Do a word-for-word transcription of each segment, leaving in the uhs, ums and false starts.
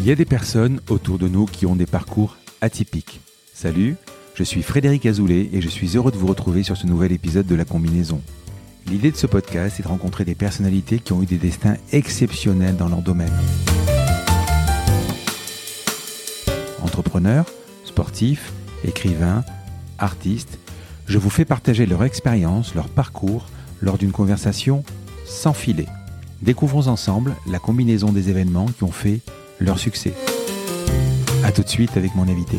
Il y a des personnes autour de nous qui ont des parcours atypiques. Salut, je suis Frédéric Azoulay et je suis heureux de vous retrouver sur ce nouvel épisode de La Combinaison. L'idée de ce podcast est de rencontrer des personnalités qui ont eu des destins exceptionnels dans leur domaine. Entrepreneurs, sportifs, écrivains, artistes, je vous fais partager leur expérience, leur parcours lors d'une conversation sans filet. Découvrons ensemble la combinaison des événements qui ont fait leur succès. A tout de suite avec mon invité.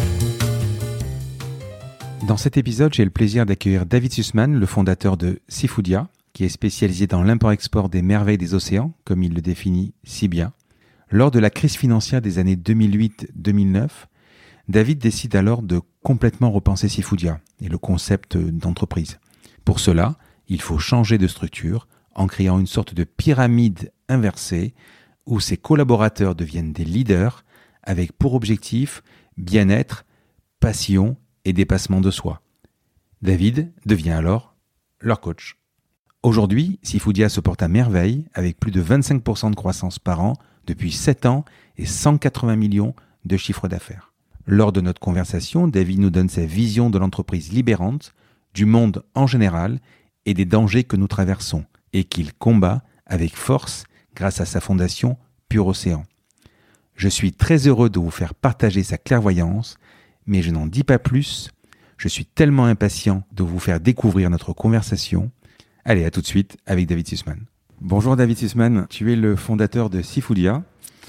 Dans cet épisode, j'ai le plaisir d'accueillir David Sussman, le fondateur de Seafoodia, qui est spécialisé dans l'import-export des merveilles des océans, comme il le définit si bien. Lors de la crise financière des années deux mille huit deux mille neuf, David décide alors de complètement repenser Seafoodia et le concept d'entreprise. Pour cela, il faut changer de structure en créant une sorte de pyramide inversée où ses collaborateurs deviennent des leaders avec pour objectif bien-être, passion et dépassement de soi. David devient alors leur coach. Aujourd'hui, Seafoodia se porte à merveille avec plus de vingt-cinq pour cent de croissance par an depuis sept ans et cent quatre-vingts millions de chiffre d'affaires. Lors de notre conversation, David nous donne sa vision de l'entreprise libérante, du monde en général et des dangers que nous traversons et qu'il combat avec force grâce à sa fondation Pur Océan. Je suis très heureux de vous faire partager sa clairvoyance, mais je n'en dis pas plus. Je suis tellement impatient de vous faire découvrir notre conversation. Allez, à tout de suite avec David Sussman. Bonjour David Sussman, tu es le fondateur de Seafoodia.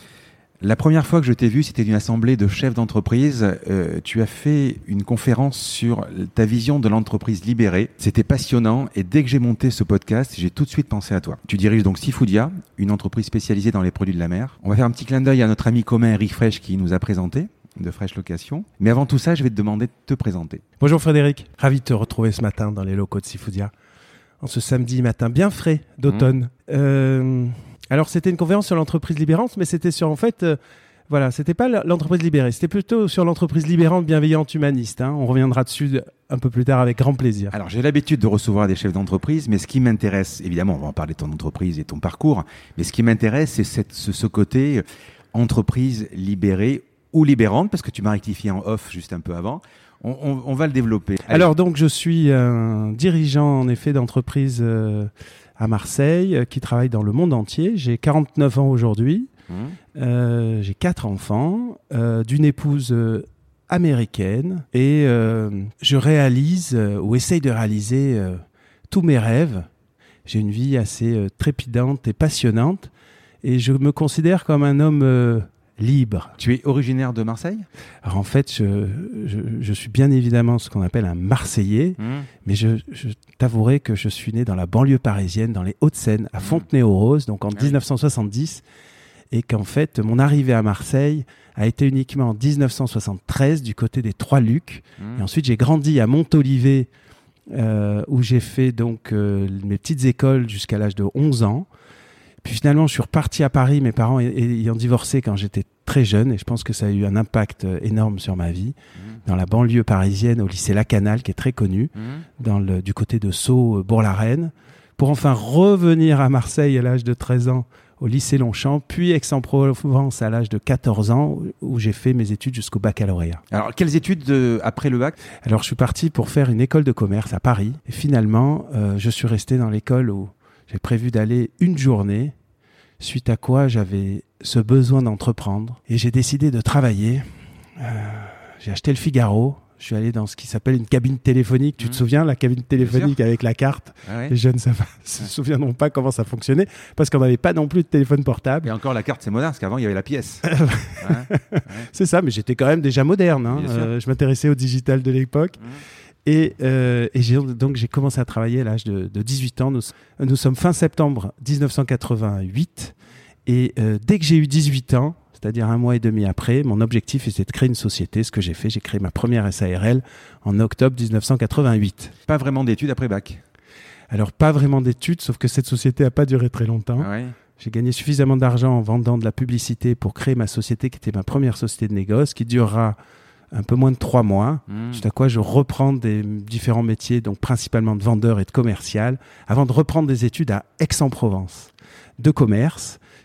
La première fois que je t'ai vu, c'était une assemblée de chefs d'entreprise. Euh, tu as fait une conférence sur ta vision de l'entreprise libérée. C'était passionnant et dès que j'ai monté ce podcast, j'ai tout de suite pensé à toi. Tu diriges donc Seafoodia, une entreprise spécialisée dans les produits de la mer. On va faire un petit clin d'œil à notre ami commun Eric Fresh qui nous a présenté, de Fresh Location. Mais avant tout ça, je vais te demander de te présenter. Bonjour Frédéric, ravi de te retrouver ce matin dans les locaux de Seafoodia, en ce samedi matin bien frais d'automne. Mmh. Euh... Alors, c'était une conférence sur l'entreprise libérante, mais c'était sur, en fait, euh, voilà, c'était pas l'entreprise libérée, c'était plutôt sur l'entreprise libérante, bienveillante, humaniste. Hein. On reviendra dessus un peu plus tard avec grand plaisir. Alors, j'ai l'habitude de recevoir des chefs d'entreprise, mais ce qui m'intéresse, évidemment, on va en parler de ton entreprise et ton parcours, mais ce qui m'intéresse, c'est cette, ce, ce côté entreprise libérée ou libérante, parce que tu m'as rectifié en off juste un peu avant. On, on, on va le développer. Allez. Alors, donc, je suis un dirigeant, en effet, d'entreprise euh, à Marseille, qui travaille dans le monde entier. J'ai quarante-neuf ans aujourd'hui. Mmh. Euh, j'ai quatre enfants, euh, d'une épouse euh, américaine. Et euh, je réalise, euh, ou essaye de réaliser, euh, tous mes rêves. J'ai une vie assez euh, trépidante et passionnante. Et je me considère comme un homme euh, libre. Tu es originaire de Marseille ? Alors en fait, je, je, je suis bien évidemment ce qu'on appelle un Marseillais, mmh. mais je, je t'avouerai que je suis né dans la banlieue parisienne, dans les Hauts-de-Seine, à Fontenay-aux-Roses, donc en ah dix-neuf cent soixante-dix, et qu'en fait, mon arrivée à Marseille a été uniquement en dix-neuf cent soixante-treize, du côté des Trois-Lucs. Mmh. Et ensuite, j'ai grandi à Montolivet, euh, où j'ai fait donc euh, mes petites écoles jusqu'à l'âge de onze ans. Puis finalement, je suis reparti à Paris, mes parents ayant divorcé quand j'étais très jeune, et je pense que ça a eu un impact énorme sur ma vie, mmh. dans la banlieue parisienne, au lycée Lacanal, qui est très connu, mmh. dans le, du côté de Sceaux, Bourg-la-Reine, pour enfin revenir à Marseille à l'âge de treize ans, au lycée Longchamp, puis Aix-en-Provence à l'âge de quatorze ans, où j'ai fait mes études jusqu'au baccalauréat. Alors, quelles études de, après le bac ? Alors, je suis parti pour faire une école de commerce à Paris, et finalement, euh, je suis resté dans l'école où j'ai prévu d'aller une journée, suite à quoi j'avais ce besoin d'entreprendre. Et j'ai décidé de travailler. Euh, j'ai acheté le Figaro. Je suis allé dans ce qui s'appelle une cabine téléphonique. Tu mmh. te souviens, la cabine téléphonique avec la carte ? Ah ouais. Les jeunes ne se souviendront pas comment ça fonctionnait, parce qu'on n'avait pas non plus de téléphone portable. Et encore, la carte, c'est moderne, parce qu'avant, il y avait la pièce. ouais. Ouais. C'est ça, mais j'étais quand même déjà moderne. Hein. Euh, je m'intéressais au digital de l'époque. Mmh. Et, euh, et j'ai, donc j'ai commencé à travailler à l'âge de, de dix-huit ans. Nous, nous sommes fin septembre dix-neuf cent quatre-vingt-huit. Et euh, dès que j'ai eu dix-huit ans, c'est-à-dire un mois et demi après, mon objectif était de créer une société. Ce que j'ai fait, j'ai créé ma première S A R L en octobre dix-neuf cent quatre-vingt-huit. Pas vraiment d'études après bac ? Alors, pas vraiment d'études, sauf que cette société n'a pas duré très longtemps. Ah ouais. J'ai gagné suffisamment d'argent en vendant de la publicité pour créer ma société, qui était ma première société de négoce, qui durera un peu moins de trois mois, mmh. suite à quoi je reprends des différents métiers, donc principalement de vendeur et de commercial, avant de reprendre des études à Aix-en-Provence, de commerce,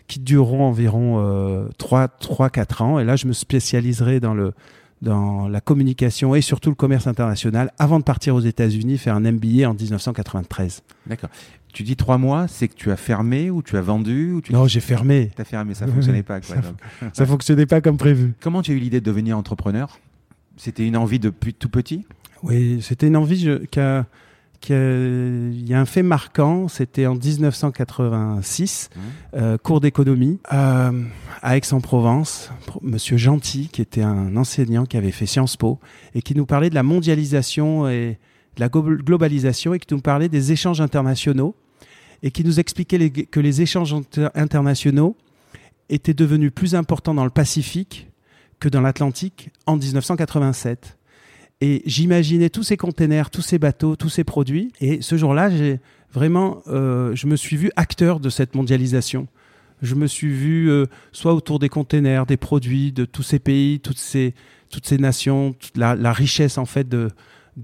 qui dureront environ euh, trois à quatre ans. Et là, je me spécialiserai dans, le, dans la communication et surtout le commerce international avant de partir aux États-Unis faire un M B A en dix-neuf cent quatre-vingt-treize. D'accord. Tu dis trois mois, c'est que tu as fermé ou tu as vendu ou tu... Non, j'ai fermé. Tu as fermé, ça ne fonctionnait pas. Quoi, ça ne fonctionnait pas comme prévu. Comment tu as eu l'idée de devenir entrepreneur ? C'était une envie depuis tout petit ? Oui, c'était une envie je, qu'a, qu'a, il y a un fait marquant, c'était en dix-neuf cent quatre-vingt-six, mmh. euh, cours d'économie euh, à Aix-en-Provence, Monsieur Gentil, qui était un enseignant qui avait fait Sciences Po et qui nous parlait de la mondialisation et de la globalisation et qui nous parlait des échanges internationaux et qui nous expliquait les, que les échanges inter- internationaux étaient devenus plus importants dans le Pacifique que dans l'Atlantique en dix-neuf cent quatre-vingt-sept. Et j'imaginais tous ces containers, tous ces bateaux, tous ces produits. Et ce jour-là, j'ai vraiment, euh, je me suis vu acteur de cette mondialisation. Je me suis vu euh, soit autour des containers, des produits, de tous ces pays, toutes ces, toutes ces nations, toute la, la richesse en fait de,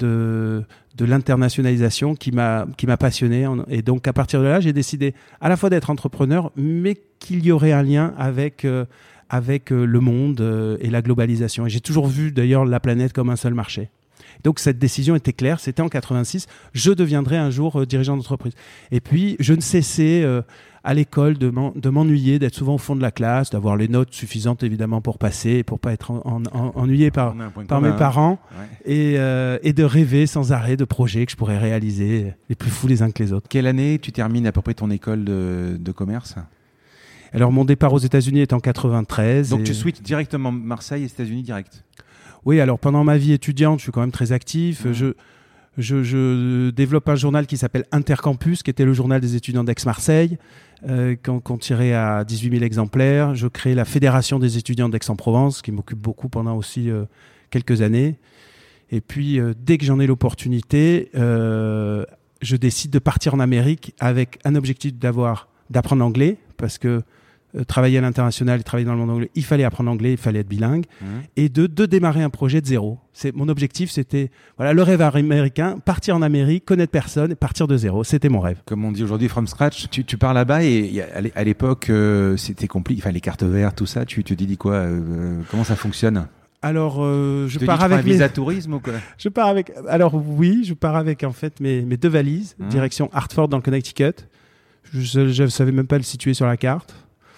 de, de l'internationalisation qui m'a, qui m'a passionné. Et donc à partir de là, j'ai décidé à la fois d'être entrepreneur, mais qu'il y aurait un lien avec euh, avec euh, le monde euh, et la globalisation. Et j'ai toujours vu d'ailleurs la planète comme un seul marché. Donc cette décision était claire, c'était en quatre-vingt-six, je deviendrai un jour euh, dirigeant d'entreprise. Et puis je ne cessais euh, à l'école de, m'en, de m'ennuyer, d'être souvent au fond de la classe, d'avoir les notes suffisantes évidemment pour passer, pour pas être en, en, en, ennuyé par, par mes parents, hein. Ouais. et, euh, et de rêver sans arrêt de projets que je pourrais réaliser, les plus fous les uns que les autres. Quelle année tu termines à peu près ton école de, de commerce ? Alors, mon départ aux États-Unis est en quatre-vingt-treize. Donc, et... tu switches directement Marseille et États-Unis direct ? Oui, alors pendant ma vie étudiante, je suis quand même très actif. Mmh. Je, je, je développe un journal qui s'appelle Intercampus, qui était le journal des étudiants d'Aix-Marseille, euh, qu'on, qu'on tirait à dix-huit mille exemplaires. Je crée la Fédération des étudiants d'Aix-en-Provence, qui m'occupe beaucoup pendant aussi euh, quelques années. Et puis, euh, dès que j'en ai l'opportunité, euh, je décide de partir en Amérique avec un objectif d'avoir, d'apprendre l'anglais, parce que Euh, travailler à l'international et travailler dans le monde anglais, il fallait apprendre l'anglais, il fallait être bilingue, mmh. et de, de démarrer un projet de zéro. C'est, mon objectif, c'était voilà, le rêve américain, partir en Amérique, connaître personne, partir de zéro. C'était mon rêve. Comme on dit aujourd'hui, from scratch, tu, tu pars là-bas et à l'époque, euh, c'était compliqué, enfin, les cartes vertes, tout ça, tu te dis quoi euh, comment ça fonctionne ? Alors, euh, je tu pars dis, avec un visa mes... tourisme ou quoi ? Je pars avec. Alors oui, je pars avec en fait mes, mes deux valises, mmh. direction Hartford dans le Connecticut. Je ne savais même pas le situer sur la carte.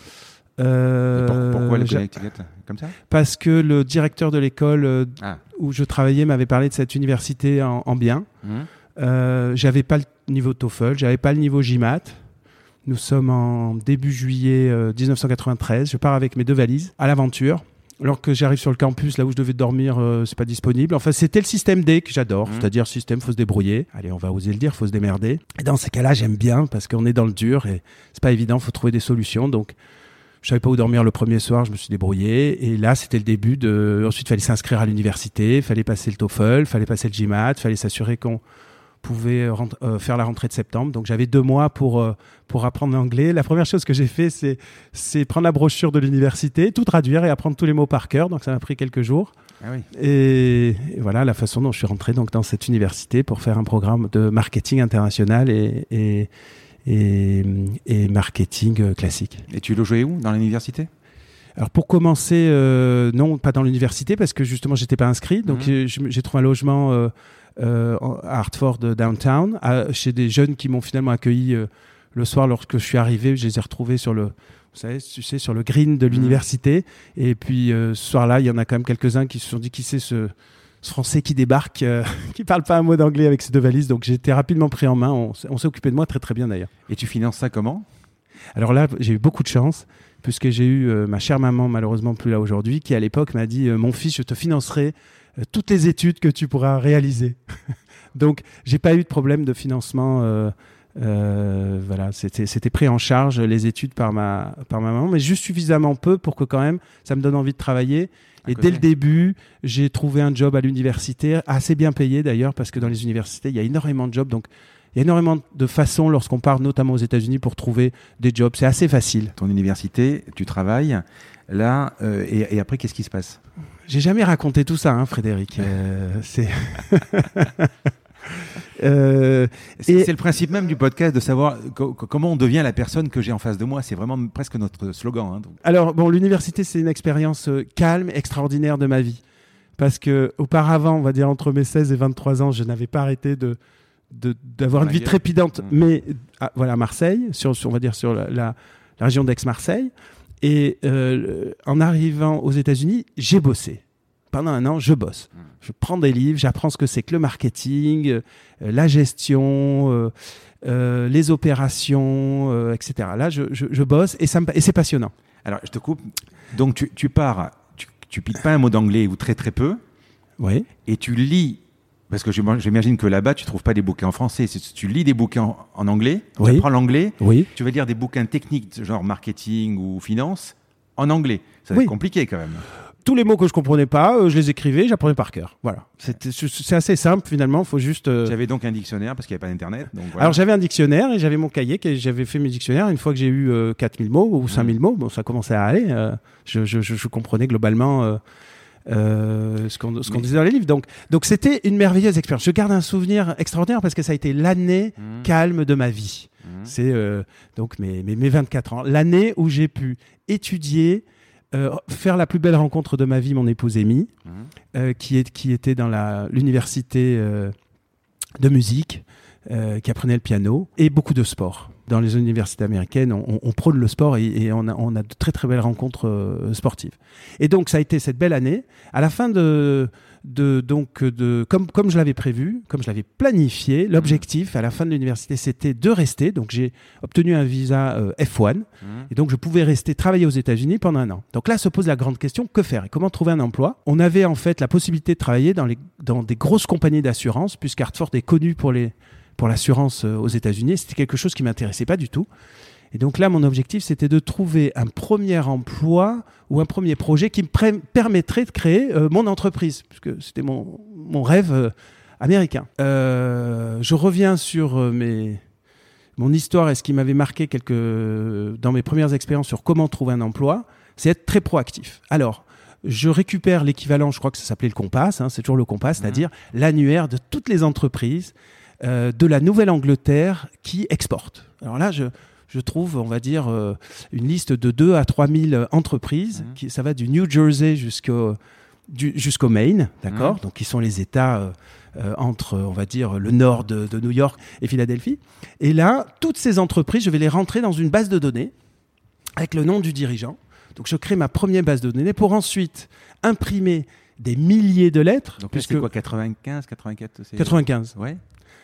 Euh, pour, pourquoi le Connecticut comme ça ? Parce que le directeur de l'école euh, ah. où je travaillais m'avait parlé de cette université en, en bien. Mmh. Euh, j'avais pas le niveau TOEFL, j'avais pas le niveau GMAT. Nous sommes en début juillet euh, dix-neuf cent quatre-vingt-treize. Je pars avec mes deux valises à l'aventure. Alors que j'arrive sur le campus, là où je devais dormir, euh, c'est pas disponible. Enfin, c'était le système D que j'adore, mmh. c'est-à-dire système, faut se débrouiller. Allez, on va oser le dire, faut se démerder. Et dans ces cas-là, j'aime bien parce qu'on est dans le dur et c'est pas évident, faut trouver des solutions. Donc, je savais pas où dormir le premier soir, je me suis débrouillé. Et là, c'était le début de. Ensuite, il fallait s'inscrire à l'université, il fallait passer le TOEFL, il fallait passer le GMAT, il fallait s'assurer qu'on pouvait rent- euh, faire la rentrée de septembre. Donc, j'avais deux mois pour euh, pour apprendre l'anglais. La première chose que j'ai fait, c'est c'est prendre la brochure de l'université, tout traduire et apprendre tous les mots par cœur. Donc, ça m'a pris quelques jours. Ah oui. Et, et voilà la façon dont je suis rentré donc dans cette université pour faire un programme de marketing international et, et Et, et marketing classique. Et tu logeais où dans l'université ? Alors pour commencer, euh, non, pas dans l'université parce que justement j'étais pas inscrit. Donc mmh. j'ai, j'ai trouvé un logement euh, euh, à Hartford downtown, à, chez des jeunes qui m'ont finalement accueilli euh, le soir lorsque je suis arrivé. Je les ai retrouvés sur le, vous savez, tu sais, sur le green de l'université. Mmh. Et puis euh, ce soir-là, il y en a quand même quelques-uns qui se sont dit qui c'est ce ce Français qui débarque, euh, qui parle pas un mot d'anglais avec ses deux valises. Donc j'ai été rapidement pris en main. On, on s'est occupé de moi très très bien d'ailleurs. Et tu finances ça comment ? Alors là, j'ai eu beaucoup de chance puisque j'ai eu euh, ma chère maman, malheureusement plus là aujourd'hui, qui à l'époque m'a dit euh, mon fils, je te financerai euh, toutes les études que tu pourras réaliser. Donc j'ai pas eu de problème de financement. Euh, euh, voilà, c'était c'était pris en charge les études par ma par ma maman, mais juste suffisamment peu pour que quand même ça me donne envie de travailler. Et dès le début, j'ai trouvé un job à l'université, assez bien payé d'ailleurs, parce que dans les universités, il y a énormément de jobs. Donc, il y a énormément de façons, lorsqu'on part notamment aux États-Unis, pour trouver des jobs. C'est assez facile. Ton université, tu travailles là, euh, et, et après, qu'est-ce qui se passe ? J'ai jamais raconté tout ça, hein, Frédéric. Euh, c'est... euh, c'est, et... c'est le principe même du podcast de savoir co- comment on devient la personne que j'ai en face de moi. C'est vraiment presque notre slogan. Hein, donc. Alors, bon, l'université, c'est une expérience calme, extraordinaire de ma vie. Parce que auparavant, on va dire entre mes seize et vingt-trois ans, je n'avais pas arrêté de, de, d'avoir une vie trépidante. Mmh. Mais à, voilà, Marseille, sur, sur, on va dire sur la, la, la région d'Aix-Marseille. Et euh, en arrivant aux États-Unis, j'ai bossé. Pendant un an, je bosse. Je prends des livres, j'apprends ce que c'est que le marketing, euh, la gestion, euh, euh, les opérations, euh, et cetera. Là, je, je, je bosse et, ça me, et c'est passionnant. Alors, je te coupe. Donc, tu, tu pars, tu, tu piques pas un mot d'anglais ou très très peu. Oui. Et tu lis, parce que j'imagine que là-bas, tu trouves pas des bouquins en français. Tu lis des bouquins en, en anglais, tu oui. apprends l'anglais, oui. tu vas lire des bouquins techniques, genre marketing ou finance, en anglais. Ça va oui. être compliqué quand même. Tous les mots que je comprenais pas, euh, je les écrivais, j'apprenais par cœur. Voilà. C'était, c'est assez simple finalement. Faut juste. Euh... J'avais donc un dictionnaire parce qu'il n'y avait pas d'internet. Donc voilà. Alors j'avais un dictionnaire et j'avais mon cahier que j'avais fait mes dictionnaires. Une fois que j'ai eu euh, quatre mille mots ou cinq mille mmh. mots, bon, ça commençait à aller. Euh, je, je, je, je comprenais globalement euh, euh, ce qu'on, ce qu'on Mais... disait dans les livres. Donc, donc c'était une merveilleuse expérience. Je garde un souvenir extraordinaire parce que ça a été l'année mmh. calme de ma vie. Mmh. C'est euh, donc mes, mes, mes vingt-quatre ans, l'année où j'ai pu étudier. Euh, faire la plus belle rencontre de ma vie, mon épouse Amy, mmh. euh, qui, est, qui était dans la, l'université euh, de musique, euh, qui apprenait le piano, et beaucoup de sport. Dans les universités américaines, on, on prône le sport et, et on, a, on a de très très belles rencontres euh, sportives. Et donc, ça a été cette belle année. À la fin de... De, donc de, comme, comme je l'avais prévu, comme je l'avais planifié, l'objectif à la fin de l'université, c'était de rester. Donc j'ai obtenu un visa euh, F un mmh. et donc je pouvais rester travailler aux États-Unis pendant un an. Donc là se pose la grande question, que faire et comment trouver un emploi? On avait en fait la possibilité de travailler dans, les, dans des grosses compagnies d'assurance, puisque Hartford est connu pour, les, pour l'assurance euh, aux États-Unis. C'était quelque chose qui ne m'intéressait pas du tout. Et donc là, mon objectif, c'était de trouver un premier emploi ou un premier projet qui me pr- permettrait de créer euh, mon entreprise, puisque c'était mon, mon rêve euh, américain. Euh, je reviens sur euh, mes, mon histoire et ce qui m'avait marqué quelques, dans mes premières expériences sur comment trouver un emploi, c'est être très proactif. Alors, je récupère l'équivalent, je crois que ça s'appelait le Compass, hein, c'est toujours le Compass, mmh. c'est-à-dire l'annuaire de toutes les entreprises euh, de la Nouvelle-Angleterre qui exportent. Alors là, je... Je trouve, on va dire, euh, une liste de deux à trois mille entreprises. Mmh. Qui, ça va du New Jersey jusqu'au, du, jusqu'au Maine, d'accord ? Mmh. Donc, qui sont les États euh, euh, entre, on va dire, le nord de, de New York et Philadelphie. Et là, toutes ces entreprises, je vais les rentrer dans une base de données avec le nom du dirigeant. Donc, je crée ma première base de données pour ensuite imprimer des milliers de lettres. Donc, puisque... c'est quoi, quatre-vingt-quinze, quatre-vingt-quatre c'est... quatre-vingt-quinze. Ouais.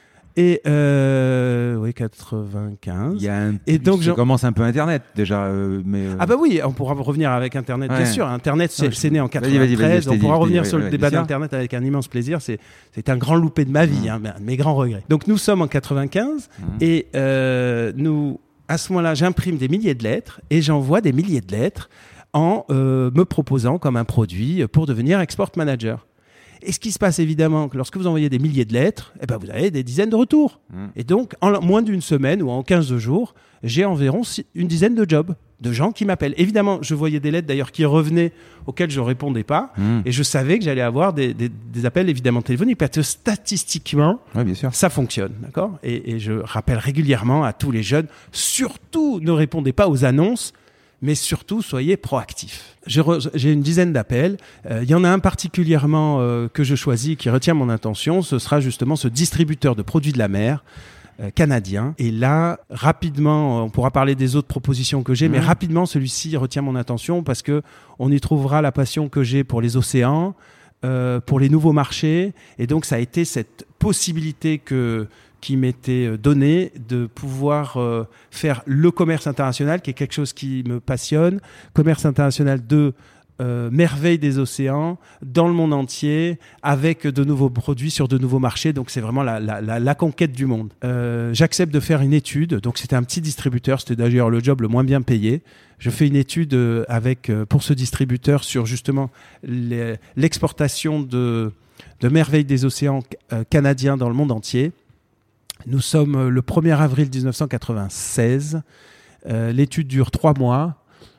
Et euh, oui, quatre-vingt-quinze. Il y a un, et donc je commence un peu Internet déjà, euh, mais euh... ah bah oui, on pourra revenir avec Internet, ouais. bien sûr. Internet, c'est, ouais, c'est né en quatre-vingt-treize. Vas-y, vas-y, vas-y, on pourra dit, revenir dit, sur ouais, le ouais, débat d'Internet avec un immense plaisir. C'est, c'est un grand loupé de ma vie, mmh. hein, un de mes grands regrets. Donc nous sommes en quatre-vingt-quinze mmh. et euh, nous, à ce moment-là, j'imprime des milliers de lettres et j'envoie des milliers de lettres en euh, me proposant comme un produit pour devenir export manager. Et ce qui se passe évidemment, lorsque vous envoyez des milliers de lettres, eh ben vous avez des dizaines de retours. Mmh. Et donc, en moins d'une semaine ou en quinze jours, j'ai environ une dizaine de jobs, de gens qui m'appellent. Évidemment, je voyais des lettres d'ailleurs qui revenaient, auxquelles je ne répondais pas. Mmh. Et je savais que j'allais avoir des, des, des appels évidemment téléphoniques, parce que statistiquement, ouais, bien sûr. ça fonctionne. D'accord ? et, et je rappelle régulièrement à tous les jeunes, surtout ne répondez pas aux annonces, mais surtout, soyez proactifs. J'ai, re, j'ai une dizaine d'appels. Il euh, y en a un particulièrement euh, que je choisis, qui retient mon attention. Ce sera justement ce distributeur de produits de la mer euh, canadien. Et là, rapidement, on pourra parler des autres propositions que j'ai, mmh. mais rapidement, celui-ci retient mon attention parce qu'on y trouvera la passion que j'ai pour les océans, euh, pour les nouveaux marchés. Et donc, ça a été cette possibilité que... qui m'était donné de pouvoir euh, faire le commerce international, qui est quelque chose qui me passionne, commerce international de euh, merveilles des océans, dans le monde entier, avec de nouveaux produits sur de nouveaux marchés. Donc, c'est vraiment la, la, la, la conquête du monde. Euh, j'accepte de faire une étude. Donc, c'était un petit distributeur. C'était d'ailleurs le job le moins bien payé. Je fais une étude avec, pour ce distributeur sur justement les, l'exportation de, de merveilles des océans euh, canadiens dans le monde entier. Nous sommes le premier avril dix-neuf cent quatre-vingt-seize. Euh, l'étude dure trois mois.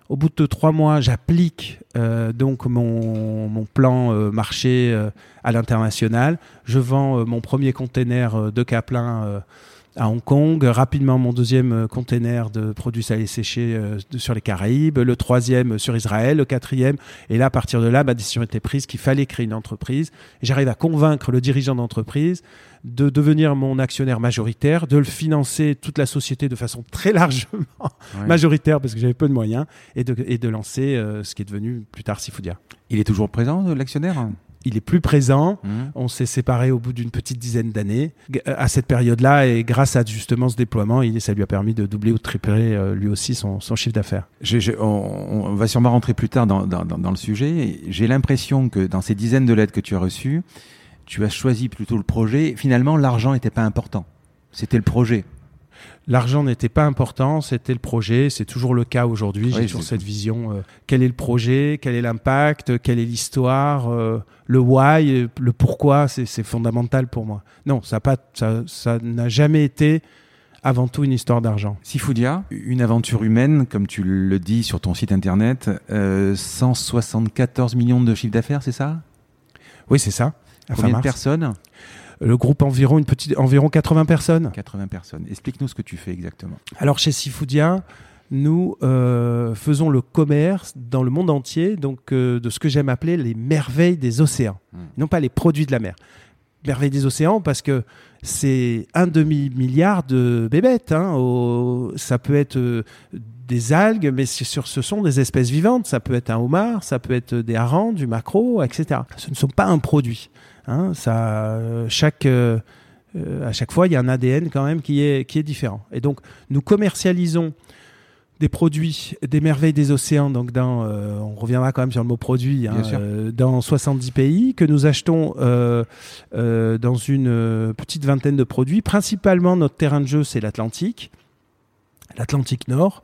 Au bout de trois mois, j'applique euh, donc mon, mon plan euh, marché euh, à l'international. Je vends euh, mon premier container euh, de Caplin euh, à Hong Kong, rapidement mon deuxième euh, container de produits salés séchés euh, de, sur les Caraïbes, le troisième sur Israël, le quatrième. Et là, à partir de là, ma décision était prise qu'il fallait créer une entreprise. Et j'arrive à convaincre le dirigeant d'entreprise de devenir mon actionnaire majoritaire, de le financer toute la société de façon très largement ouais. majoritaire parce que j'avais peu de moyens et de, et de lancer euh, ce qui est devenu plus tard Sifoudia. Il est toujours présent, l'actionnaire ? Il est plus présent. Mmh. On s'est séparés au bout d'une petite dizaine d'années. À cette période-là, et grâce à justement ce déploiement, il, ça lui a permis de doubler ou de tripler euh, lui aussi son, son chiffre d'affaires. Je, je, on, on va sûrement rentrer plus tard dans, dans, dans le sujet. J'ai l'impression que dans ces dizaines de lettres que tu as reçues, tu as choisi plutôt le projet. Finalement, l'argent n'était pas important. C'était le projet. L'argent n'était pas important, c'était le projet. C'est toujours le cas aujourd'hui. Oui, J'ai toujours cette vision. Euh, quel est le projet ? Quel est l'impact ? Quelle est l'histoire ? euh, Le why ? Le pourquoi ? C'est, c'est fondamental pour moi. Non, ça n'a pas, ça, ça n'a jamais été avant tout une histoire d'argent. Sifoudia, une aventure humaine, comme tu le dis sur ton site internet, euh, cent soixante-quatorze millions de chiffre d'affaires, c'est ça ? Oui, c'est ça. Combien de personnes ? Le groupe, environ, une petite, environ quatre-vingts personnes. quatre-vingts personnes. Explique-nous ce que tu fais exactement. Alors, chez Sifoudia, nous euh, faisons le commerce dans le monde entier donc, euh, de ce que j'aime appeler les merveilles des océans. Mmh. Non pas les produits de la mer. Merveilles des océans parce que c'est un demi-milliard de bébêtes. Hein, au, ça peut être euh, des algues, mais sur, ce sont des espèces vivantes. Ça peut être un homard, ça peut être des harengs, du maquereau, et cetera. Ce ne sont pas un produit. Hein, ça, euh, chaque, euh, euh, à chaque fois, il y a un A D N quand même qui est, qui est différent. Et donc, nous commercialisons des produits, des merveilles des océans, donc dans, euh, on reviendra quand même sur le mot produit, hein, euh, dans soixante-dix pays, que nous achetons euh, euh, dans une euh, petite vingtaine de produits. Principalement, notre terrain de jeu, c'est l'Atlantique, l'Atlantique Nord.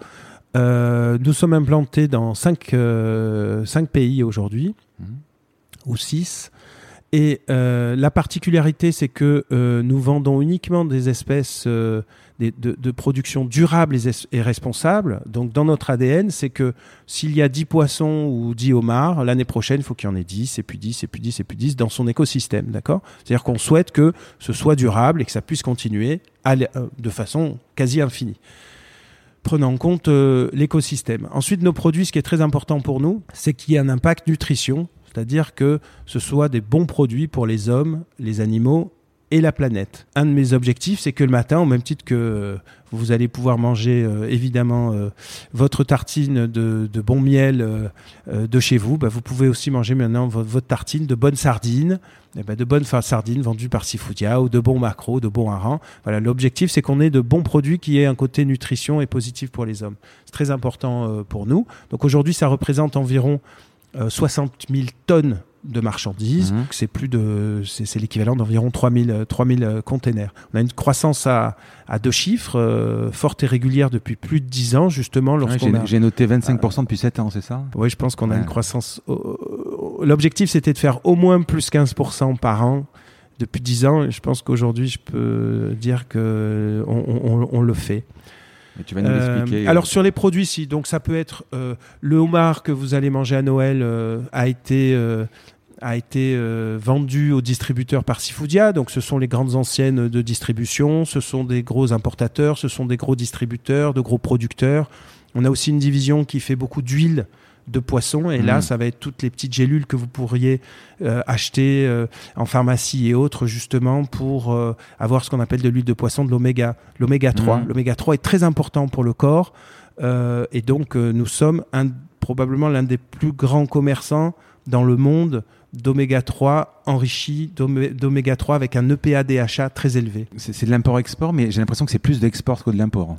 Euh, nous sommes implantés dans cinq, euh, cinq pays aujourd'hui, mmh. ou six. Et euh, la particularité, c'est que euh, nous vendons uniquement des espèces euh, des, de, de production durable et, et responsable. Donc, dans notre A D N, c'est que s'il y a dix poissons ou dix homards, l'année prochaine, il faut qu'il y en ait dix, et puis dix, et puis dix, et puis dix dans son écosystème. D'accord ? C'est-à-dire qu'on souhaite que ce soit durable et que ça puisse continuer à, euh, de façon quasi infinie. Prenant en compte euh, l'écosystème. Ensuite, nos produits, ce qui est très important pour nous, c'est qu'il y ait un impact nutrition. C'est-à-dire que ce soit des bons produits pour les hommes, les animaux et la planète. Un de mes objectifs, c'est que le matin, au même titre que euh, vous allez pouvoir manger euh, évidemment euh, votre tartine de, de bon miel euh, euh, de chez vous, bah, vous pouvez aussi manger maintenant votre, votre tartine de bonnes sardines, et bah, de bonnes sardines vendues par Sifoudia ou de bons maquereaux, de bons harengs. Voilà, l'objectif, c'est qu'on ait de bons produits qui aient un côté nutrition et positif pour les hommes. C'est très important euh, pour nous. Donc aujourd'hui, ça représente environ Euh, soixante mille tonnes de marchandises, mmh. c'est, plus de, c'est, c'est l'équivalent d'environ trois mille, trois mille euh, containers. On a une croissance à, à deux chiffres, euh, forte et régulière depuis plus de dix ans, justement. Lorsqu'on ouais, j'ai, a, j'ai noté vingt-cinq pour cent euh, depuis sept ans, c'est ça ? Oui, je pense qu'on ouais. a une croissance... Euh, l'objectif, c'était de faire au moins plus quinze pour cent par an depuis dix ans. Et je pense qu'aujourd'hui, je peux dire qu'on on, on le fait. Mais tu vas nous l'expliquer. Euh, alors sur les produits, si donc ça peut être euh, le homard que vous allez manger à Noël euh, a été euh, a été euh, vendu aux distributeurs par Sifoudia. Donc ce sont les grandes anciennes de distribution, ce sont des gros importateurs, ce sont des gros distributeurs, de gros producteurs. On a aussi une division qui fait beaucoup d'huile de poisson et mmh. là ça va être toutes les petites gélules que vous pourriez euh, acheter euh, en pharmacie et autres justement pour euh, avoir ce qu'on appelle de l'huile de poisson, de l'oméga l'oméga trois. Mmh. L'oméga trois est très important pour le corps euh, et donc euh, nous sommes un, probablement l'un des plus grands commerçants dans le monde d'oméga trois enrichi d'omé- d'oméga trois avec un E P A D H A très élevé. C'est, c'est de l'import-export, mais j'ai l'impression que c'est plus d'export que de l'import.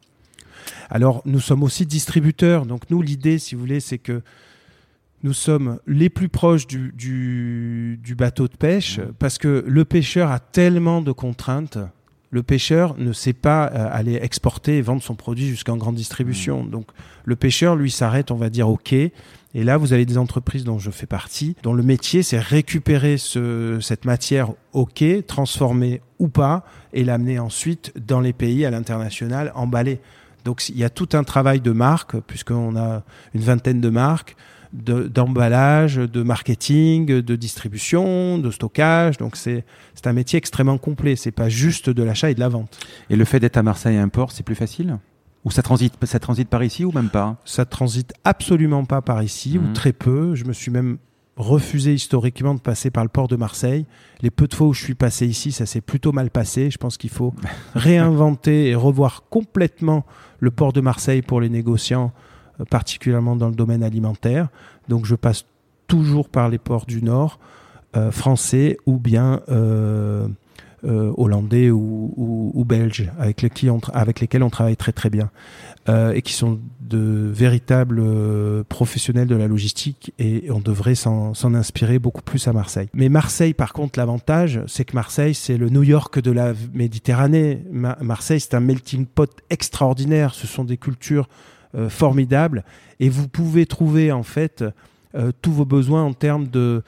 Alors, nous sommes aussi distributeurs. Donc, nous, l'idée, si vous voulez, c'est que nous sommes les plus proches du, du, du bateau de pêche parce que le pêcheur a tellement de contraintes. Le pêcheur ne sait pas euh, aller exporter et vendre son produit jusqu'en grande distribution. Donc, le pêcheur, lui, s'arrête, on va dire, au quai. Et là, vous avez des entreprises dont je fais partie, dont le métier, c'est récupérer ce, cette matière au quai, transformer ou pas, et l'amener ensuite dans les pays à l'international, emballée. Donc il y a tout un travail de marque, puisqu'on a une vingtaine de marques, de, d'emballage, de marketing, de distribution, de stockage. Donc c'est, c'est un métier extrêmement complet. C'est pas juste de l'achat et de la vente. Et le fait d'être à Marseille Import, c'est plus facile ? Ou ça transite, ça transite par ici ou même pas ? Ça transite absolument pas par ici, mmh. ou très peu. Je me suis même refusé historiquement de passer par le port de Marseille. Les peu de fois où je suis passé ici, ça s'est plutôt mal passé. Je pense qu'il faut réinventer et revoir complètement le port de Marseille pour les négociants, euh, particulièrement dans le domaine alimentaire. Donc je passe toujours par les ports du Nord, euh, français ou bien euh, euh, hollandais ou, ou, ou belges, avec, les qui on tra- avec lesquels on travaille très très bien, euh, et qui sont de véritables euh, professionnels de la logistique, et on devrait s'en, s'en inspirer beaucoup plus à Marseille. Mais Marseille, par contre, l'avantage, c'est que Marseille, c'est le New York de la Méditerranée. Ma- Marseille, c'est un melting pot extraordinaire. Ce sont des cultures euh, formidables, et vous pouvez trouver en fait euh, tous vos besoins en termes de,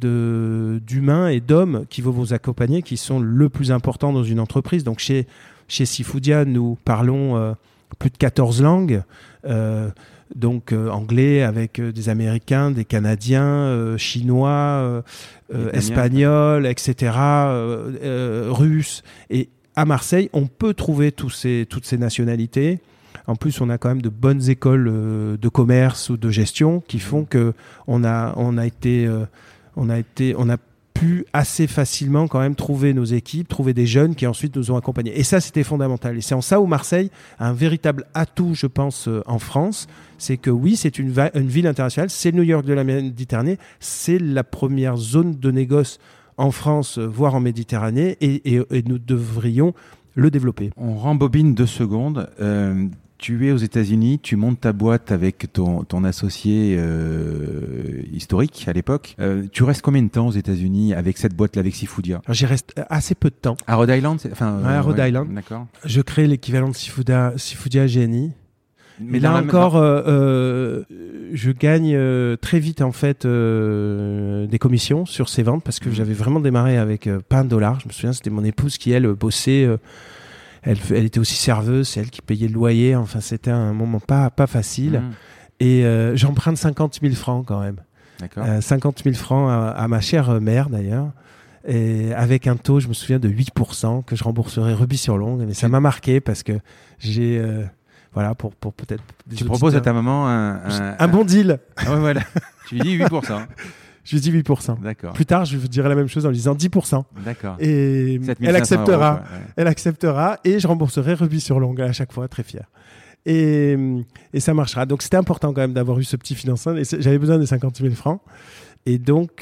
de, d'humains et d'hommes qui vont vous accompagner, qui sont le plus important dans une entreprise. Donc chez, chez Seafoodia, nous parlons euh, plus de quatorze langues, euh, donc euh, anglais avec euh, des Américains, des Canadiens, euh, Chinois, euh, euh, Espagnols, et cetera, euh, euh, Russes. Et à Marseille, on peut trouver tous ces, toutes ces nationalités. En plus, on a quand même de bonnes écoles euh, de commerce ou de gestion qui font que on a, on a été, euh, on a été, on a pu assez facilement quand même trouver nos équipes, trouver des jeunes qui ensuite nous ont accompagnés. Et ça, c'était fondamental. Et c'est en ça où Marseille a un véritable atout, je pense, euh, en France. C'est que oui, c'est une, va- une ville internationale, c'est le New York de la Méditerranée, c'est la première zone de négoce en France, voire en Méditerranée, et, et, et nous devrions le développer. On rembobine deux secondes. Euh, tu es aux États-Unis, tu montes ta boîte avec ton, ton associé euh, historique à l'époque. Euh, tu restes combien de temps aux États-Unis avec cette boîte-là, avec Seafoodia ? Alors, j'y reste assez peu de temps. À Rhode Island, c'est... enfin, ouais, à Rhode ouais, Island. D'accord. Je crée l'équivalent de Seafoodia, Seafoodia G N I. Mais là même... encore, euh, euh, je gagne euh, très vite en fait euh, des commissions sur ces ventes, parce que mmh. j'avais vraiment démarré avec euh, pas un dollar. Je me souviens, c'était mon épouse qui elle bossait. Euh, elle, elle était aussi serveuse, c'est elle qui payait le loyer. Enfin, c'était un moment pas pas facile. Mmh. Et euh, j'emprunte cinquante mille francs quand même. D'accord. Euh, cinquante mille francs à, à ma chère mère d'ailleurs. Et avec un taux, je me souviens, de huit pour cent que je rembourserai rubis sur l'ongle. Mais ça m'a marqué parce que j'ai euh, Voilà, pour, pour peut-être... Tu proposes à ta maman un... Un, un bon deal. Ah ouais, voilà. Tu lui dis huit pour cent. Je lui dis huit pour cent. D'accord. Plus tard, je lui dirai la même chose en lui disant dix pour cent. D'accord. Et elle acceptera. Euros, ouais. Elle acceptera et je rembourserai rubis sur l'ongle à chaque fois, très fier. Et, et ça marchera. Donc, c'était important quand même d'avoir eu ce petit financement. Et j'avais besoin des cinquante mille francs. Et donc,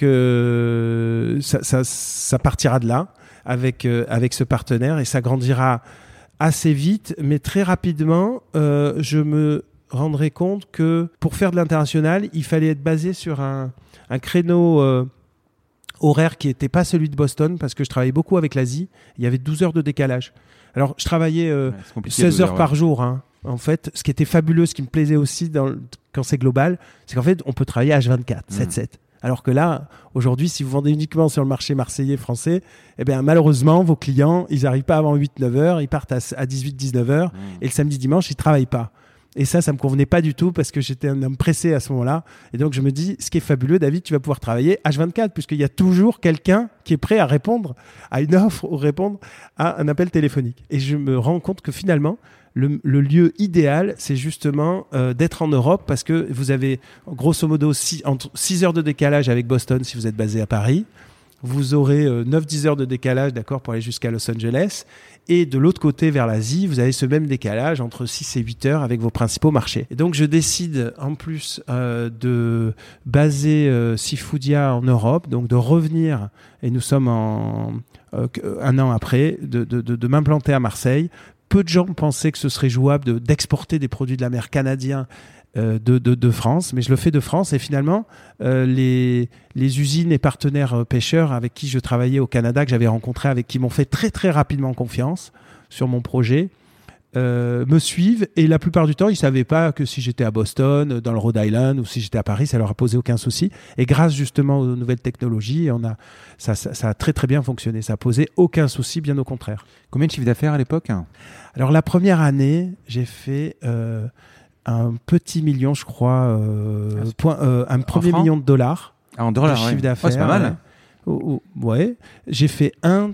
euh, ça, ça, ça partira de là avec, euh, avec ce partenaire, et ça grandira assez vite, mais très rapidement, euh, je me rendrai compte que pour faire de l'international, il fallait être basé sur un, un créneau euh, horaire qui n'était pas celui de Boston, parce que je travaillais beaucoup avec l'Asie. Il y avait douze heures de décalage. Alors, je travaillais euh, ouais, seize heures, heures par ouais. jour. Hein. En fait, ce qui était fabuleux, ce qui me plaisait aussi dans le, quand c'est global, c'est qu'en fait, on peut travailler H vingt-quatre, mmh. sept sept. Alors que là, aujourd'hui, si vous vendez uniquement sur le marché marseillais français, eh bien, malheureusement, vos clients, ils n'arrivent pas avant huit neuf heures, ils partent à, à dix-huit dix-neuf heures, mmh. et le samedi, dimanche, ils ne travaillent pas. Et ça, ça ne me convenait pas du tout, parce que j'étais un homme pressé à ce moment-là. Et donc, je me dis, ce qui est fabuleux, David, tu vas pouvoir travailler H vingt-quatre, puisqu'il y a toujours quelqu'un qui est prêt à répondre à une offre ou répondre à un appel téléphonique. Et je me rends compte que finalement, Le, le lieu idéal, c'est justement euh, d'être en Europe, parce que vous avez grosso modo six, entre six heures de décalage avec Boston si vous êtes basé à Paris. Vous aurez euh, neuf dix heures de décalage, d'accord, pour aller jusqu'à Los Angeles. Et de l'autre côté, vers l'Asie, vous avez ce même décalage entre six et huit heures avec vos principaux marchés. Et donc, je décide en plus euh, de baser euh, Seafoodia en Europe, donc de revenir, et nous sommes en, euh, un an après, de, de, de, de m'implanter à Marseille. Peu de gens pensaient que ce serait jouable de, d'exporter des produits de la mer canadiens euh, de, de, de France, mais je le fais de France. Et finalement, euh, les, les usines et partenaires euh, pêcheurs avec qui je travaillais au Canada, que j'avais rencontrés, avec qui m'ont fait très très rapidement confiance sur mon projet, euh, me suivent et la plupart du temps, ils savaient pas que si j'étais à Boston, dans le Rhode Island ou si j'étais à Paris, ça leur a posé aucun souci. Et grâce justement aux nouvelles technologies, on a, ça, ça, ça a très très bien fonctionné. Ça a posé aucun souci, bien au contraire. Combien de chiffre d'affaires à l'époque ? Alors la première année, j'ai fait euh, un petit million, je crois, euh, ah, point, euh, un premier million de dollars. Ah, en dollars, de chiffre ouais. d'affaires. Oh, c'est pas mal. Ouais. Oh, oh, ouais. J'ai fait un,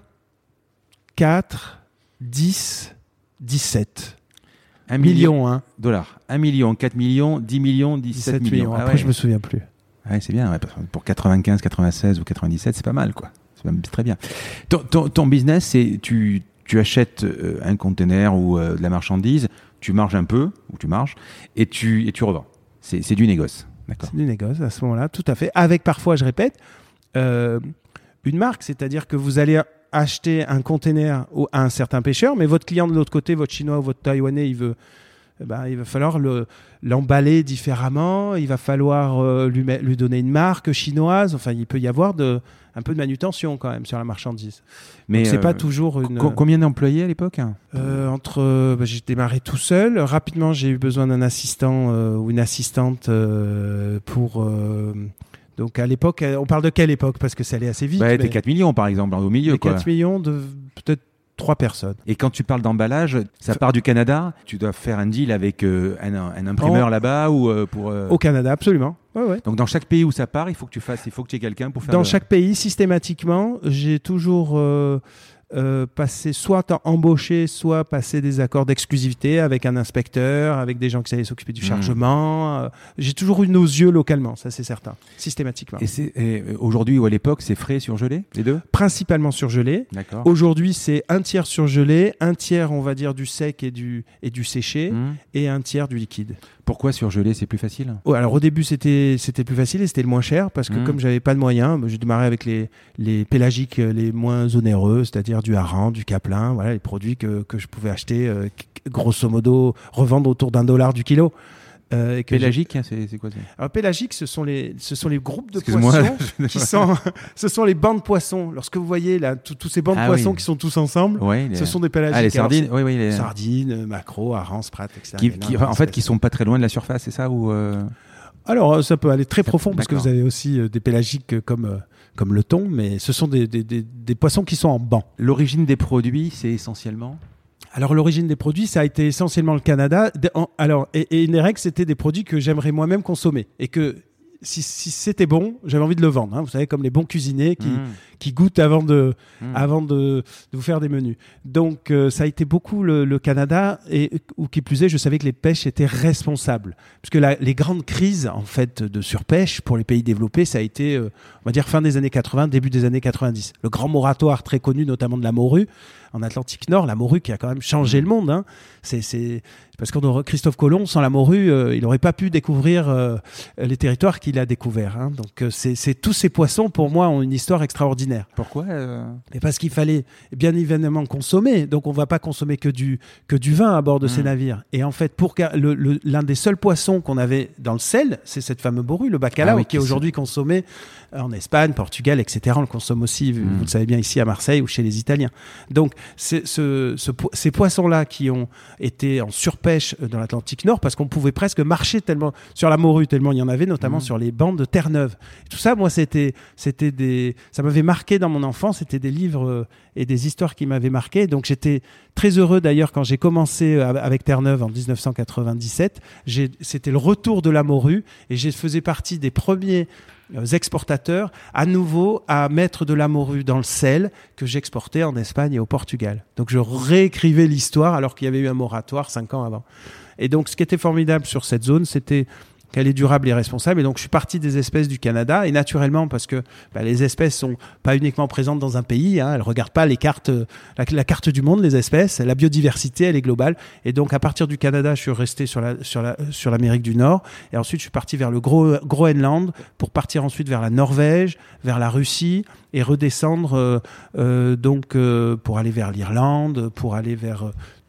quatre, dix, dix-sept. Un million, hein. Dollars. un million, quatre millions, dix millions, dix-sept millions. Après, ah ouais. je me souviens plus. Ouais, c'est bien. Ouais. Pour quatre-vingt-quinze, quatre-vingt-seize ou quatre-vingt-dix-sept, c'est pas mal, quoi. C'est même très bien. Ton, ton, ton business, c'est tu, tu achètes euh, un conteneur ou euh, de la marchandise, tu marges un peu, ou tu marges, et tu, et tu revends. C'est, c'est du négoce. D'accord. C'est du négoce à ce moment-là, tout à fait. Avec parfois, je répète, euh, une marque, c'est-à-dire que vous allez acheter un conteneur à un certain pêcheur, mais votre client de l'autre côté, votre chinois ou votre taïwanais, il veut, ben, il va falloir le, l'emballer différemment, il va falloir euh, lui, lui donner une marque chinoise, enfin il peut y avoir de, un peu de manutention quand même sur la marchandise. Mais donc, c'est euh, pas toujours une... Co- combien d'employés à l'époque ? euh, entre, ben, j'ai démarré tout seul. Rapidement, j'ai eu besoin d'un assistant euh, ou une assistante euh, pour... Euh, Donc à l'époque, on parle de quelle époque ? Parce que ça allait assez vite. Bah, t'es quatre millions par exemple, au milieu. Quoi. quatre millions de peut-être trois personnes. Et quand tu parles d'emballage, ça part du Canada. Tu dois faire un deal avec euh, un, un imprimeur oh. là-bas ou euh, pour. Euh... Au Canada, absolument. Ouais, ouais. Donc dans chaque pays où ça part, il faut que tu fasses, il faut que tu aies quelqu'un pour faire. Dans le... chaque pays, systématiquement, j'ai toujours. Euh, Euh, passer soit embauché, soit passer des accords d'exclusivité avec un inspecteur, avec des gens qui savaient s'occuper du chargement. Mmh. Euh, j'ai toujours eu nos yeux localement, ça c'est certain, systématiquement. Et, c'est, et aujourd'hui ou à l'époque, c'est frais surgelé, les deux ? Principalement surgelé. D'accord. Aujourd'hui, c'est un tiers surgelé, un tiers, on va dire, du sec et du, et du séché, mmh. et un tiers du liquide. Pourquoi surgelé, c'est plus facile ? Oh, alors au début, c'était, c'était plus facile et c'était le moins cher parce que mmh. comme j'avais pas de moyens, j'ai démarré avec les, les pélagiques les moins onéreux, c'est-à-dire du hareng, du caplin, voilà, les produits que, que je pouvais acheter, euh, grosso modo, revendre autour d'un dollar du kilo. Euh, et que pélagique, hein, c'est, c'est quoi c'est Alors, pélagique, ce sont les, ce sont les groupes de poissons qui sont, ce sont les bancs de poissons. Lorsque vous voyez là, tous ces bancs de ah, poissons oui. qui sont tous ensemble, ouais, les... ce sont des pélagiques. Ah, les sardines, Alors, oui, oui, les sardines, maquereaux, harengs, sprat, et cetera. Qui, qui, en fait, qui sont pas très loin de la surface, c'est ça ou euh... Alors, ça peut aller très ça, profond parce d'accord. que vous avez aussi des pélagiques comme. Euh, comme le thon, mais ce sont des, des, des, des poissons qui sont en banc. L'origine des produits, c'est essentiellement ? Alors, l'origine des produits, ça a été essentiellement le Canada. Alors, et, et Inerex, c'était des produits que j'aimerais moi-même consommer. Et que si, si c'était bon, j'avais envie de le vendre. Hein. Vous savez, comme les bons cuisiniers qui, mmh. qui goûtent avant, de, mmh. avant de, de vous faire des menus. Donc, euh, ça a été beaucoup le, le Canada. Et, ou qui plus est, je savais que les pêches étaient responsables. Parce que la, les grandes crises, en fait, de surpêche pour les pays développés, ça a été, euh, on va dire, fin des années quatre-vingts, début des années quatre-vingt-dix. Le grand moratoire très connu, notamment de la morue, en Atlantique Nord, la morue qui a quand même changé le monde. Hein. C'est, c'est parce que Christophe Colomb, sans la morue, euh, il n'aurait pas pu découvrir euh, les territoires qu'il a découverts. Hein. Donc, euh, c'est, c'est tous ces poissons, pour moi, ont une histoire extraordinaire. Pourquoi euh... Et parce qu'il fallait bien évidemment consommer. Donc, on ne va pas consommer que du, que du vin à bord de mmh. ces navires. Et en fait, pour le, le, l'un des seuls poissons qu'on avait dans le sel, c'est cette fameuse morue, le bacalao, ah oui, qui est aujourd'hui consommé en Espagne, Portugal, et cetera. On le consomme aussi, mmh. vous le savez bien, ici à Marseille ou chez les Italiens. Donc, c'est ce, ce, ces poissons-là qui ont été en surpêche dans l'Atlantique Nord, parce qu'on pouvait presque marcher tellement sur la morue, tellement il y en avait, notamment mmh. sur les bancs de Terre-Neuve. Et tout ça, moi, c'était, c'était des, ça m'avait marqué dans mon enfance. C'était des livres et des histoires qui m'avaient marqué. Donc, j'étais très heureux d'ailleurs quand j'ai commencé avec Terre-Neuve en dix-neuf cent quatre-vingt-dix-sept. J'ai, c'était le retour de la morue et je faisais partie des premiers exportateurs à nouveau à mettre de la morue dans le sel que j'exportais en Espagne et au Portugal. Donc je réécrivais l'histoire alors qu'il y avait eu un moratoire cinq ans avant. Et donc ce qui était formidable sur cette zone, c'était qu'elle est durable et responsable. Et donc, je suis parti des espèces du Canada. Et naturellement, parce que bah, les espèces sont pas uniquement présentes dans un pays, hein, elles regardent pas les cartes, la, la carte du monde, les espèces. La biodiversité, elle est globale. Et donc, à partir du Canada, je suis resté sur la, sur la, sur l'Amérique du Nord. Et ensuite, je suis parti vers le Gro- Groenland pour partir ensuite vers la Norvège, vers la Russie et redescendre, euh, euh, donc, euh, pour aller vers l'Irlande, pour aller vers euh,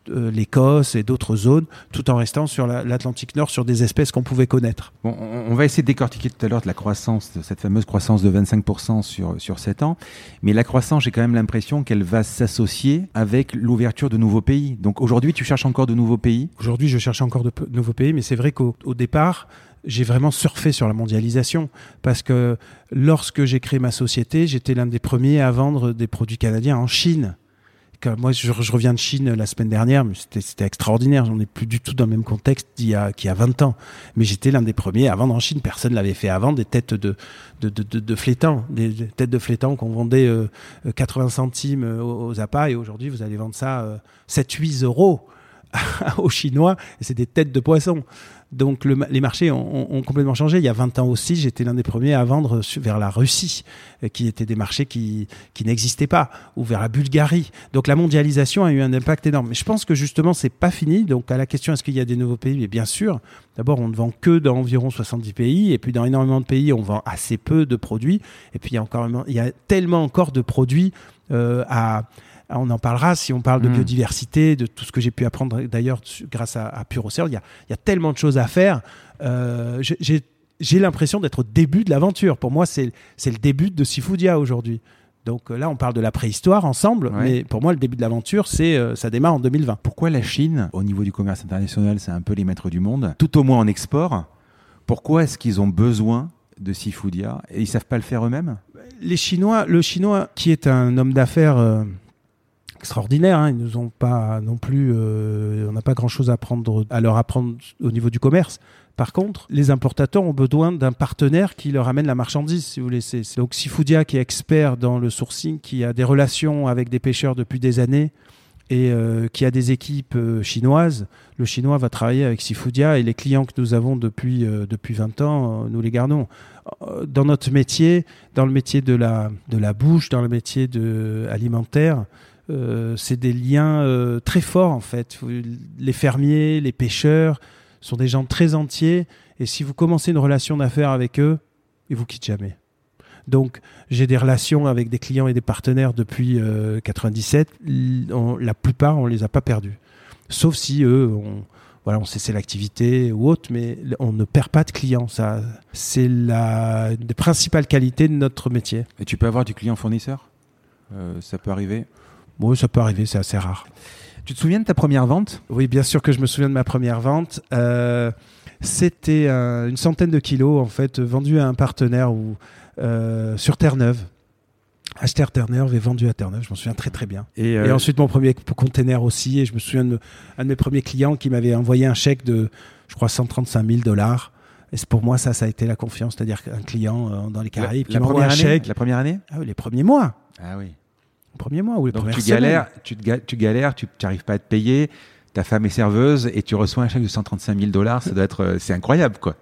euh, l'Écosse et d'autres zones, tout en restant sur la, l'Atlantique Nord, sur des espèces qu'on pouvait connaître. Bon, on, on va essayer de décortiquer tout à l'heure de la croissance, de cette fameuse croissance de vingt-cinq pour cent sur, sur sept ans. Mais la croissance, j'ai quand même l'impression qu'elle va s'associer avec l'ouverture de nouveaux pays. Donc aujourd'hui, tu cherches encore de nouveaux pays ? Aujourd'hui, je cherche encore de, p- de nouveaux pays, mais c'est vrai qu'au au départ, j'ai vraiment surfé sur la mondialisation parce que lorsque j'ai créé ma société, j'étais l'un des premiers à vendre des produits canadiens en Chine. Que moi, je, je reviens de Chine la semaine dernière, mais c'était, c'était extraordinaire. On n'est plus du tout dans le même contexte d'il y a, qu'il y a vingt ans. Mais j'étais l'un des premiers à vendre en Chine. Personne ne l'avait fait avant, des têtes de, de, de, de, de flétans, des, des têtes de flétans qu'on vendait euh, quatre-vingts centimes aux, aux appâts. Et aujourd'hui, vous allez vendre ça euh, sept à huit euros aux Chinois. Et c'est des têtes de poisson. Donc le, les marchés ont, ont, ont complètement changé. Il y a vingt ans aussi, j'étais l'un des premiers à vendre vers la Russie, qui étaient des marchés qui, qui n'existaient pas, ou vers la Bulgarie. Donc la mondialisation a eu un impact énorme. Mais je pense que justement, c'est pas fini. Donc à la question, est-ce qu'il y a des nouveaux pays ? Mais bien sûr. D'abord, on ne vend que dans environ soixante-dix pays. Et puis dans énormément de pays, on vend assez peu de produits. Et puis il y a, encore, il y a tellement encore de produits euh, à... On en parlera si on parle de mmh. biodiversité, de tout ce que j'ai pu apprendre d'ailleurs grâce à, à Pure Océan. Il y a, il y a tellement de choses à faire. Euh, j'ai, j'ai l'impression d'être au début de l'aventure. Pour moi, c'est, c'est le début de Seafoodia aujourd'hui. Donc là, on parle de la préhistoire ensemble, ouais. mais pour moi, le début de l'aventure, c'est, euh, ça démarre en deux mille vingt. Pourquoi la Chine, au niveau du commerce international, c'est un peu les maîtres du monde, tout au moins en export, pourquoi est-ce qu'ils ont besoin de Seafoodia et ils ne savent pas le faire eux-mêmes ? Les Chinois, le Chinois, qui est un homme d'affaires... Euh, extraordinaire, hein. Ils nous ont pas non plus, euh, on n'a pas grand-chose à, prendre, à leur apprendre au niveau du commerce. Par contre, les importateurs ont besoin d'un partenaire qui leur amène la marchandise, si vous voulez. C'est, c'est donc Seafoodia qui est expert dans le sourcing, qui a des relations avec des pêcheurs depuis des années et euh, qui a des équipes euh, chinoises. Le Chinois va travailler avec Seafoodia et les clients que nous avons depuis, euh, depuis vingt ans, euh, nous les gardons. Dans notre métier, dans le métier de la, de la bouche, dans le métier de, alimentaire, Euh, c'est des liens euh, très forts en fait. Les fermiers, les pêcheurs sont des gens très entiers et si vous commencez une relation d'affaires avec eux, ils vous quittent jamais. Donc j'ai des relations avec des clients et des partenaires depuis euh, quatre-vingt-dix-sept. On, la plupart, on les a pas perdus. Sauf si eux, on, voilà, on cessait l'activité ou autre, mais on ne perd pas de clients. Ça, c'est la une des principales qualités de notre métier. Et tu peux avoir du client fournisseur ? euh, Ça peut arriver ? Bon, ça peut arriver, c'est assez rare. Tu te souviens de ta première vente ? Oui, bien sûr que je me souviens de ma première vente. Euh, c'était un, une centaine de kilos, en fait, vendu à un partenaire où, euh, sur Terre-Neuve. Acheté à Terre-Neuve et vendu à Terre-Neuve, je m'en souviens très très bien. Et, euh... et ensuite, mon premier container aussi. Et je me souviens d'un de, de mes premiers clients qui m'avait envoyé un chèque de, je crois, cent trente-cinq mille dollars. Et c'est pour moi, ça, ça a été la confiance. C'est-à-dire qu'un client euh, dans les Caraïbes la, qui m'envoie un année, chèque. La première année ? Ah oui, les premiers mois. Ah oui. Premier mois ou les Donc premières tu galères, semaines. tu, te ga- tu galères, tu n'arrives pas à te payer, ta femme est serveuse et tu reçois un chèque de cent trente-cinq mille dollars, ça doit être, c'est incroyable quoi.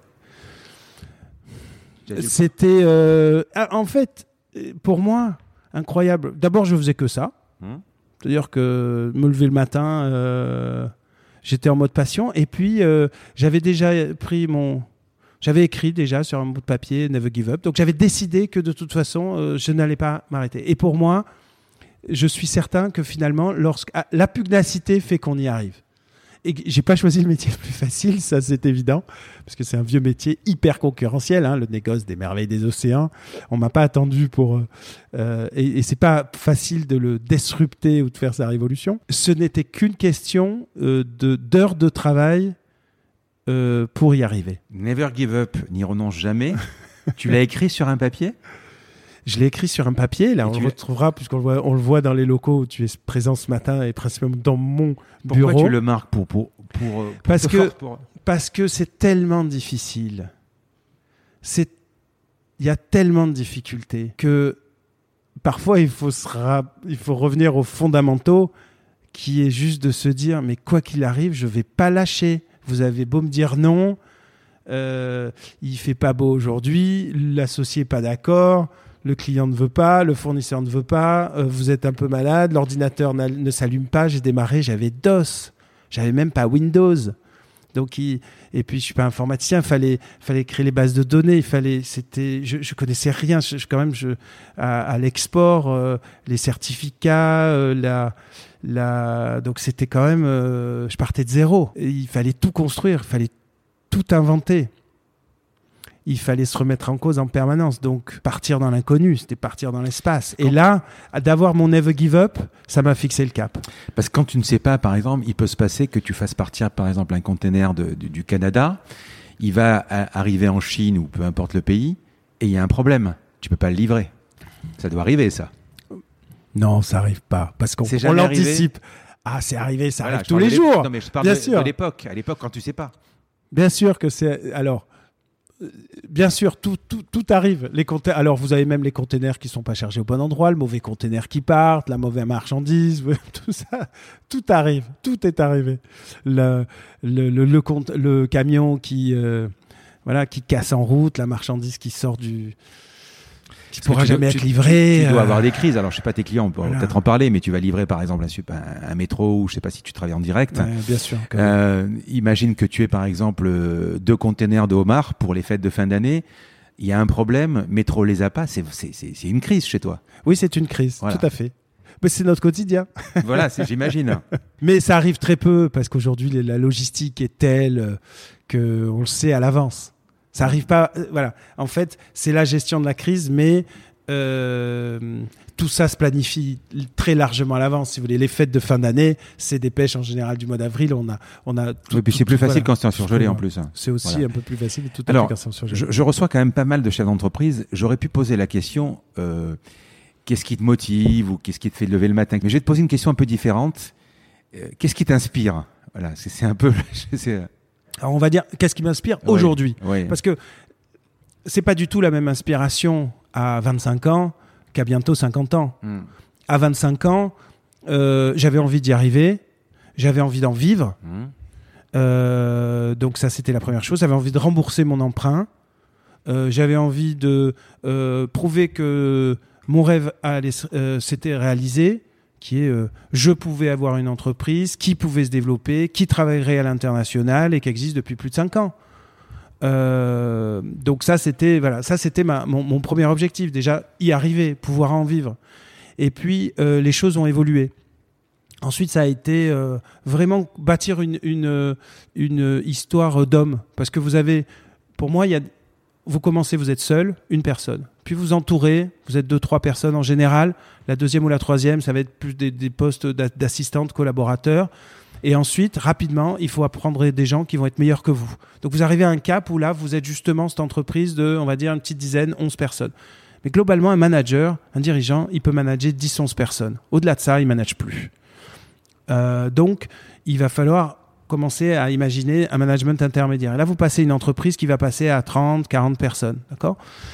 C'était, euh, en fait, pour moi, incroyable. D'abord, je faisais que ça, hum. c'est-à-dire que me lever le matin, euh, j'étais en mode passion, et puis euh, j'avais déjà pris mon, j'avais écrit déjà sur un bout de papier Never Give Up, donc j'avais décidé que de toute façon, euh, je n'allais pas m'arrêter. Et pour moi, je suis certain que finalement, lorsque ah, la pugnacité fait qu'on y arrive. Et j'ai pas choisi le métier le plus facile, ça c'est évident, parce que c'est un vieux métier hyper concurrentiel, hein, le négoce des merveilles des océans. On m'a pas attendu pour euh, et, et c'est pas facile de le disrupter ou de faire sa révolution. Ce n'était qu'une question euh, de d'heures de travail euh, pour y arriver. Never give up, n'y renonce jamais. Tu l'as écrit sur un papier ? Je l'ai écrit sur un papier, là, et on le retrouvera, puisqu'on le voit, on le voit dans les locaux où tu es présent ce matin et principalement dans mon Pourquoi bureau. Pourquoi tu le marques pour, pour, pour, pour parce, que, pour... parce que c'est tellement difficile. C'est... Il y a tellement de difficultés que parfois il faut, se ra... il faut revenir aux fondamentaux, qui est juste de se dire, mais quoi qu'il arrive, je ne vais pas lâcher. Vous avez beau me dire non, euh, il ne fait pas beau aujourd'hui, l'associé n'est pas d'accord, le client ne veut pas, le fournisseur ne veut pas, euh, vous êtes un peu malade, l'ordinateur ne s'allume pas, j'ai démarré, j'avais DOS, j'avais même pas Windows. Donc, il... Et puis je suis pas informaticien, fallait fallait créer les bases de données, il fallait, c'était, je, je connaissais rien, je, je, quand même, je, à, à l'export, euh, les certificats, euh, la, la... Donc c'était quand même... Euh, je partais de zéro. Et il fallait tout construire, il fallait tout inventer. Il fallait se remettre en cause en permanence. Donc, partir dans l'inconnu, c'était partir dans l'espace. Et là, d'avoir mon Never Give Up, ça m'a fixé le cap. Parce que quand tu ne sais pas, par exemple, il peut se passer que tu fasses partir, par exemple, un container de, du, du Canada. Il va a, arriver en Chine ou peu importe le pays. Et il y a un problème. Tu peux pas le livrer. Ça doit arriver, ça. Non, ça arrive pas. Parce qu'on on l'anticipe. Ah, c'est arrivé, ça voilà, arrive tous les jours. Non, mais je parle Bien de, sûr. de l'époque. À l'époque, quand tu sais pas. Bien sûr que c'est... Alors... Bien sûr, tout, tout, tout arrive. Les conta- Alors, vous avez même les containers qui ne sont pas chargés au bon endroit, le mauvais container qui part, la mauvaise marchandise, tout ça, tout arrive, tout est arrivé. Le, le, le, le, compte, le camion qui, euh, voilà, qui casse en route, la marchandise qui sort du... qui ne pourra jamais tu, être livrée. Tu, tu dois euh... avoir des crises. Alors, je ne sais pas tes clients, on peut voilà. peut-être en parler, mais tu vas livrer, par exemple, un, un, un métro ou je ne sais pas si tu travailles en direct. Ouais, bien sûr. Euh, imagine que tu aies, par exemple, deux containers de homards pour les fêtes de fin d'année. Il y a un problème, métro les a pas. C'est, c'est, c'est, c'est une crise chez toi. Oui, c'est une crise, voilà. Tout à fait. Mais c'est notre quotidien. Voilà, c'est, j'imagine. Mais ça arrive très peu parce qu'aujourd'hui, la logistique est telle qu'on le sait à l'avance. Ça arrive pas, euh, voilà. En fait, c'est la gestion de la crise, mais euh, tout ça se planifie très largement à l'avance. Si vous voulez, les fêtes de fin d'année, c'est des pêches en général du mois d'avril. On a, on a. Tout, oui, puis c'est tout, plus tout, facile voilà. quand c'est en surgelé en plus. C'est aussi voilà. un peu plus facile et tout à Alors, fait quand c'est en surgelé. Je, je reçois quand même pas mal de chefs d'entreprise. J'aurais pu poser la question euh, qu'est-ce qui te motive ou qu'est-ce qui te fait lever le matin. Mais je vais te poser une question un peu différente. Euh, qu'est-ce qui t'inspire? Voilà, c'est, c'est un peu. c'est, Alors on va dire, qu'est-ce qui m'inspire ouais, aujourd'hui ouais. Parce que c'est pas du tout la même inspiration à vingt-cinq ans qu'à bientôt cinquante ans. Mm. À vingt-cinq ans, euh, j'avais envie d'y arriver, j'avais envie d'en vivre. Mm. Euh, donc ça, c'était la première chose. J'avais envie de rembourser mon emprunt. Euh, j'avais envie de euh, prouver que mon rêve allait, euh, s'était réalisé. Qui est, euh, je pouvais avoir une entreprise qui pouvait se développer, qui travaillerait à l'international et qui existe depuis plus de cinq ans. Euh, donc ça, c'était, voilà, ça, c'était ma, mon, mon premier objectif. Déjà, y arriver, pouvoir en vivre. Et puis, euh, les choses ont évolué. Ensuite, ça a été euh, vraiment bâtir une, une, une histoire d'homme. Parce que vous avez, pour moi, il y a... Vous commencez, vous êtes seul, une personne. Puis vous entourez, vous êtes deux, trois personnes en général. La deuxième ou la troisième, ça va être plus des, des postes d'assistante, collaborateurs. Et ensuite, rapidement, il faut apprendre des gens qui vont être meilleurs que vous. Donc vous arrivez à un cap où là, vous êtes justement cette entreprise de, on va dire, une petite dizaine, onze personnes. Mais globalement, un manager, un dirigeant, il peut manager dix, onze personnes. Au-delà de ça, il ne manage plus. Euh, donc, il va falloir commencer à imaginer un management intermédiaire. Et là, vous passez une entreprise qui va passer à trente, quarante personnes, d'accord ?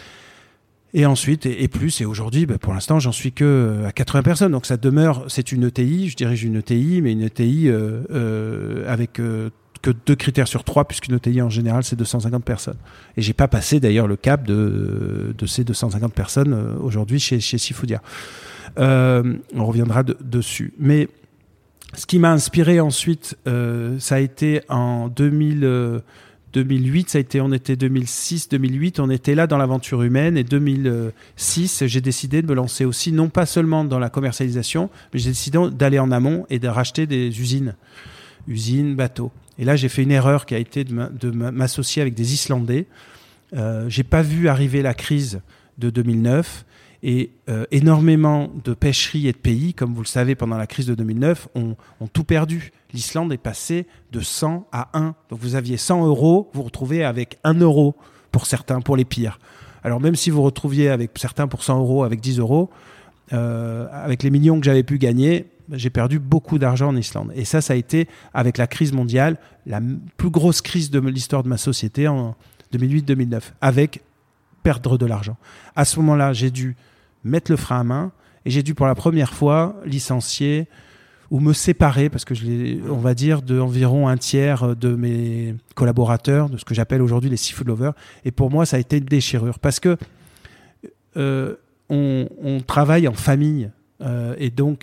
Et ensuite, et, et plus, et aujourd'hui, ben pour l'instant, j'en suis que à quatre-vingts personnes. Donc ça demeure, c'est une E T I, je dirige une E T I, mais une E T I euh, euh, avec euh, que deux critères sur trois, puisqu'une E T I en général, c'est deux cent cinquante personnes. Et j'ai pas passé d'ailleurs le cap de, de ces deux cent cinquante personnes euh, aujourd'hui chez, chez Sifoudia. Euh, on reviendra de, dessus. Mais ce qui m'a inspiré ensuite, euh, ça a été en deux mille, euh, deux mille huit, ça a été, on était deux mille six, deux mille huit, on était là dans l'aventure humaine, et deux mille six, j'ai décidé de me lancer aussi, non pas seulement dans la commercialisation, mais j'ai décidé d'aller en amont et de racheter des usines, usines, bateaux. Et là, j'ai fait une erreur qui a été de m'associer avec des Islandais. Euh, j'ai pas vu arriver la crise de deux mille neuf. Et euh, énormément de pêcheries et de pays, comme vous le savez, pendant la crise de deux mille neuf, ont, ont tout perdu. L'Islande est passée de cent à un. Donc vous aviez cent euros, vous vous retrouvez avec un euro pour certains, pour les pires. Alors même si vous vous retrouviez avec certains pour cent euros, avec dix euros, euh, avec les millions que j'avais pu gagner, j'ai perdu beaucoup d'argent en Islande. Et ça, ça a été, avec la crise mondiale, la plus grosse crise de l'histoire de ma société en deux mille huit deux mille neuf, avec perdre de l'argent. À ce moment-là, j'ai dû mettre le frein à main et j'ai dû pour la première fois licencier ou me séparer, parce que je l'ai, on va dire, d'environ un tiers de mes collaborateurs, de ce que j'appelle aujourd'hui les seafood lovers. Et pour moi, ça a été une déchirure parce que euh, on, on travaille en famille euh, et donc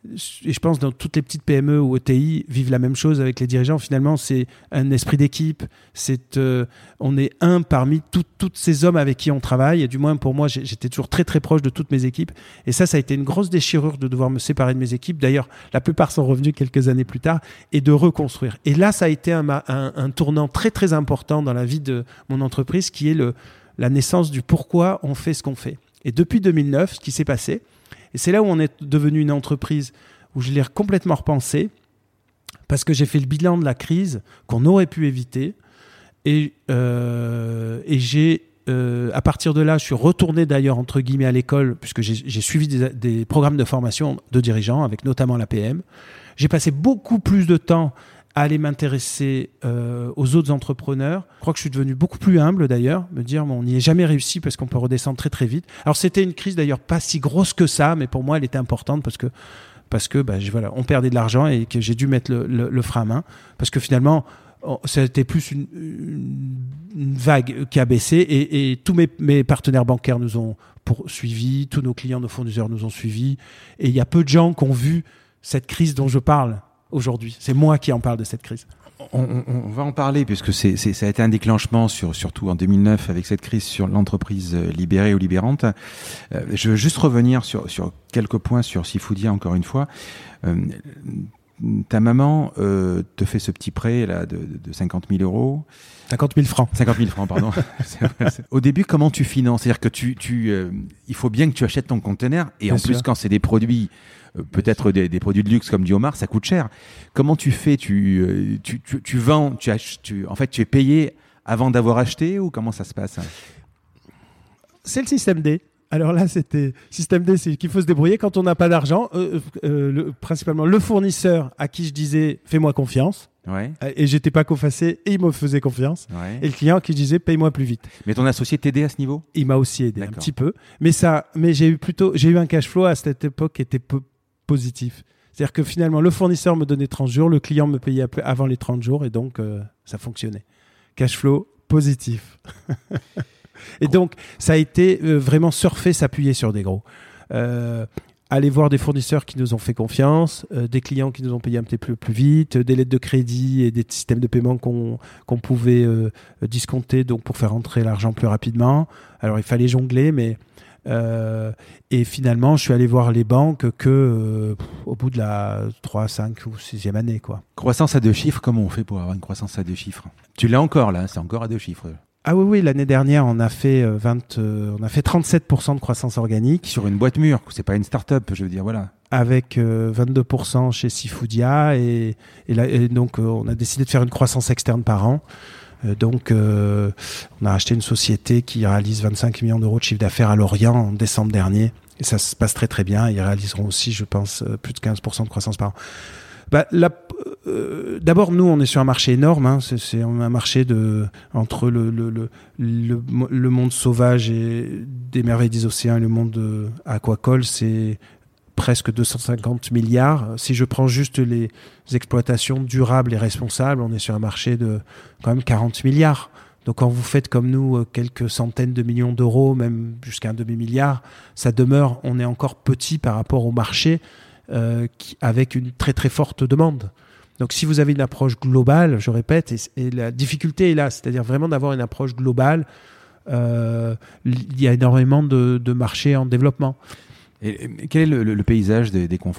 et je pense dans toutes les petites P M E ou E T I vivent la même chose avec les dirigeants. Finalement, c'est un esprit d'équipe. C'est, euh, on est un parmi tous ces hommes avec qui on travaille. Et du moins, pour moi, j'étais toujours très, très proche de toutes mes équipes. Et ça, ça a été une grosse déchirure de devoir me séparer de mes équipes. D'ailleurs, la plupart sont revenus quelques années plus tard et de reconstruire. Et là, ça a été un, un, un tournant très, très important dans la vie de mon entreprise qui est le, la naissance du pourquoi on fait ce qu'on fait. Et depuis deux mille neuf, ce qui s'est passé, et c'est là où on est devenu une entreprise où je l'ai complètement repensé parce que j'ai fait le bilan de la crise qu'on aurait pu éviter et, euh, et j'ai, euh, à partir de là, je suis retourné d'ailleurs entre guillemets à l'école puisque j'ai, j'ai suivi des, des programmes de formation de dirigeants avec notamment l'A P M. J'ai passé beaucoup plus de temps à aller m'intéresser euh, aux autres entrepreneurs. Je crois que je suis devenu beaucoup plus humble d'ailleurs, me dire bon, on n'y est jamais réussi parce qu'on peut redescendre très très vite. Alors c'était une crise d'ailleurs pas si grosse que ça, mais pour moi elle était importante parce que parce que bah, je, voilà, on perdait de l'argent et que j'ai dû mettre le, le, le frein à main parce que finalement c'était plus une, une, une vague qui a baissé et, et tous mes, mes partenaires bancaires nous ont poursuivis, tous nos clients, nos fournisseurs nous ont suivis et il y a peu de gens qui ont vu cette crise dont je parle aujourd'hui. C'est moi qui en parle de cette crise. On, on, on va en parler puisque c'est, c'est, ça a été un déclenchement, sur, surtout en deux mille neuf avec cette crise sur l'entreprise libérée ou libérante. Euh, je veux juste revenir sur, sur quelques points sur Sifoudia encore une fois. Euh, ta maman euh, te fait ce petit prêt là, de, de cinquante mille euros. cinquante mille francs. cinquante mille francs, pardon. Au début, comment tu finances ? C'est-à-dire que tu, tu, euh, il faut bien que tu achètes ton conteneur et Bien en sûr. Plus, quand c'est des produits peut-être des, des produits de luxe comme du homard, ça coûte cher. Comment tu fais ? tu, tu, tu, tu vends, tu, ach, tu, en fait, tu es payé avant d'avoir acheté ou comment ça se passe ? C'est le système D. Alors là, c'était système D, c'est qu'il faut se débrouiller quand on n'a pas d'argent. Euh, euh, le, principalement le fournisseur à qui je disais « fais-moi confiance ». Ouais. Et j'étais pas co-facé et il me faisait confiance. Ouais. Et le client qui disait paye-moi plus vite. Mais ton associé t'aidait à ce niveau ? Il m'a aussi aidé D'accord. un petit peu. Mais ça, mais j'ai eu plutôt, j'ai eu un cash flow à cette époque qui était peu positif. C'est-à-dire que finalement, le fournisseur me donnait trente jours, le client me payait avant les trente jours et donc euh, ça fonctionnait. Cash flow positif. Et donc, ça a été euh, vraiment surfer, s'appuyer sur des gros. Euh, aller voir des fournisseurs qui nous ont fait confiance, euh, des clients qui nous ont payé un petit peu plus vite, des lettres de crédit et des systèmes de paiement qu'on, qu'on pouvait euh, discompter donc pour faire rentrer l'argent plus rapidement. Alors, il fallait jongler, mais... Euh, et finalement, je suis allé voir les banques que euh, au bout de la trois, cinq ou sixième année, quoi. Croissance à deux chiffres, comment on fait pour avoir une croissance à deux chiffres ? Tu l'as encore là, c'est encore à deux chiffres. Ah oui, oui, l'année dernière, on a fait vingt, euh, on a fait trente-sept pour cent de croissance organique. Sur une boîte mûre, c'est pas une start-up, je veux dire, voilà. Avec euh, vingt-deux pour cent chez Sifoudia et, et, là, et donc euh, on a décidé de faire une croissance externe par an. Euh, donc euh, on a acheté une société qui réalise vingt-cinq millions d'euros de chiffre d'affaires à Lorient en décembre dernier. Et ça se passe très très bien. Ils réaliseront aussi, je pense, plus de quinze pour cent de croissance par an. Bah, la, euh, d'abord, nous, on est sur un marché énorme. Hein. C'est, c'est un marché de, entre le, le, le, le, le monde sauvage et des merveilles des océans et le monde aquacole. C'est presque deux cent cinquante milliards. Si je prends juste les exploitations durables et responsables, on est sur un marché de quand même quarante milliards. Donc quand vous faites comme nous quelques centaines de millions d'euros, même jusqu'à un demi-milliard, ça demeure, on est encore petit par rapport au marché euh, qui, avec une très très forte demande. Donc si vous avez une approche globale, je répète, et, et la difficulté est là, c'est-à-dire vraiment d'avoir une approche globale, euh, il y a énormément de, de marchés en développement. Et, et quel est le, le, le paysage des, des confrères ?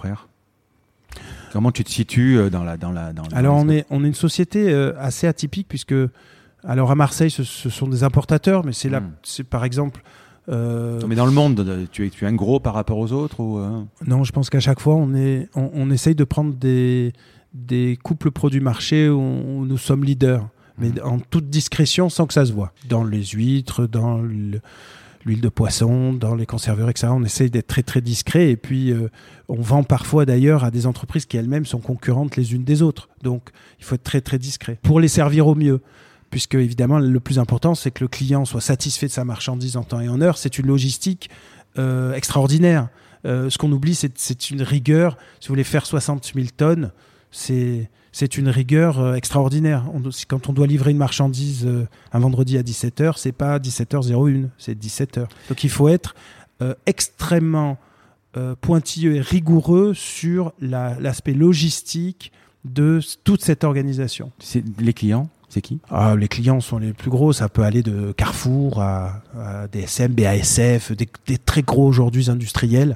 Comment tu te situes dans la... Dans la, dans la Alors on est, on est une société euh, assez atypique puisque... Alors à Marseille, ce, ce sont des importateurs, mais c'est, là, mmh. c'est par exemple... Euh... Mais dans le monde, tu es, tu es un gros par rapport aux autres ou euh... Non, je pense qu'à chaque fois, on, est, on, on essaye de prendre des, des couples produits-marché où, où nous sommes leaders, mais mmh. en toute discrétion, sans que ça se voit. Dans les huîtres, dans le, l'huile de poisson, dans les conserveurs, et cetera. On essaye d'être très très discret et puis euh, on vend parfois d'ailleurs à des entreprises qui elles-mêmes sont concurrentes les unes des autres. Donc il faut être très très discret pour les servir au mieux. Puisque évidemment le plus important c'est que le client soit satisfait de sa marchandise en temps et en heure. C'est une logistique euh, extraordinaire. Euh, ce qu'on oublie c'est, c'est une rigueur. Si vous voulez faire soixante mille tonnes, c'est, c'est une rigueur euh, extraordinaire. On, quand on doit livrer une marchandise euh, un vendredi à dix-sept heures, c'est pas dix-sept heures zéro un, c'est dix-sept heures. Donc il faut être euh, extrêmement euh, pointilleux et rigoureux sur la, l'aspect logistique de toute cette organisation. C'est les clients, c'est qui ? Ah, les clients sont les plus gros, ça peut aller de Carrefour à, à D S M, B A S F, des, des très gros aujourd'hui industriels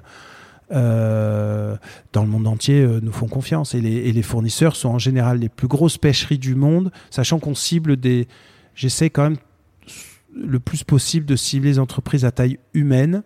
euh, dans le monde entier euh, nous font confiance. Et les, et les fournisseurs sont en général les plus grosses pêcheries du monde, sachant qu'on cible des... J'essaie quand même le plus possible de cibler les entreprises à taille humaine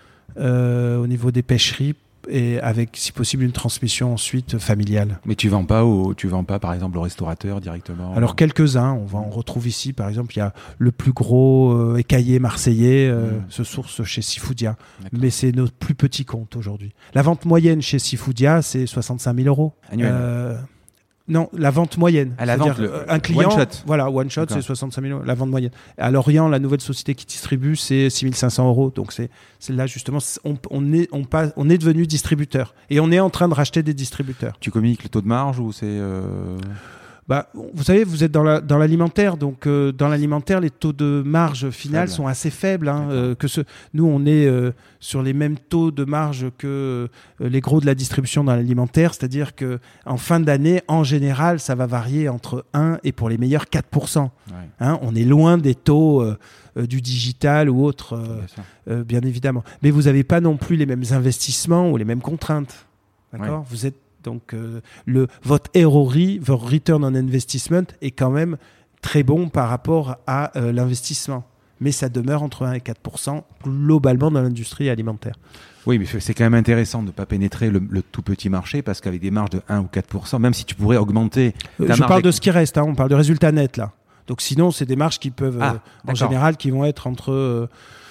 euh, au niveau des pêcheries, et avec, si possible, une transmission ensuite familiale. Mais tu vends pas au, tu vends pas, par exemple, au restaurateur directement ? Alors, quelques-uns. On, va, on retrouve ici, par exemple, il y a le plus gros euh, écaillé marseillais, euh, mmh. se source chez Seafoodia. D'accord. Mais c'est notre plus petit compte aujourd'hui. La vente moyenne chez Seafoodia, c'est soixante-cinq mille euros. Annuel. Euh, Non, la vente moyenne. À la C'est-à-dire vente, le... un client, one shot. Voilà, one shot, D'accord. c'est soixante-cinq mille euros, la vente moyenne. À Lorient, la nouvelle société qui distribue, c'est six mille cinq cents euros. Donc c'est, c'est là justement, on, on est, on passe, on est devenu distributeur et on est en train de racheter des distributeurs. Tu communiques le taux de marge ou c'est euh... Bah, vous savez, vous êtes dans, la, dans l'alimentaire, donc euh, dans l'alimentaire, les taux de marge finale Faible. sont assez faibles. Hein, euh, que ce, nous, on est euh, sur les mêmes taux de marge que euh, les gros de la distribution dans l'alimentaire, c'est-à-dire que en fin d'année, en général, ça va varier entre un et pour les meilleurs quatre pour cent. Ouais. Hein, on est loin des taux euh, euh, du digital ou autre, euh, bien, euh, bien évidemment. Mais vous n'avez pas non plus les mêmes investissements ou les mêmes contraintes. D'accord ? Ouais. Vous êtes Donc, euh, le, votre R O I, votre Return on Investment, est quand même très bon par rapport à euh, l'investissement. Mais ça demeure entre un et quatre pour cent globalement dans l'industrie alimentaire. Oui, mais c'est quand même intéressant de ne pas pénétrer le, le tout petit marché parce qu'avec des marges de un ou quatre pour cent, même si tu pourrais augmenter ta euh, marge... Je parle de ce qui reste, hein, on parle de résultats nets là. Donc sinon, c'est des marges qui peuvent, ah, euh, en général, qui vont être entre... Euh,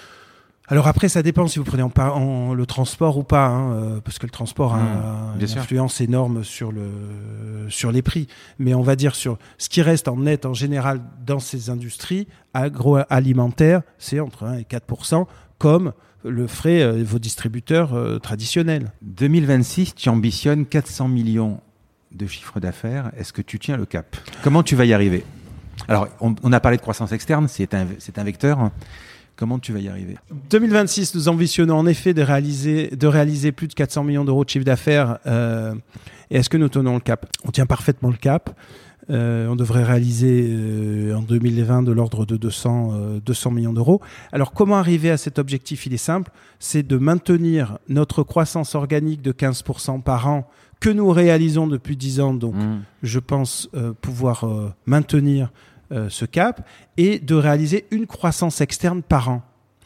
Alors après, ça dépend si vous prenez en, en, le transport ou pas, hein, euh, parce que le transport mmh, a une sûr. influence énorme sur, le, sur les prix. Mais on va dire sur ce qui reste en net en général dans ces industries agroalimentaires, c'est entre un et quatre pour cent, comme le feraient euh, vos distributeurs euh, traditionnels. deux mille vingt-six, tu ambitionnes quatre cents millions de chiffre d'affaires. Est-ce que tu tiens le cap ? Comment tu vas y arriver ? Alors, on, on a parlé de croissance externe, c'est un, c'est un vecteur. Comment tu vas y arriver ? deux mille vingt-six, nous ambitionnons en effet de réaliser, de réaliser plus de quatre cents millions d'euros de chiffre d'affaires. Euh, et est-ce que nous tenons le cap ? On tient parfaitement le cap. Euh, on devrait réaliser euh, en deux mille vingt de l'ordre de deux cents, euh, deux cents millions d'euros. Alors comment arriver à cet objectif ? Il est simple, c'est de maintenir notre croissance organique de quinze pour cent par an que nous réalisons depuis dix ans. Donc mmh. je pense euh, pouvoir euh, maintenir Euh, ce cap, et de réaliser une croissance externe par an.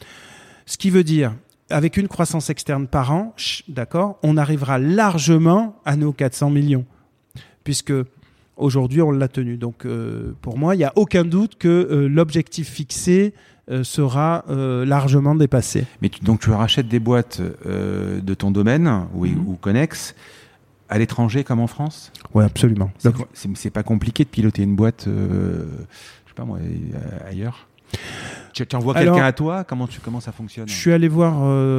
Ce qui veut dire, avec une croissance externe par an, d'accord, on arrivera largement à nos quatre cents millions, puisque aujourd'hui on l'a tenu. Donc euh, pour moi, il n'y a aucun doute que euh, l'objectif fixé euh, sera euh, largement dépassé. Mais tu, donc tu rachètes des boîtes euh, de ton domaine ou, mmh. ou connexes à l'étranger comme en France ? Oui, absolument. C'est, c'est, c'est pas compliqué de piloter une boîte, euh, je sais pas moi, ailleurs ? Tu, tu envoies Alors, quelqu'un à toi ? Comment, tu, comment ça fonctionne ? Je suis allé voir,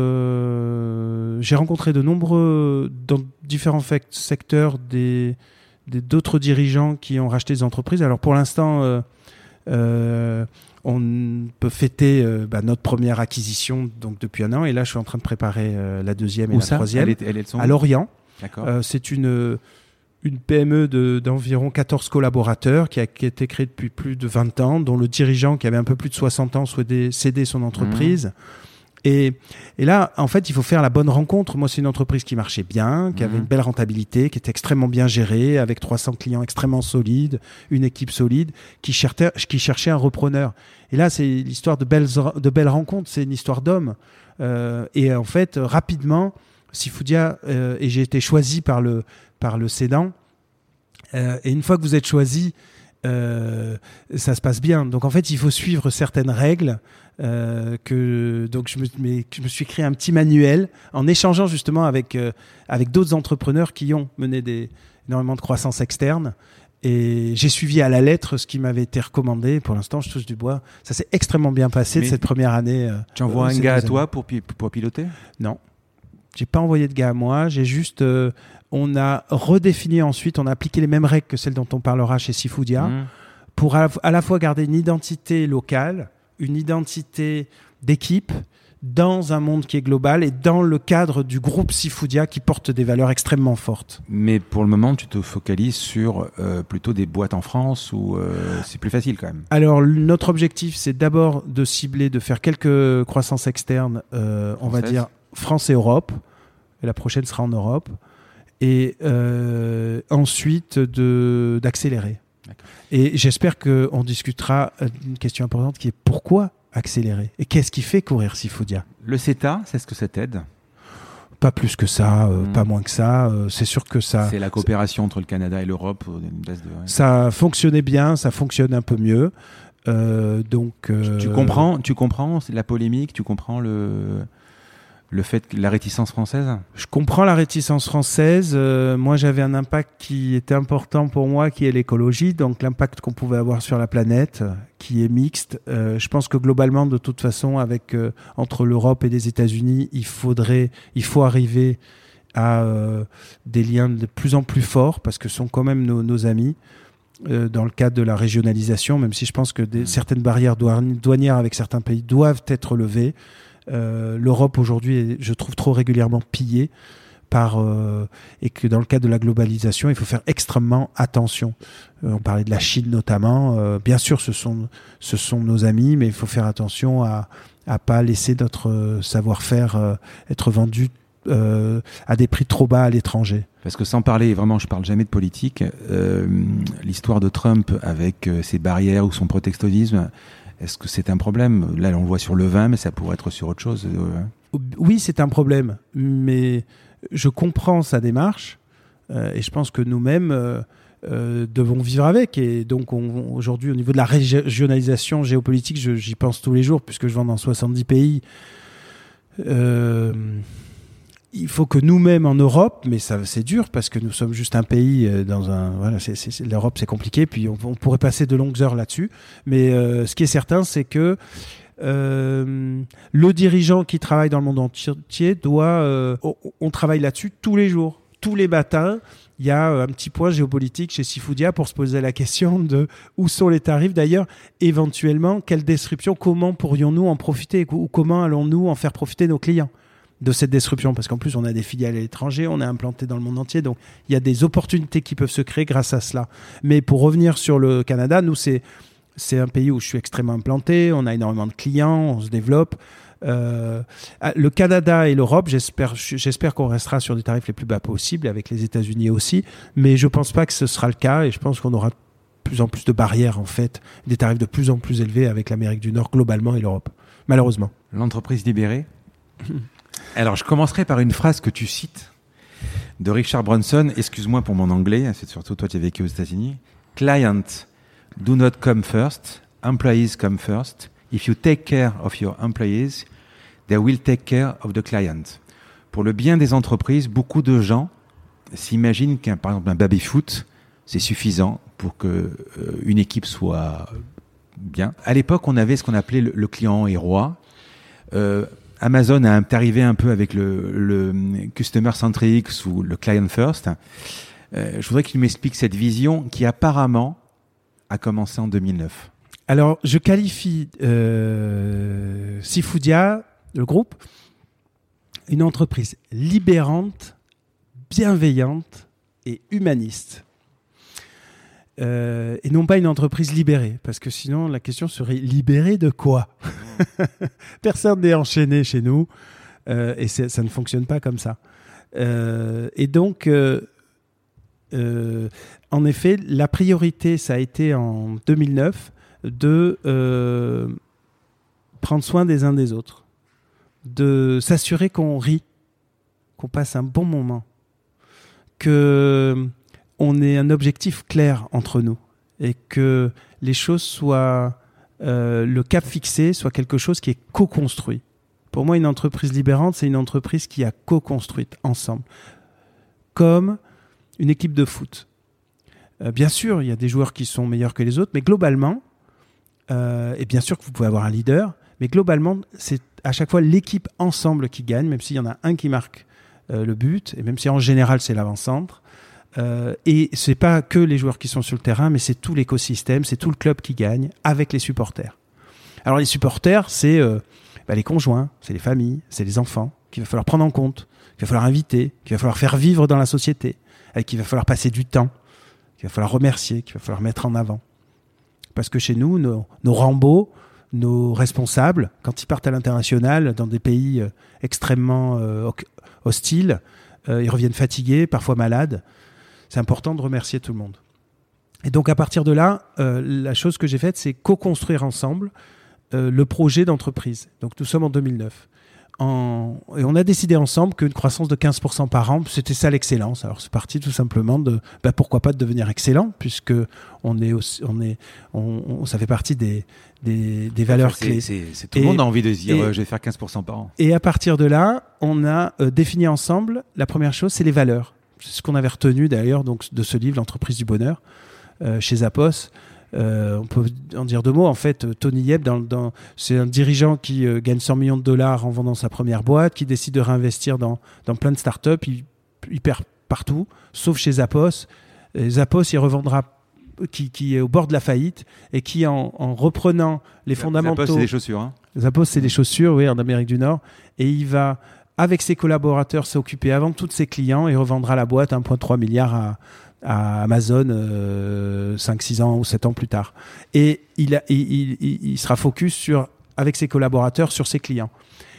euh, j'ai rencontré de nombreux, dans différents secteurs, des, des, d'autres dirigeants qui ont racheté des entreprises. Alors pour l'instant, euh, euh, on peut fêter euh, bah, notre première acquisition donc, depuis un an. Et là, je suis en train de préparer euh, la deuxième et Où la ça troisième. Elle est, elle est à Lorient. D'accord. Euh, c'est une, une P M E de, d'environ quatorze collaborateurs qui a, qui a été créée depuis plus de vingt ans, dont le dirigeant qui avait un peu plus de soixante ans souhaitait céder son entreprise. Mmh. Et, et là, en fait, il faut faire la bonne rencontre. Moi, c'est une entreprise qui marchait bien, qui mmh. avait une belle rentabilité, qui était extrêmement bien gérée, avec trois cents clients extrêmement solides, une équipe solide, qui cherchait, qui cherchait un repreneur. Et là, c'est l'histoire de belles, de belles rencontres, c'est une histoire d'hommes. Euh, et en fait, rapidement, Seafoodia, euh, et j'ai été choisi par le, par le cédant. Euh, et une fois que vous êtes choisi, euh, ça se passe bien. Donc en fait, il faut suivre certaines règles. Euh, que, donc je me, mais, je me suis créé un petit manuel en échangeant justement avec, euh, avec d'autres entrepreneurs qui ont mené des, énormément de croissance externe. Et j'ai suivi à la lettre ce qui m'avait été recommandé. Pour l'instant, je touche du bois. Ça s'est extrêmement bien passé mais de cette première année. Euh, tu envoies un gars à toi pour, pour piloter ? Non. J'ai pas envoyé de gars à moi, j'ai juste, euh, on a redéfini ensuite, on a appliqué les mêmes règles que celles dont on parlera chez Seafoodia, mmh. pour à la, à la fois garder une identité locale, une identité d'équipe, dans un monde qui est global et dans le cadre du groupe Sifoudia qui porte des valeurs extrêmement fortes. Mais pour le moment, tu te focalises sur euh, plutôt des boîtes en France ou euh, c'est plus facile quand même? Alors, notre objectif, c'est d'abord de cibler, de faire quelques croissances externes, euh, on va dire France et Europe. Et la prochaine sera en Europe. Et euh, ensuite, de, d'accélérer. D'accord. Et j'espère qu'on discutera d'une question importante qui est pourquoi accélérer? Et qu'est-ce qui fait courir Sifoudia? Le CETA, c'est ce que ça t'aide? Pas plus que ça, euh, mmh. pas moins que ça. Euh, c'est sûr que ça... C'est la coopération entre le Canada et l'Europe. Une base de... Ça fonctionnait bien, ça fonctionne un peu mieux. Euh, donc, euh... tu, tu, comprends, tu comprends la polémique, tu comprends le... Le fait que la réticence française? Je comprends la réticence française. Euh, moi, j'avais un impact qui était important pour moi, qui est l'écologie, donc l'impact qu'on pouvait avoir sur la planète, qui est mixte. Euh, je pense que globalement, de toute façon, avec euh, entre l'Europe et les États-Unis, il faudrait, il faut arriver à euh, des liens de plus en plus forts, parce que ce sont quand même nos, nos amis. Euh, dans le cadre de la régionalisation, même si je pense que des, mmh. certaines barrières douanières avec certains pays doivent être levées. Euh, L'Europe aujourd'hui est, je trouve, trop régulièrement pillée par euh, et que dans le cadre de la globalisation, il faut faire extrêmement attention. Euh, on parlait de la Chine notamment. Euh, bien sûr, ce sont ce sont nos amis, mais il faut faire attention à à pas laisser notre savoir-faire euh, être vendu euh, à des prix trop bas à l'étranger. Parce que sans parler, vraiment, je parle jamais de politique. Euh, l'histoire de Trump avec euh, ses barrières ou son protectionnisme. Est-ce que c'est un problème? Là, on le voit sur le vin, mais ça pourrait être sur autre chose. Oui, c'est un problème, mais je comprends sa démarche euh, et je pense que nous-mêmes euh, euh, devons vivre avec. Et donc, on, aujourd'hui, au niveau de la régionalisation géopolitique, je, j'y pense tous les jours puisque je vends dans soixante-dix pays. Euh, il faut que nous-mêmes en Europe, mais ça c'est dur parce que nous sommes juste un pays dans un voilà, c'est, c'est, c'est, l'Europe c'est compliqué, puis on, on pourrait passer de longues heures là-dessus. Mais euh, ce qui est certain, c'est que euh, le dirigeant qui travaille dans le monde entier doit, euh, on, on travaille là-dessus tous les jours, tous les matins. Il y a un petit point géopolitique chez Sifoudia pour se poser la question de où sont les tarifs. D'ailleurs, éventuellement, quelle disruption, comment pourrions-nous en profiter ou comment allons-nous en faire profiter nos clients de cette disruption, parce qu'en plus on a des filiales à l'étranger, on est implanté dans le monde entier, donc il y a des opportunités qui peuvent se créer grâce à cela. Mais pour revenir sur le Canada, nous c'est, c'est un pays où je suis extrêmement implanté, on a énormément de clients, on se développe. Euh, le Canada et l'Europe, j'espère, j'espère qu'on restera sur des tarifs les plus bas possibles, avec les États-Unis aussi, mais je pense pas que ce sera le cas, et je pense qu'on aura de plus en plus de barrières en fait, des tarifs de plus en plus élevés avec l'Amérique du Nord globalement et l'Europe, malheureusement. L'entreprise libérée. Alors, je commencerai par une phrase que tu cites de Richard Branson. Excuse-moi pour mon anglais, c'est surtout toi qui as vécu aux États-Unis. Clients do not come first, employees come first. If you take care of your employees, they will take care of the client. Pour le bien des entreprises, beaucoup de gens s'imaginent qu'un, par exemple, un baby-foot, c'est suffisant pour que euh, une équipe soit bien. À l'époque, on avait ce qu'on appelait le, le client est roi. Euh, Amazon est arrivé un peu avec le, le Customer Centric ou le Client First. Euh, je voudrais que tu m'expliques cette vision qui apparemment a commencé en deux mille neuf. Alors, je qualifie euh, Sifoudia, le groupe, une entreprise libérante, bienveillante et humaniste. Euh, et non pas une entreprise libérée, parce que sinon la question serait libérée de quoi? Personne n'est enchaîné chez nous euh, et c'est, ça ne fonctionne pas comme ça. Euh, et donc, euh, euh, en effet, la priorité, ça a été en deux mille neuf de euh, prendre soin des uns des autres, de s'assurer qu'on rit, qu'on passe un bon moment, que on ait un objectif clair entre nous et que les choses soient, euh, le cap fixé soit quelque chose qui est co-construit. Pour moi, une entreprise libérante, c'est une entreprise qui a co-construit ensemble, comme une équipe de foot. Euh, bien sûr, il y a des joueurs qui sont meilleurs que les autres, mais globalement, euh, et bien sûr que vous pouvez avoir un leader, mais globalement, c'est à chaque fois l'équipe ensemble qui gagne, même s'il y en a un qui marque euh, le but, et même si en général c'est l'avant-centre. Euh, et c'est pas que les joueurs qui sont sur le terrain, mais c'est tout l'écosystème, c'est tout le club qui gagne avec les supporters. Alors les supporters, c'est euh, bah, les conjoints, c'est les familles, c'est les enfants qu'il va falloir prendre en compte, qu'il va falloir inviter, qu'il va falloir faire vivre dans la société, avec qui il va falloir passer du temps, qu'il va falloir remercier, qu'il va falloir mettre en avant. Parce que chez nous, nos, nos Rambo, nos responsables, quand ils partent à l'international, dans des pays euh, extrêmement euh, hostiles, euh, ils reviennent fatigués, parfois malades. C'est important de remercier tout le monde. Et donc, à partir de là, euh, la chose que j'ai faite, c'est co-construire ensemble euh, le projet d'entreprise. Donc, nous sommes en deux mille neuf. En... Et on a décidé ensemble qu'une croissance de quinze pour cent par an, c'était ça l'excellence. Alors c'est parti tout simplement de, bah, pourquoi pas de devenir excellent, puisque on est, aussi, on est, on, on, ça fait partie des, des, des valeurs c'est, clés. C'est, c'est, tout le monde a envie de se dire, et, euh, je vais faire quinze pour cent par an. Et à partir de là, on a euh, défini ensemble, la première chose, c'est les valeurs. C'est ce qu'on avait retenu d'ailleurs donc, de ce livre, L'entreprise du bonheur, euh, chez Zappos. Euh, on peut en dire deux mots. En fait, Tony Yep, dans, dans, c'est un dirigeant qui euh, gagne cent millions de dollars en vendant sa première boîte, qui décide de réinvestir dans, dans plein de startups. Il, il perd partout, sauf chez Zappos. Et Zappos, il revendra, qui, qui est au bord de la faillite et qui, en, en reprenant les fondamentaux... Zappos, c'est des chaussures. Hein. Zappos, c'est des chaussures, oui, en Amérique du Nord. Et il va, avec ses collaborateurs, s'occuper avant tous ses clients et revendra la boîte à un virgule trois milliard à... à Amazon euh, cinq six ans ou sept ans plus tard. Et il, a, il, il, il sera focus sur, avec ses collaborateurs sur ses clients.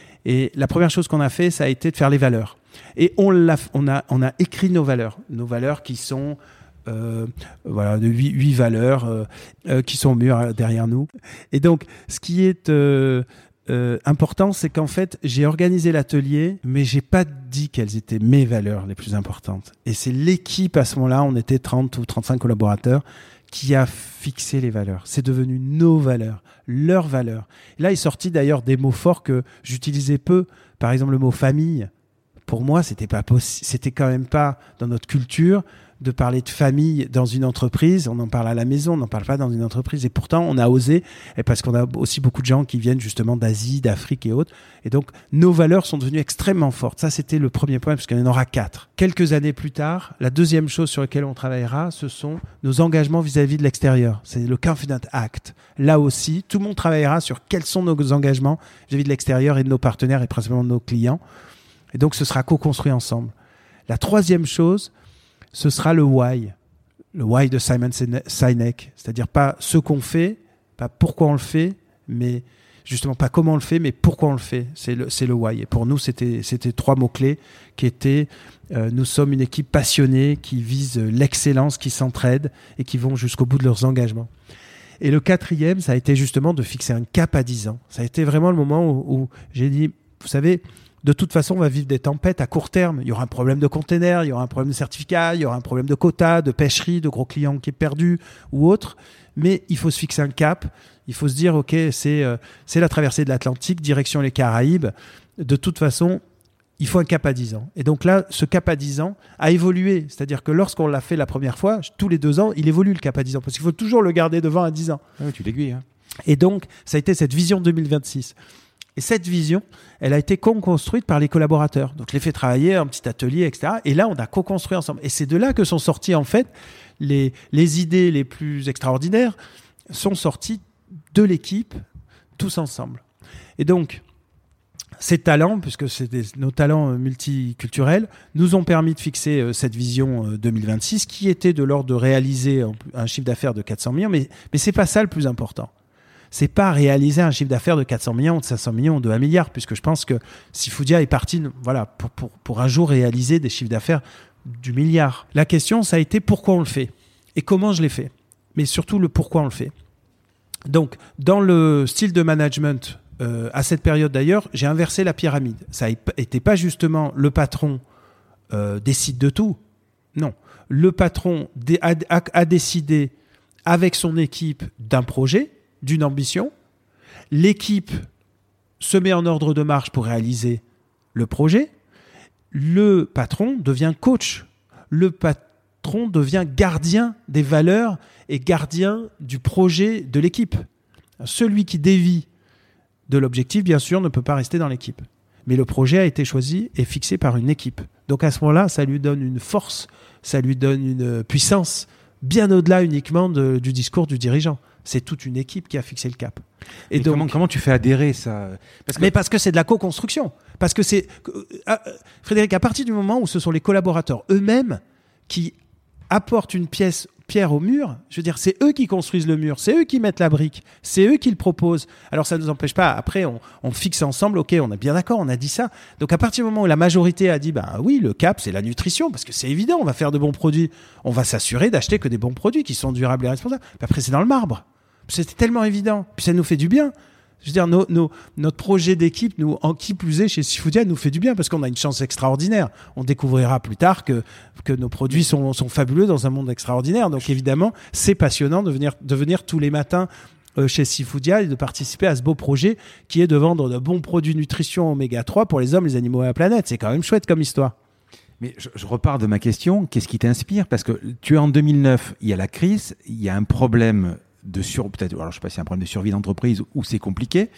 Et la première chose qu'on a fait, ça a été de faire les valeurs. Et on, l'a, on, a, on a écrit nos valeurs. Nos valeurs qui sont euh, voilà, de huit, huit valeurs euh, euh, qui sont au mur derrière nous. Et donc, ce qui est... Euh, Euh, important, c'est qu'en fait, j'ai organisé l'atelier, mais j'ai pas dit quelles étaient mes valeurs les plus importantes. Et c'est l'équipe, à ce moment-là, on était trente ou trente-cinq collaborateurs, qui a fixé les valeurs. C'est devenu nos valeurs, leurs valeurs. Et là est sorti d'ailleurs des mots forts que j'utilisais peu. Par exemple, le mot famille. Pour moi, c'était pas possi- c'était quand même pas dans notre culture de parler de famille dans une entreprise. On en parle à la maison, on n'en parle pas dans une entreprise. Et pourtant, on a osé, et parce qu'on a aussi beaucoup de gens qui viennent justement d'Asie, d'Afrique et autres. Et donc, nos valeurs sont devenues extrêmement fortes. Ça, c'était le premier point, parce qu'il y en aura quatre. Quelques années plus tard, la deuxième chose sur laquelle on travaillera, ce sont nos engagements vis-à-vis de l'extérieur. C'est le Confident Act. Là aussi, tout le monde travaillera sur quels sont nos engagements vis-à-vis de l'extérieur et de nos partenaires et principalement de nos clients. Et donc, ce sera co-construit ensemble. La troisième chose, ce sera le why, le why de Simon Sinek, c'est-à-dire pas ce qu'on fait, pas pourquoi on le fait, mais justement pas comment on le fait, mais pourquoi on le fait. C'est le, c'est le why. Et pour nous, c'était, c'était trois mots-clés qui étaient euh, nous sommes une équipe passionnée qui vise l'excellence, qui s'entraide et qui vont jusqu'au bout de leurs engagements. Et le quatrième, ça a été justement de fixer un cap à dix ans. Ça a été vraiment le moment où, où j'ai dit, vous savez, de toute façon, on va vivre des tempêtes à court terme. Il y aura un problème de containers, il y aura un problème de certificats, il y aura un problème de quotas, de pêcherie, de gros clients qui est perdu ou autre. Mais il faut se fixer un cap. Il faut se dire, OK, c'est, euh, c'est la traversée de l'Atlantique, direction les Caraïbes. De toute façon, il faut un cap à dix ans. Et donc là, ce cap à dix ans a évolué. C'est-à-dire que lorsqu'on l'a fait la première fois, tous les deux ans, il évolue le cap à dix ans. Parce qu'il faut toujours le garder devant à dix ans. Ah oui, tu l'aiguilles. Hein. Et donc, ça a été cette vision deux mille vingt-six. Et cette vision, elle a été co-construite par les collaborateurs. Donc, je les fais travailler, un petit atelier, et cetera. Et là, on a co-construit ensemble. Et c'est de là que sont sorties, en fait, les, les idées les plus extraordinaires sont sorties de l'équipe, tous ensemble. Et donc, ces talents, puisque c'est des, nos talents multiculturels, nous ont permis de fixer euh, cette vision euh, deux mille vingt-six, qui était de l'ordre de réaliser un, un chiffre d'affaires de quatre cents millions. Mais, mais ce n'est pas ça le plus important. C'est pas réaliser un chiffre d'affaires de quatre cents millions, de cinq cents millions, de un milliard, puisque je pense que Sifoudia est parti voilà, pour, pour, pour un jour réaliser des chiffres d'affaires du milliard. La question, ça a été pourquoi on le fait et comment je l'ai fait, mais surtout le pourquoi on le fait. Donc, dans le style de management, euh, à cette période d'ailleurs, j'ai inversé la pyramide. Ça n'était pas justement le patron euh, décide de tout. Non, le patron a, a, a décidé avec son équipe d'un projet, d'une ambition. L'équipe se met en ordre de marche pour réaliser le projet. Le patron devient coach. Le patron devient gardien des valeurs et gardien du projet de l'équipe. Celui qui dévie de l'objectif, bien sûr, ne peut pas rester dans l'équipe. Mais le projet a été choisi et fixé par une équipe. Donc à ce moment-là, ça lui donne une force, ça lui donne une puissance bien au-delà uniquement de, du discours du dirigeant. C'est toute une équipe qui a fixé le cap. Et, et donc, comment, comment tu fais adhérer ça parce que... Mais parce que c'est de la co-construction. Parce que c'est... Euh, Frédéric, à partir du moment où ce sont les collaborateurs eux-mêmes qui apportent une pièce, pierre au mur, je veux dire, c'est eux qui construisent le mur, c'est eux qui mettent la brique, c'est eux qui le proposent. Alors ça ne nous empêche pas, après on, on fixe ensemble, ok, on est bien d'accord, on a dit ça. Donc à partir du moment où la majorité a dit, bah oui, le cap, c'est la nutrition, parce que c'est évident, on va faire de bons produits, on va s'assurer d'acheter que des bons produits qui sont durables et responsables. Puis après, c'est dans le marbre. C'était tellement évident. Puis ça nous fait du bien. Je veux dire, nos, nos, notre projet d'équipe, nous, en qui plus est chez Seafoodia, nous fait du bien parce qu'on a une chance extraordinaire. On découvrira plus tard que, que nos produits sont, sont fabuleux dans un monde extraordinaire. Donc évidemment, c'est passionnant de venir, de venir tous les matins euh, chez Seafoodia et de participer à ce beau projet qui est de vendre de bons produits nutrition oméga trois pour les hommes, les animaux et la planète. C'est quand même chouette comme histoire. Mais je, je repars de ma question. Qu'est-ce qui t'inspire ? Parce que tu es en deux mille neuf, il y a la crise, il y a un problème de sur, peut-être, alors je sais pas si c'est un problème de survie d'entreprise ou c'est compliqué.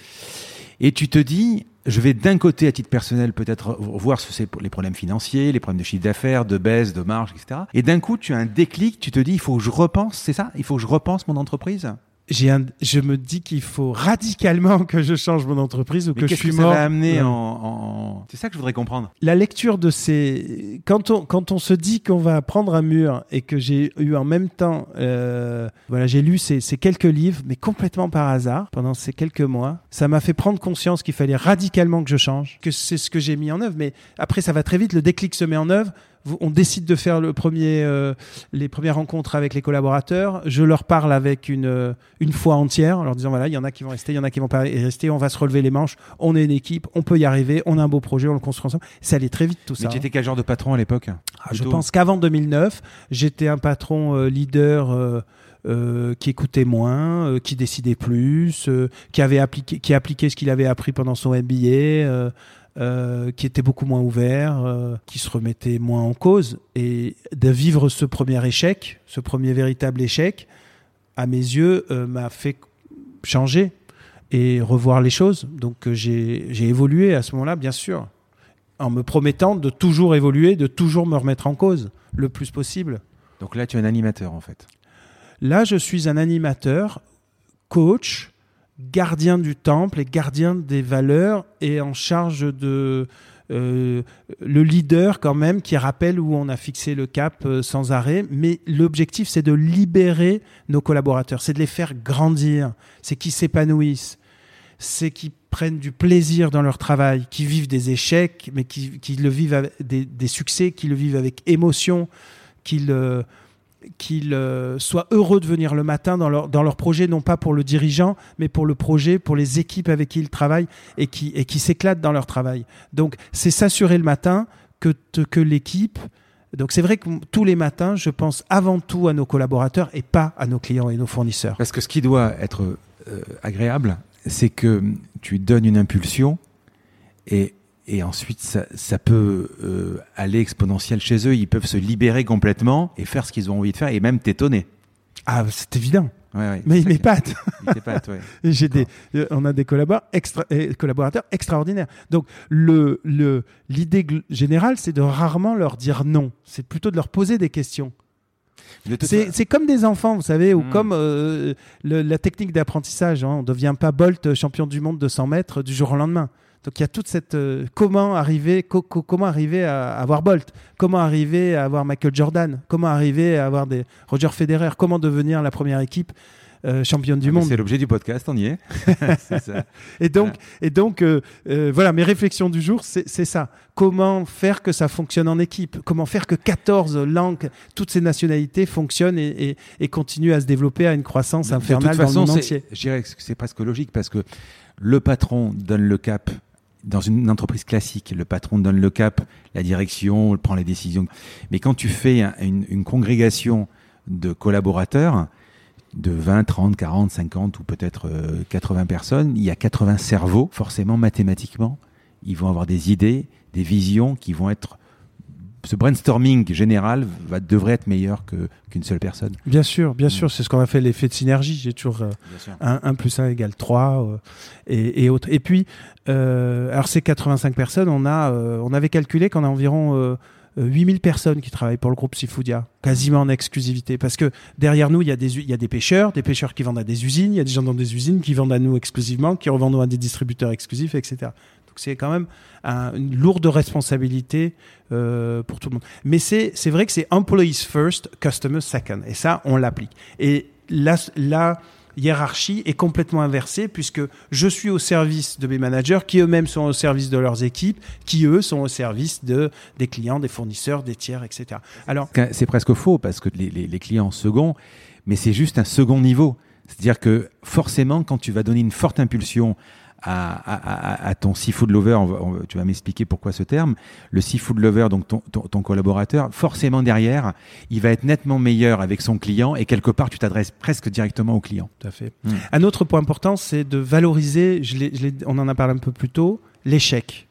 Et tu te dis, je vais d'un côté, à titre personnel, peut-être voir ce que c'est les problèmes financiers, les problèmes de chiffre d'affaires, de baisse, de marge, et cetera. Et d'un coup, tu as un déclic, tu te dis, il faut que je repense, c'est ça ? Il faut que je repense mon entreprise ? J'ai un, je me dis qu'il faut radicalement que je change mon entreprise ou Mais que je suis que mort. Ça va amener en, en... C'est ça que je voudrais comprendre. La lecture de ces... Quand on, quand on se dit qu'on va prendre un mur et que j'ai eu en même temps... Euh, voilà, j'ai lu ces, ces quelques livres, mais complètement par hasard, pendant ces quelques mois. Ça m'a fait prendre conscience qu'il fallait radicalement que je change, que c'est ce que j'ai mis en œuvre. Mais après, ça va très vite, le déclic se met en œuvre. On décide de faire le premier, euh, les premières rencontres avec les collaborateurs. Je leur parle avec une, une foi entière, en leur disant voilà, il y en a qui vont rester, il y en a qui vont pas rester. On va se relever les manches. On est une équipe, on peut y arriver. On a un beau projet, on le construit ensemble. Ça allait très vite tout ça. Mais tu étais quel genre de patron à l'époque ? ah, Je pense qu'avant deux mille neuf, j'étais un patron euh, leader. Euh, Euh, qui écoutait moins, euh, qui décidait plus, euh, qui avait appliqué, qui appliquait ce qu'il avait appris pendant son M B A, euh, euh, qui était beaucoup moins ouvert, euh, qui se remettait moins en cause. Et de vivre ce premier échec, ce premier véritable échec, à mes yeux, euh, m'a fait changer et revoir les choses. Donc euh, j'ai, j'ai évolué à ce moment-là, bien sûr, en me promettant de toujours évoluer, de toujours me remettre en cause le plus possible. Donc là, tu es un animateur en fait. Là, je suis un animateur, coach, gardien du temple et gardien des valeurs et en charge de euh, le leader quand même qui rappelle où on a fixé le cap euh, sans arrêt. Mais l'objectif, c'est de libérer nos collaborateurs, c'est de les faire grandir, c'est qu'ils s'épanouissent, c'est qu'ils prennent du plaisir dans leur travail, qu'ils vivent des échecs, mais qu'ils, qu'ils le vivent avec des, des succès, qu'ils le vivent avec émotion, qu'ils... Euh, qu'ils euh, soient heureux de venir le matin dans leur, dans leur projet, non pas pour le dirigeant, mais pour le projet, pour les équipes avec qui ils travaillent et qui, et qui s'éclatent dans leur travail. Donc, c'est s'assurer le matin que, que l'équipe... Donc, c'est vrai que tous les matins, je pense avant tout à nos collaborateurs et pas à nos clients et nos fournisseurs. Parce que ce qui doit être euh, agréable, c'est que tu donnes une impulsion et... Et ensuite, ça, ça peut euh, aller exponentiel chez eux. Ils peuvent se libérer complètement et faire ce qu'ils ont envie de faire et même t'étonner. Ah, c'est évident. Ouais, ouais, mais il m'épate. Il t'épate, ouais. J'ai des, on a des collaborateurs, extra, collaborateurs extraordinaires. Donc, le, le, l'idée générale, c'est de rarement leur dire non. C'est plutôt de leur poser des questions. C'est, c'est comme des enfants, vous savez, ou mmh. comme euh, le, la technique d'apprentissage. Hein. On ne devient pas Bolt champion du monde de cent mètres du jour au lendemain. Donc il y a toute cette euh, comment arriver co- co- comment arriver à avoir Bolt, comment arriver à avoir Michael Jordan, comment arriver à avoir des Roger Federer, comment devenir la première équipe euh, championne du ah monde. C'est l'objet du podcast, on y est. C'est ça. Et donc voilà. et donc euh, euh, voilà, mes réflexions du jour, c'est, c'est ça. Comment faire que ça fonctionne en équipe ? Comment faire que quatorze langues, toutes ces nationalités fonctionnent et, et, et continuent à se développer à une croissance de, infernale de toute dans façon, le monde entier. Je dirais que c'est presque logique parce que le patron donne le cap. Dans une entreprise classique, le patron donne le cap, la direction prend les décisions. Mais quand tu fais un, une, une congrégation de collaborateurs, de vingt, trente, quarante, cinquante ou peut-être euh, quatre-vingts personnes, il y a quatre-vingts cerveaux, forcément mathématiquement, ils vont avoir des idées, des visions qui vont être... Ce brainstorming général va, devrait être meilleur que, qu'une seule personne. Bien sûr, bien mmh. sûr, c'est ce qu'on a fait l'effet de synergie. J'ai toujours euh, un plus un égale trois euh, et, et autres. Et puis, euh, alors ces quatre-vingt-cinq personnes, on, a, euh, on avait calculé qu'on a environ euh, huit mille personnes qui travaillent pour le groupe Seafoodia, quasiment en exclusivité. Parce que derrière nous, il y a des, il y a des pêcheurs, des pêcheurs qui vendent à des usines, il y a des gens dans des usines qui vendent à nous exclusivement, qui revendent à des distributeurs exclusifs, et cetera. Donc c'est quand même un, une lourde responsabilité euh, pour tout le monde. Mais c'est, c'est vrai que c'est employees first, customers second. Et ça, on l'applique. Et la, la hiérarchie est complètement inversée puisque je suis au service de mes managers qui eux-mêmes sont au service de leurs équipes, qui eux sont au service de, des clients, des fournisseurs, des tiers, et cetera. Alors, c'est presque faux parce que les, les, les clients second, mais c'est juste un second niveau. C'est-à-dire que forcément, quand tu vas donner une forte impulsion À, à, à ton seafood lover, on va, on, tu vas m'expliquer pourquoi ce terme, le seafood lover, donc ton, ton, ton collaborateur, forcément derrière, il va être nettement meilleur avec son client et quelque part tu t'adresses presque directement au client. Tout à fait. Mmh. Un autre point important, c'est de valoriser, je l'ai, je l'ai, on en a parlé un peu plus tôt, l'échec.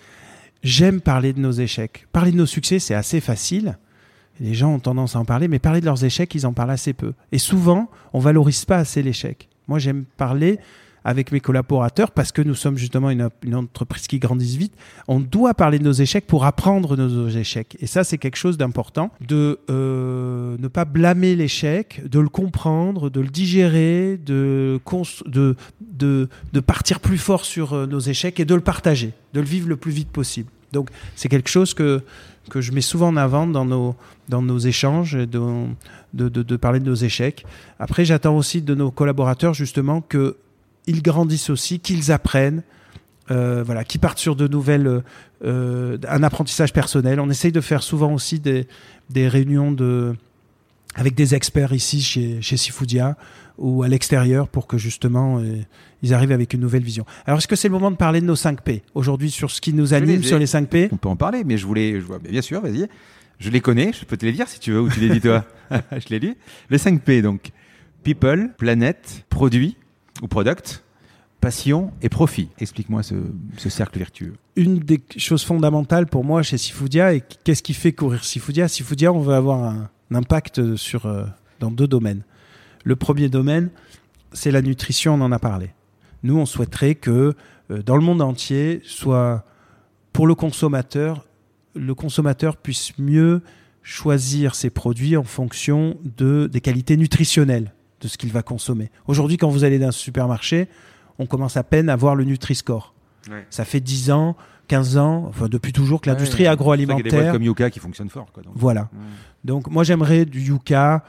J'aime parler de nos échecs. Parler de nos succès, c'est assez facile. Les gens ont tendance à en parler, mais parler de leurs échecs, ils en parlent assez peu. Et souvent, on valorise pas assez l'échec. Moi, j'aime parler avec mes collaborateurs, parce que nous sommes justement une, une entreprise qui grandit vite, on doit parler de nos échecs pour apprendre de nos échecs. Et ça, c'est quelque chose d'important, de euh, ne pas blâmer l'échec, de le comprendre, de le digérer, de, de, de, de partir plus fort sur nos échecs et de le partager, de le vivre le plus vite possible. Donc, c'est quelque chose que, que je mets souvent en avant dans nos, dans nos échanges, de, de, de, de parler de nos échecs. Après, j'attends aussi de nos collaborateurs, justement, que ils grandissent aussi, qu'ils apprennent, euh, voilà, qu'ils partent sur de nouvelles, euh, un apprentissage personnel. On essaye de faire souvent aussi des, des réunions de, avec des experts ici chez, chez Seafoodia ou à l'extérieur pour que justement euh, ils arrivent avec une nouvelle vision. Alors est-ce que c'est le moment de parler de nos cinq P aujourd'hui sur ce qui nous anime les, sur les cinq P? On peut en parler, mais je voulais, je vois, bien sûr, vas-y. Je les connais, je peux te les dire si tu veux, ou tu les dis toi. Je les lis. Les cinq P, donc people, planète, produit ou product, passion et profit. Explique-moi ce, ce cercle vertueux. Une des choses fondamentales pour moi chez Seafoodia, et qu'est-ce qui fait courir Seafoodia? Seafoodia, on veut avoir un, un impact sur, euh, dans deux domaines. Le premier domaine, c'est la nutrition, on en a parlé. Nous, on souhaiterait que euh, dans le monde entier, soit pour le consommateur, le consommateur puisse mieux choisir ses produits en fonction de, des qualités nutritionnelles de ce qu'il va consommer. Aujourd'hui, quand vous allez dans un supermarché, on commence à peine à voir le Nutri-Score. Ouais. Ça fait dix ans, quinze ans, enfin depuis toujours que l'industrie ouais, agroalimentaire... Il y a des boîtes comme Yuka qui fonctionnent fort. Quoi, donc. Voilà. Ouais. Donc moi, j'aimerais du Yuka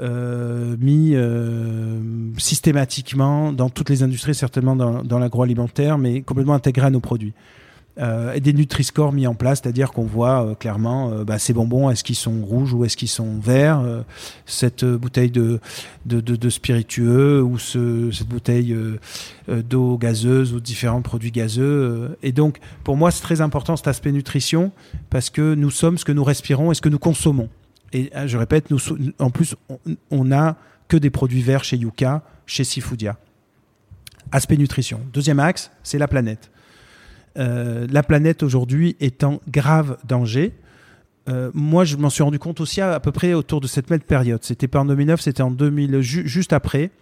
euh, mis euh, systématiquement dans toutes les industries, certainement dans, dans l'agroalimentaire, mais complètement intégré à nos produits. Euh, et des Nutri-Score mis en place, c'est-à-dire qu'on voit euh, clairement euh, bah, ces bonbons, est-ce qu'ils sont rouges ou est-ce qu'ils sont verts, euh, cette euh, bouteille de, de, de, de spiritueux ou ce, cette bouteille euh, euh, d'eau gazeuse ou différents produits gazeux. Euh, et donc, pour moi, c'est très important cet aspect nutrition parce que nous sommes ce que nous respirons et ce que nous consommons. Et je répète, nous, en plus, on n'a que des produits verts chez Yuka, chez Seafoodia. Aspect nutrition. Deuxième axe, c'est la planète. Euh, la planète aujourd'hui est en grave danger. Euh, moi, je m'en suis rendu compte aussi à, à peu près autour de cette même période. C'était pas en deux mille neuf, c'était en deux mille, ju- juste après.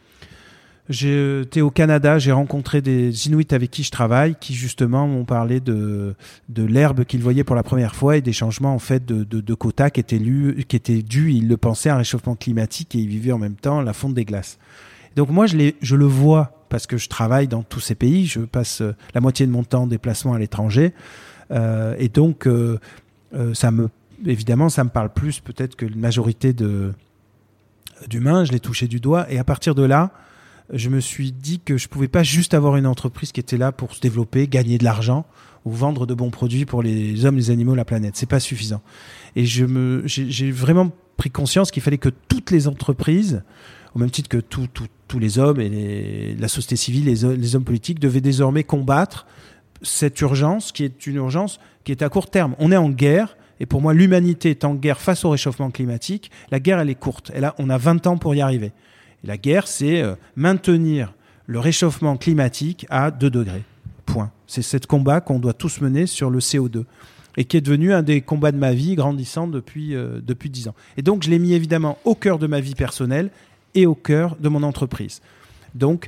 J'étais au Canada, j'ai rencontré des Inuits avec qui je travaille, qui justement m'ont parlé de, de l'herbe qu'ils voyaient pour la première fois et des changements en fait de, de, de quotas qui étaient, lu, qui étaient dus, ils le pensaient, à un réchauffement climatique et ils vivaient en même temps la fonte des glaces. Donc moi, je, les, je le vois parce que je travaille dans tous ces pays, je passe la moitié de mon temps en déplacement à l'étranger, euh, et donc euh, euh, ça me, évidemment, ça me parle plus peut-être que la majorité de, d'humains, je l'ai touché du doigt, et à partir de là, je me suis dit que je ne pouvais pas juste avoir une entreprise qui était là pour se développer, gagner de l'argent ou vendre de bons produits pour les hommes, les animaux, la planète. C'est pas suffisant. Et je me, j'ai, j'ai vraiment pris conscience qu'il fallait que toutes les entreprises, au même titre que tout, tout, tous les hommes et les, la société civile, les, les hommes politiques, devaient désormais combattre cette urgence qui est une urgence qui est à court terme. On est en guerre, et pour moi, l'humanité est en guerre face au réchauffement climatique. La guerre, elle est courte. Elle a, on a vingt ans pour y arriver. Et la guerre, c'est euh, maintenir le réchauffement climatique à deux degrés. Point. C'est ce combat qu'on doit tous mener sur le C O deux et qui est devenu un des combats de ma vie grandissant depuis, euh, depuis dix ans. Et donc, je l'ai mis évidemment au cœur de ma vie personnelle et au cœur de mon entreprise. Donc,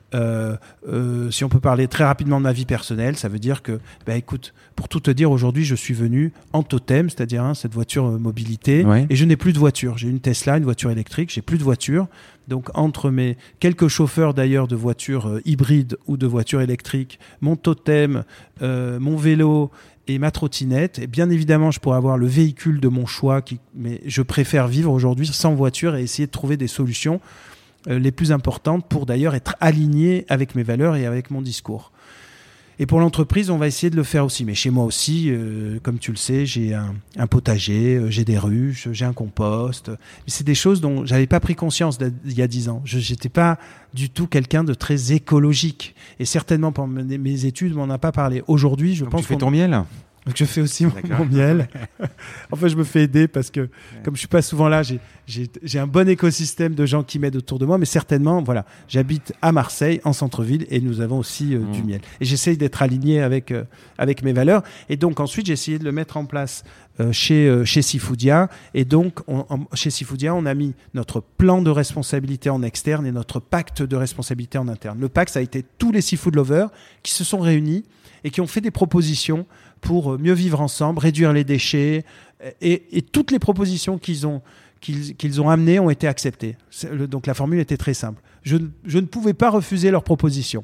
Euh, euh, si on peut parler très rapidement de ma vie personnelle, ça veut dire que, bah, écoute, pour tout te dire, aujourd'hui, je suis venu en totem, c'est-à-dire hein, cette voiture euh, mobilité, ouais. et je n'ai plus de voiture. J'ai une Tesla, une voiture électrique, j'ai plus de voiture. Donc, entre mes quelques chauffeurs d'ailleurs de voitures euh, hybrides ou de voitures électriques, mon totem, euh, mon vélo et ma trottinette, et bien évidemment, je pourrais avoir le véhicule de mon choix, qui, mais je préfère vivre aujourd'hui sans voiture et essayer de trouver des solutions euh, les plus importantes pour d'ailleurs être aligné avec mes valeurs et avec mon discours. Et pour l'entreprise, on va essayer de le faire aussi. Mais chez moi aussi, euh, comme tu le sais, j'ai un, un potager, euh, j'ai des ruches, j'ai un compost. Mais c'est des choses dont j'avais pas pris conscience il y a dix ans. Je n'étais pas du tout quelqu'un de très écologique. Et certainement, pendant mes, mes études, on n'en a pas parlé. Aujourd'hui, je Donc pense tu fais qu'on... ton miel ? Donc je fais aussi mon, mon miel. Enfin, je me fais aider parce que, ouais. comme je suis pas souvent là, j'ai, j'ai, j'ai un bon écosystème de gens qui m'aident autour de moi. Mais certainement, voilà, j'habite à Marseille, en centre-ville, et nous avons aussi euh, mmh. du miel. Et j'essaye d'être aligné avec euh, avec mes valeurs. Et donc ensuite, j'ai essayé de le mettre en place euh, chez euh, chez Sifoudia. Et donc, on, en, chez Sifoudia, on a mis notre plan de responsabilité en externe et notre pacte de responsabilité en interne. Le pacte, ça a été tous les seafood lovers qui se sont réunis et qui ont fait des propositions pour mieux vivre ensemble, réduire les déchets. Et, et toutes les propositions qu'ils ont, qu'ils, qu'ils ont amenées ont été acceptées. Le, donc la formule était très simple. Je, je ne pouvais pas refuser leurs propositions.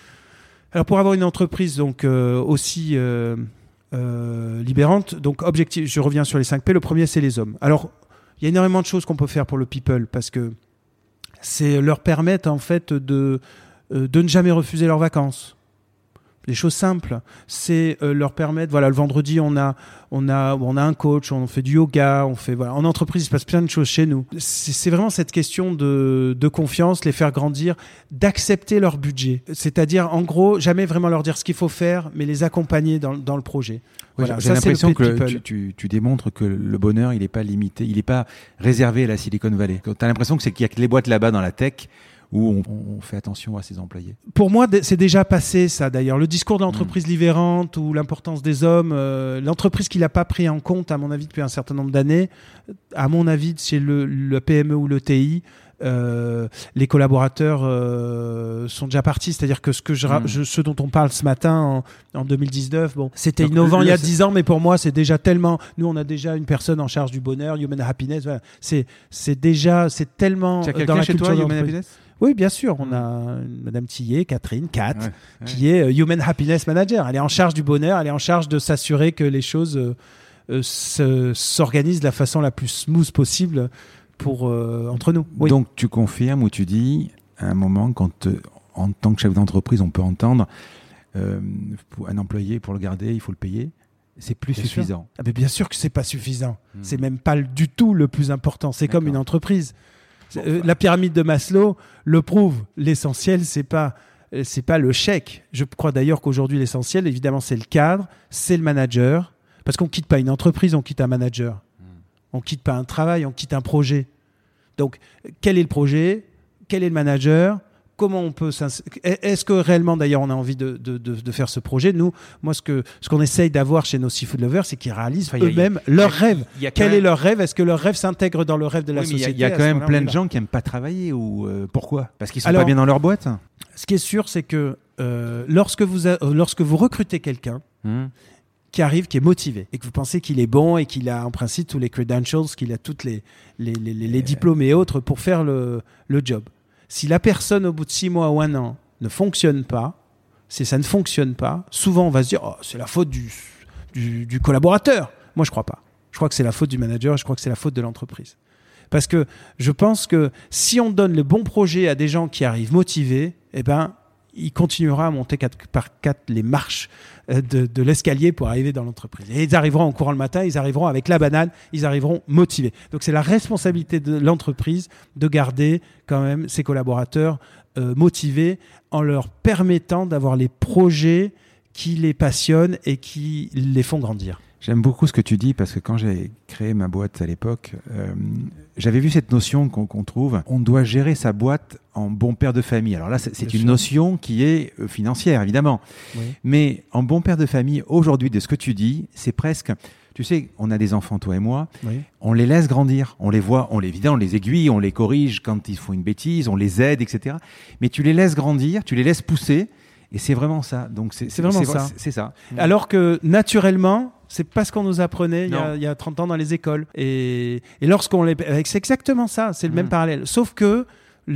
Alors pour avoir une entreprise donc, euh, aussi euh, euh, libérante, donc objectif, je reviens sur les cinq P. Le premier, c'est les hommes. Alors, il y a énormément de choses qu'on peut faire pour le people parce que c'est leur permettre en fait de, de ne jamais refuser leurs vacances. Des choses simples, c'est euh, leur permettre. Voilà, le vendredi, on a, on a, on a un coach, on fait du yoga, on fait. Voilà, en entreprise, il se passe plein de choses chez nous. C'est, c'est vraiment cette question de, de confiance, les faire grandir, d'accepter leur budget. C'est-à-dire, en gros, jamais vraiment leur dire ce qu'il faut faire, mais les accompagner dans, dans le projet. Oui, voilà, j'ai ça, l'impression c'est le que tu, tu, tu démontres que le bonheur, il n'est pas limité, il n'est pas réservé à la Silicon Valley. Tu as l'impression que c'est qu'il y a que les boîtes là-bas dans la tech où on, on fait attention à ses employés. Pour moi, c'est déjà passé ça d'ailleurs. Le discours de l'entreprise mmh. libérante ou l'importance des hommes, euh, l'entreprise qui l'a pas pris en compte, à mon avis, depuis un certain nombre d'années, à mon avis, chez le, le P M E ou le T I, euh, les collaborateurs euh, sont déjà partis. C'est-à-dire que ce, que je, mmh. je, ce dont on parle ce matin en, en deux mille dix-neuf, bon, c'était Donc, innovant le, il y a dix ans, mais pour moi, c'est déjà tellement... Nous, on a déjà une personne en charge du bonheur, Human Happiness. Voilà. C'est, c'est déjà... C'est tellement... Tu as quelqu'un chez toi, Human Happiness ? Oui, bien sûr. On a Madame Tillet, Catherine, Kat, ouais, ouais. qui est Human Happiness Manager. Elle est en charge du bonheur, elle est en charge de s'assurer que les choses euh, euh, se, s'organisent de la façon la plus smooth possible pour, euh, entre nous. Oui. Donc, tu confirmes ou tu dis, à un moment, quand, euh, en tant que chef d'entreprise, on peut entendre euh, pour un employé, pour le garder, il faut le payer. C'est plus bien suffisant. Ah, mais bien sûr que c'est pas suffisant. Mmh. C'est même pas du tout le plus important. C'est D'accord. comme une entreprise. Euh, la pyramide de Maslow le prouve. L'essentiel, c'est pas, c'est pas le chèque. Je crois d'ailleurs qu'aujourd'hui, l'essentiel, évidemment, c'est le cadre, c'est le manager. Parce qu'on quitte pas une entreprise, on quitte un manager. Mm. On quitte pas un travail, on quitte un projet. Donc, quel est le projet ? Quel est le manager ? Comment on peut Est-ce que réellement, d'ailleurs, on a envie de, de, de, de faire ce projet ? Nous, moi, ce, que, ce qu'on essaye d'avoir chez nos seafood lovers, c'est qu'ils réalisent enfin, eux-mêmes a, leurs rêves. Quel même... est leur rêve ? Est-ce que leur rêve s'intègre dans le rêve de la oui, société ? Il y a, y a quand même plein de gens qui n'aiment pas travailler. Ou euh, pourquoi ? Parce qu'ils ne sont Alors, pas bien dans leur boîte ? Ce qui est sûr, c'est que euh, lorsque, vous a, euh, lorsque vous recrutez quelqu'un hum. qui arrive, qui est motivé, et que vous pensez qu'il est bon et qu'il a en principe tous les credentials, qu'il a tous les, les, les, les, les diplômes et autres pour faire le, le job, si la personne, au bout de six mois ou un an, ne fonctionne pas, si ça ne fonctionne pas, souvent on va se dire oh, c'est la faute du, du, du collaborateur. Moi, je ne crois pas. Je crois que c'est la faute du manager, je crois que c'est la faute de l'entreprise. Parce que je pense que si on donne le bon projet à des gens qui arrivent motivés, eh ben, il continuera à monter quatre par quatre les marches de, de l'escalier pour arriver dans l'entreprise. Et ils arriveront en courant le matin, ils arriveront avec la banane, ils arriveront motivés. Donc c'est la responsabilité de l'entreprise de garder quand même ses collaborateurs euh, motivés en leur permettant d'avoir les projets qui les passionnent et qui les font grandir. J'aime beaucoup ce que tu dis parce que quand j'ai créé ma boîte à l'époque, euh, j'avais vu cette notion qu'on, qu'on trouve. On doit gérer sa boîte en bon père de famille. Alors là, c'est, c'est une sûr. notion qui est financière, évidemment. Oui. Mais en bon père de famille, aujourd'hui, de ce que tu dis, c'est presque Tu sais, on a des enfants, toi et moi, Oui. on les laisse grandir, on les voit, on les, évidemment, on les aiguille, on les corrige quand ils font une bêtise, on les aide, et cetera. Mais tu les laisses grandir, tu les laisses pousser, et c'est vraiment ça. Donc c'est, C'est vraiment c'est, ça. C'est, c'est ça. Alors que naturellement, c'est pas ce qu'on nous apprenait il y, Non. a, il y a trente ans dans les écoles. Et, et lorsqu'on les... C'est exactement ça, c'est le Mmh. même parallèle. Sauf que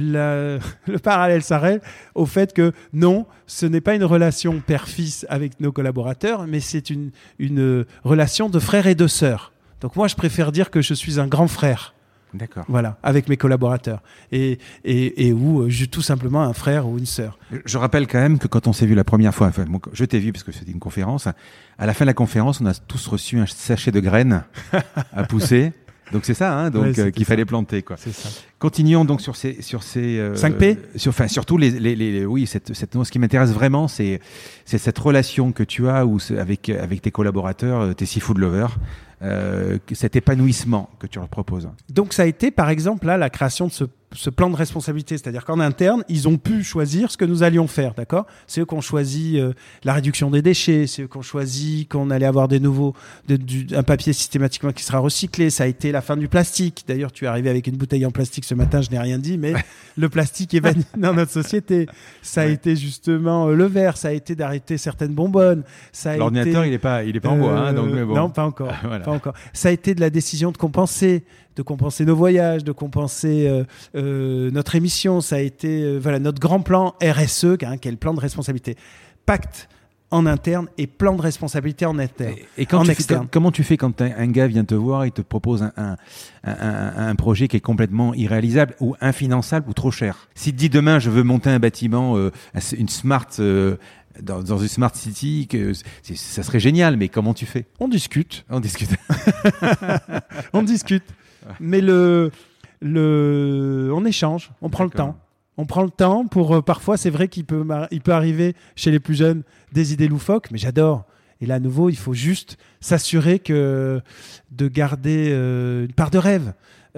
la- le parallèle s'arrête au fait que non, ce n'est pas une relation père-fils avec nos collaborateurs, mais c'est une, une relation de frère et de sœur. Donc moi, je préfère dire que je suis un grand frère. D'accord. Voilà, avec mes collaborateurs. Et, et, et ou euh, je tout simplement un frère ou une sœur. Je rappelle quand même que quand on s'est vu la première fois, enfin, moi, je t'ai vu parce que c'était une conférence, à la fin de la conférence, on a tous reçu un sachet de graines à pousser. Donc c'est ça, hein, donc Ouais, euh, qu'il ça. fallait planter, quoi. C'est ça. Continuons donc sur ces sur ces euh, cinq P sur enfin surtout les, les, les oui cette cette ce qui m'intéresse vraiment c'est c'est cette relation que tu as ou ce- avec avec tes collaborateurs, euh, tes seafood lovers, euh, cet épanouissement que tu leur proposes. Donc ça a été par exemple là la création de ce, ce plan de responsabilité, c'est-à-dire qu'en interne ils ont pu choisir ce que nous allions faire, d'accord ? C'est eux qui ont choisi euh, la réduction des déchets, c'est eux qui ont choisi qu'on allait avoir des nouveaux de, du, un papier systématiquement qui sera recyclé, ça a été la fin du plastique. D'ailleurs tu es arrivé avec une bouteille en plastique ce matin, je n'ai rien dit, mais le plastique est banni dans notre société. Ça a Ouais. été justement euh, le verre, ça a été d'arrêter certaines bonbonnes, ça a L'ordinateur, été... il est pas il est pas en bois, hein, donc mais bon. Non, pas encore. Voilà. Pas encore. Ça a été de la décision de compenser, de compenser nos voyages, de compenser euh, euh, notre émission. Ça a été euh, voilà notre grand plan R S E, hein, qui est le plan de responsabilité. Pacte en interne et plan de responsabilité en interne. Et, et quand en tu externe. fais, comment tu fais quand un, un gars vient te voir, il te propose un, un, un, un, un projet qui est complètement irréalisable ou infinançable ou trop cher? S'il te dit demain je veux monter un bâtiment, euh, une smart euh, dans, dans une smart city, que c'est, ça serait génial, mais comment tu fais? On discute, On discute. on discute. Mais le, le, on échange, on prend D'accord. le temps. On prend le temps pour, euh, parfois, c'est vrai qu'il peut, mar- il peut arriver chez les plus jeunes des idées loufoques, mais j'adore. Et là, à nouveau, il faut juste s'assurer que de garder euh, une part de rêve,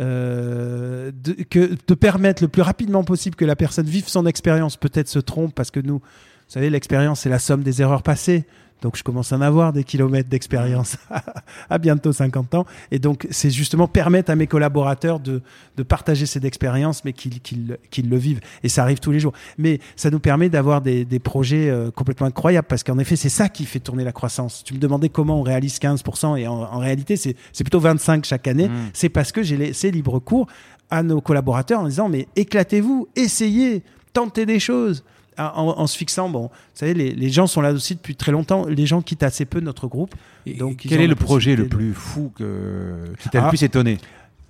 euh, de, que, de permettre le plus rapidement possible que la personne vive son expérience, peut-être se trompe, parce que nous, vous savez, l'expérience, c'est la somme des erreurs passées. Donc, je commence à en avoir des kilomètres d'expérience à bientôt cinquante ans. Et donc, c'est justement permettre à mes collaborateurs de, de partager cette expérience, mais qu'ils, qu'ils, qu'ils le vivent. Et ça arrive tous les jours. Mais ça nous permet d'avoir des, des projets euh, complètement incroyables, parce qu'en effet, c'est ça qui fait tourner la croissance. Tu me demandais comment on réalise quinze pour cent, et en, en réalité, c'est, c'est plutôt vingt-cinq chaque année. Mmh. C'est parce que j'ai laissé libre cours à nos collaborateurs en disant, mais éclatez-vous, essayez, tentez des choses. En, en se fixant, bon, vous savez, les, les gens sont là aussi depuis très longtemps. Les gens quittent assez peu notre groupe. Et Donc, ils quel ont est la le projet le possibilité plus fou que, qui t'a Ah. le plus étonné?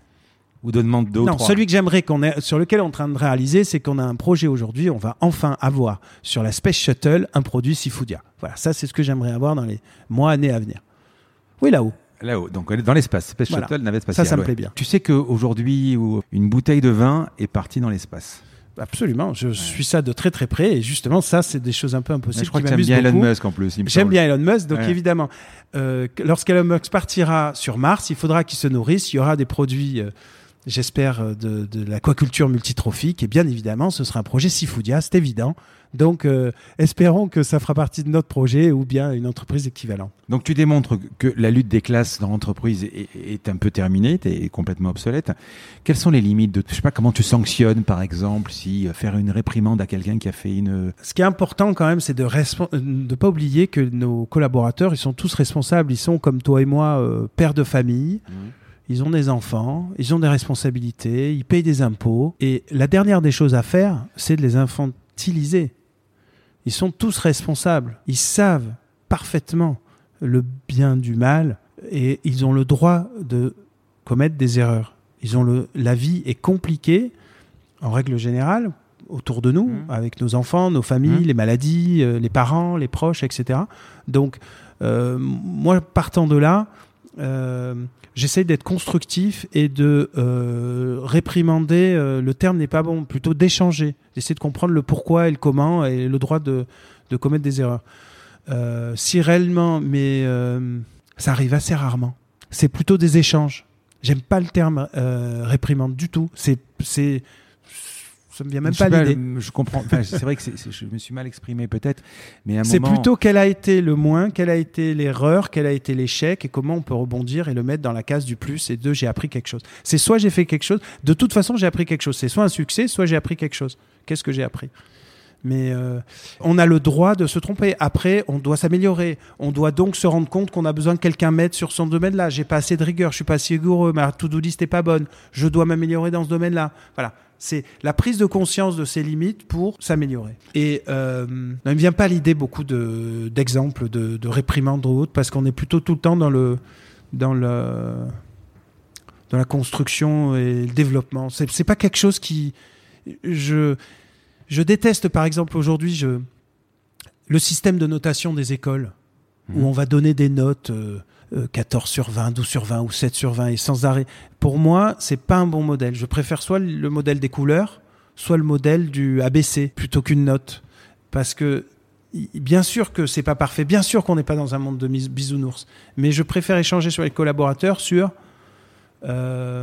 Ou de demande deux ou Non, trois? celui que j'aimerais qu'on ait, sur lequel on est en train de réaliser, c'est qu'on a un projet aujourd'hui. On va enfin avoir sur la Space Shuttle un produit Seafoodia. Voilà, ça, c'est ce que j'aimerais avoir dans les mois, années à venir. Oui, là-haut. Là-haut, donc on est dans l'espace. Space Voilà. Shuttle, navette spatiale. Ça, ça me ouais. plaît bien. Tu sais qu'aujourd'hui, où une bouteille de vin est partie dans l'espace. Absolument, je suis ça de très très près. Et justement, ça, c'est des choses un peu impossibles. Je crois qui que tu aimes m'amusent bien Elon beaucoup. Musk en plus. il me J'aime semble. bien Elon Musk, donc Ouais. évidemment, euh, que- lorsqu'Elon Musk partira sur Mars, il faudra qu'il se nourrisse. Il y aura des produits, euh, j'espère, euh, de, de l'aquaculture multitrophique. Et bien évidemment, ce sera un projet Seafoodia, c'est évident. Donc, euh, espérons que ça fera partie de notre projet ou bien une entreprise équivalente. Donc tu démontres que la lutte des classes dans l'entreprise est, est un peu terminée, est complètement obsolète. Quelles sont les limites de, je sais pas, comment tu sanctionnes par exemple, si euh, faire une réprimande à quelqu'un qui a fait une... Ce qui est important quand même, c'est de ne pas oublier que nos collaborateurs, ils sont tous responsables. Ils sont comme toi et moi, euh, pères de famille. Mmh. Ils ont des enfants, ils ont des responsabilités, ils payent des impôts. Et la dernière des choses à faire, c'est de les infantiliser. Ils sont tous responsables. Ils savent parfaitement le bien du mal et ils ont le droit de commettre des erreurs. Ils ont le, la vie est compliquée, en règle générale, autour de nous, Mmh. avec nos enfants, nos familles, Mmh. les maladies, euh, les parents, les proches, et cetera. Donc, euh, moi, partant de là, euh, j'essaie d'être constructif et de euh, réprimander, euh, le terme n'est pas bon, plutôt d'échanger. J'essaie de comprendre le pourquoi et le comment et le droit de, de commettre des erreurs. Euh, si réellement, mais euh, ça arrive assez rarement. C'est plutôt des échanges. J'aime pas le terme euh, réprimande du tout. C'est, c'est, ça me vient même je pas, pas l'idée. Je comprends. Enfin, c'est vrai que c'est, c'est, je me suis mal exprimé peut-être, mais à un c'est moment... plutôt quel a été le moins, quelle a été l'erreur, quel a été l'échec et comment on peut rebondir et le mettre dans la case du plus et de j'ai appris quelque chose. C'est soit j'ai fait quelque chose, de toute façon j'ai appris quelque chose. C'est soit un succès, soit j'ai appris quelque chose. Qu'est-ce que j'ai appris ? Mais euh, on a le droit de se tromper. Après, on doit s'améliorer. On doit donc se rendre compte qu'on a besoin que quelqu'un m'aide sur son domaine-là. J'ai pas assez de rigueur, je suis pas assez rigoureux, ma to-do list n'est pas bonne. Je dois m'améliorer dans ce domaine-là. Voilà. C'est la prise de conscience de ses limites pour s'améliorer. Et euh, il ne me vient pas l'idée beaucoup de, d'exemples de, de réprimandes ou autres, parce qu'on est plutôt tout le temps dans le dans le dans la construction et le développement. C'est, c'est pas quelque chose qui je Je déteste, par exemple, aujourd'hui, je... le système de notation des écoles, mmh. où on va donner des notes euh, euh, quatorze sur vingt, douze sur vingt ou sept sur vingt et sans arrêt. Pour moi, c'est pas un bon modèle. Je préfère soit le modèle des couleurs, soit le modèle du A B C, plutôt qu'une note. Parce que, bien sûr que c'est pas parfait, bien sûr qu'on n'est pas dans un monde de bisounours, mais je préfère échanger sur les collaborateurs sur euh,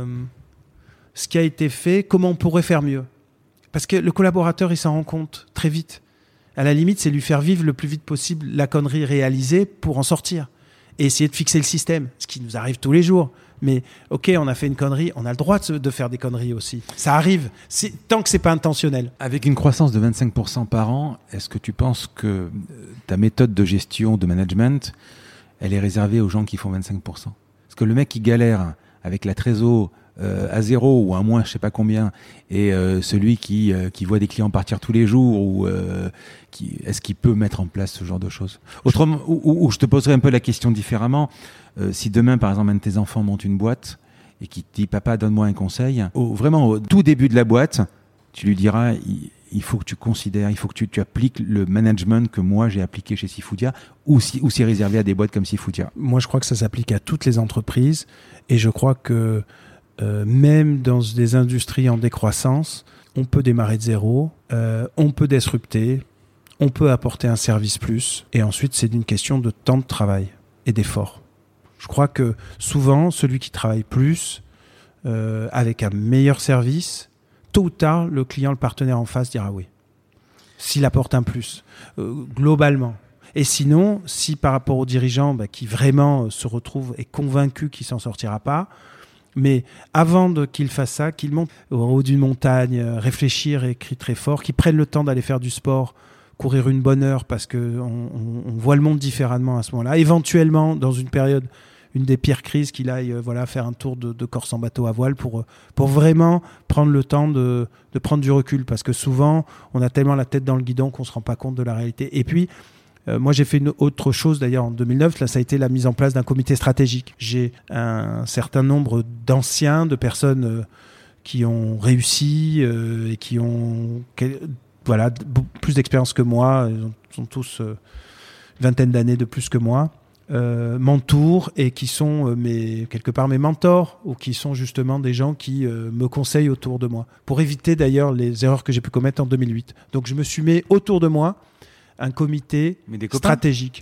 ce qui a été fait, comment on pourrait faire mieux. Parce que le collaborateur, il s'en rend compte très vite. À la limite, c'est lui faire vivre le plus vite possible la connerie réalisée pour en sortir. Et essayer de fixer le système, ce qui nous arrive tous les jours. Mais ok, on a fait une connerie, on a le droit de, de faire des conneries aussi. Ça arrive, c'est, tant que c'est pas intentionnel. Avec une croissance de vingt-cinq pour cent par an, est-ce que tu penses que ta méthode de gestion, de management, elle est réservée aux gens qui font vingt-cinq pour cent ? Parce que le mec qui galère avec la trésor euh, à zéro ou à moins, je sais pas combien, et euh, celui qui euh, qui voit des clients partir tous les jours, ou euh, qui, est-ce qu'il peut mettre en place ce genre de choses ? Autrement, ou, ou, ou je te poserai un peu la question différemment. Euh, si demain, par exemple, un de tes enfants monte une boîte et qui te dit « Papa, donne-moi un conseil », au, vraiment au tout début de la boîte, tu lui diras il, il faut que tu considères, il faut que tu, tu appliques le management que moi j'ai appliqué chez Sifoudia, ou, si, ou c'est réservé à des boîtes comme Sifoudia. Moi, je crois que ça s'applique à toutes les entreprises, et je crois que euh, même dans des industries en décroissance, on peut démarrer de zéro, euh, on peut disrupter, on peut apporter un service plus, et ensuite c'est une question de temps de travail et d'effort. Je crois que souvent, celui qui travaille plus, euh, avec un meilleur service, tôt ou tard, le client, le partenaire en face dira oui. S'il apporte un plus, euh, globalement. Et sinon, si par rapport au dirigeant bah, qui vraiment euh, se retrouve, est convaincu qu'il ne s'en sortira pas, mais avant de, qu'il fasse ça, qu'il monte au haut d'une montagne, euh, réfléchir et écrire très fort, qu'il prenne le temps d'aller faire du sport, courir une bonne heure parce qu'on on, on voit le monde différemment à ce moment-là. Éventuellement, dans une période, une des pires crises, qu'il aille euh, voilà, faire un tour de, de Corse en bateau à voile pour, pour vraiment prendre le temps de, de prendre du recul. Parce que souvent, on a tellement la tête dans le guidon qu'on ne se rend pas compte de la réalité. Et puis, euh, moi, j'ai fait une autre chose d'ailleurs en deux mille neuf. Là, ça a été la mise en place d'un comité stratégique. J'ai un certain nombre d'anciens, de personnes euh, qui ont réussi euh, et qui ont... Voilà, plus d'expérience que moi, ils sont tous euh, une vingtaine d'années de plus que moi, euh, m'entourent et qui sont euh, mes, quelque part mes mentors, ou qui sont justement des gens qui euh, me conseillent autour de moi, pour éviter d'ailleurs les erreurs que j'ai pu commettre en deux mille huit. Donc je me suis mis autour de moi un comité stratégique.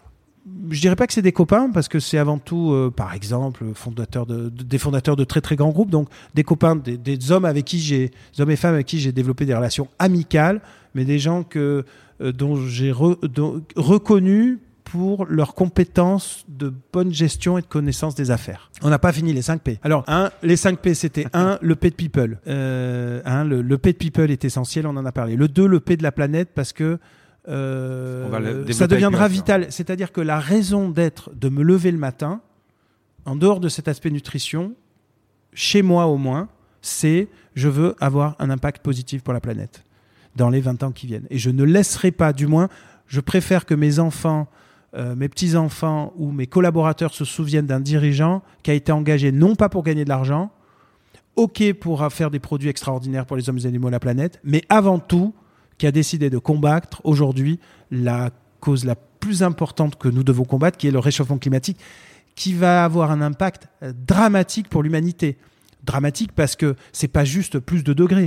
Je dirais pas que c'est des copains, parce que c'est avant tout, euh, par exemple, fondateurs de, de, des fondateurs de très très grands groupes, donc des copains, des, des hommes avec qui j'ai, des hommes et femmes avec qui j'ai développé des relations amicales, mais des gens que euh, dont j'ai re, dont, reconnus pour leurs compétences de bonne gestion et de connaissance des affaires. On n'a pas fini les cinq P. Alors, un, les cinq P, c'était un, le P de people. Euh, un, le, le P de people est essentiel, on en a parlé. Le deux, le P de la planète, parce que Euh, ça deviendra vital. C'est-à-dire que la raison d'être de me lever le matin, en dehors de cet aspect nutrition, chez moi au moins, c'est je veux avoir un impact positif pour la planète dans les vingt ans qui viennent. Et je ne laisserai pas, du moins, je préfère que mes enfants, euh, mes petits-enfants ou mes collaborateurs se souviennent d'un dirigeant qui a été engagé non pas pour gagner de l'argent, ok pour faire des produits extraordinaires pour les hommes et les animaux et la planète, mais avant tout, qui a décidé de combattre aujourd'hui la cause la plus importante que nous devons combattre, qui est le réchauffement climatique, qui va avoir un impact dramatique pour l'humanité. Dramatique parce que c'est pas juste plus de degrés,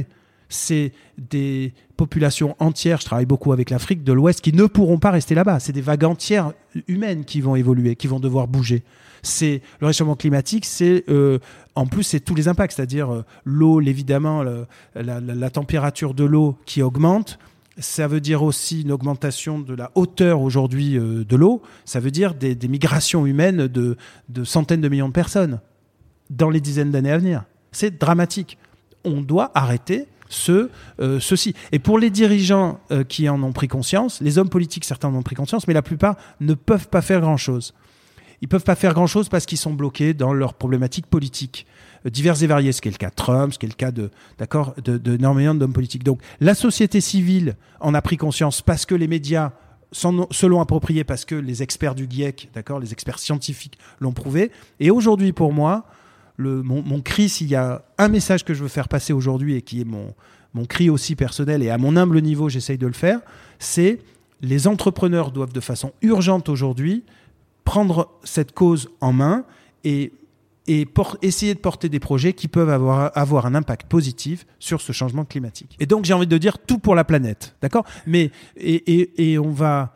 c'est des populations entières, je travaille beaucoup avec l'Afrique de l'Ouest, qui ne pourront pas rester là-bas. C'est des vagues entières humaines qui vont évoluer, qui vont devoir bouger. C'est le réchauffement climatique, c'est euh, en plus c'est tous les impacts, c'est-à-dire euh, l'eau, évidemment, le, la, la, la température de l'eau qui augmente. Ça veut dire aussi une augmentation de la hauteur aujourd'hui euh, de l'eau. Ça veut dire des, des migrations humaines de, de centaines de millions de personnes dans les dizaines d'années à venir. C'est dramatique. On doit arrêter ce, euh, ceci. Et pour les dirigeants euh, qui en ont pris conscience, les hommes politiques, certains en ont pris conscience, mais la plupart ne peuvent pas faire grand-chose. Ils ne peuvent pas faire grand-chose parce qu'ils sont bloqués dans leurs problématiques politiques euh, diverses et variées, ce qui est le cas de Trump, ce qui est le cas de, d'accord, de, de énormément d'hommes politiques. Donc la société civile en a pris conscience parce que les médias se l'ont approprié, parce que les experts du GIEC, d'accord, les experts scientifiques l'ont prouvé. Et aujourd'hui, pour moi, le, mon, mon cri, s'il y a un message que je veux faire passer aujourd'hui et qui est mon, mon cri aussi personnel, et à mon humble niveau, j'essaye de le faire, c'est les entrepreneurs doivent de façon urgente aujourd'hui prendre cette cause en main et, et por- essayer de porter des projets qui peuvent avoir, avoir un impact positif sur ce changement climatique. Et donc, j'ai envie de dire tout pour la planète, d'accord ? Mais, et, et, et on va...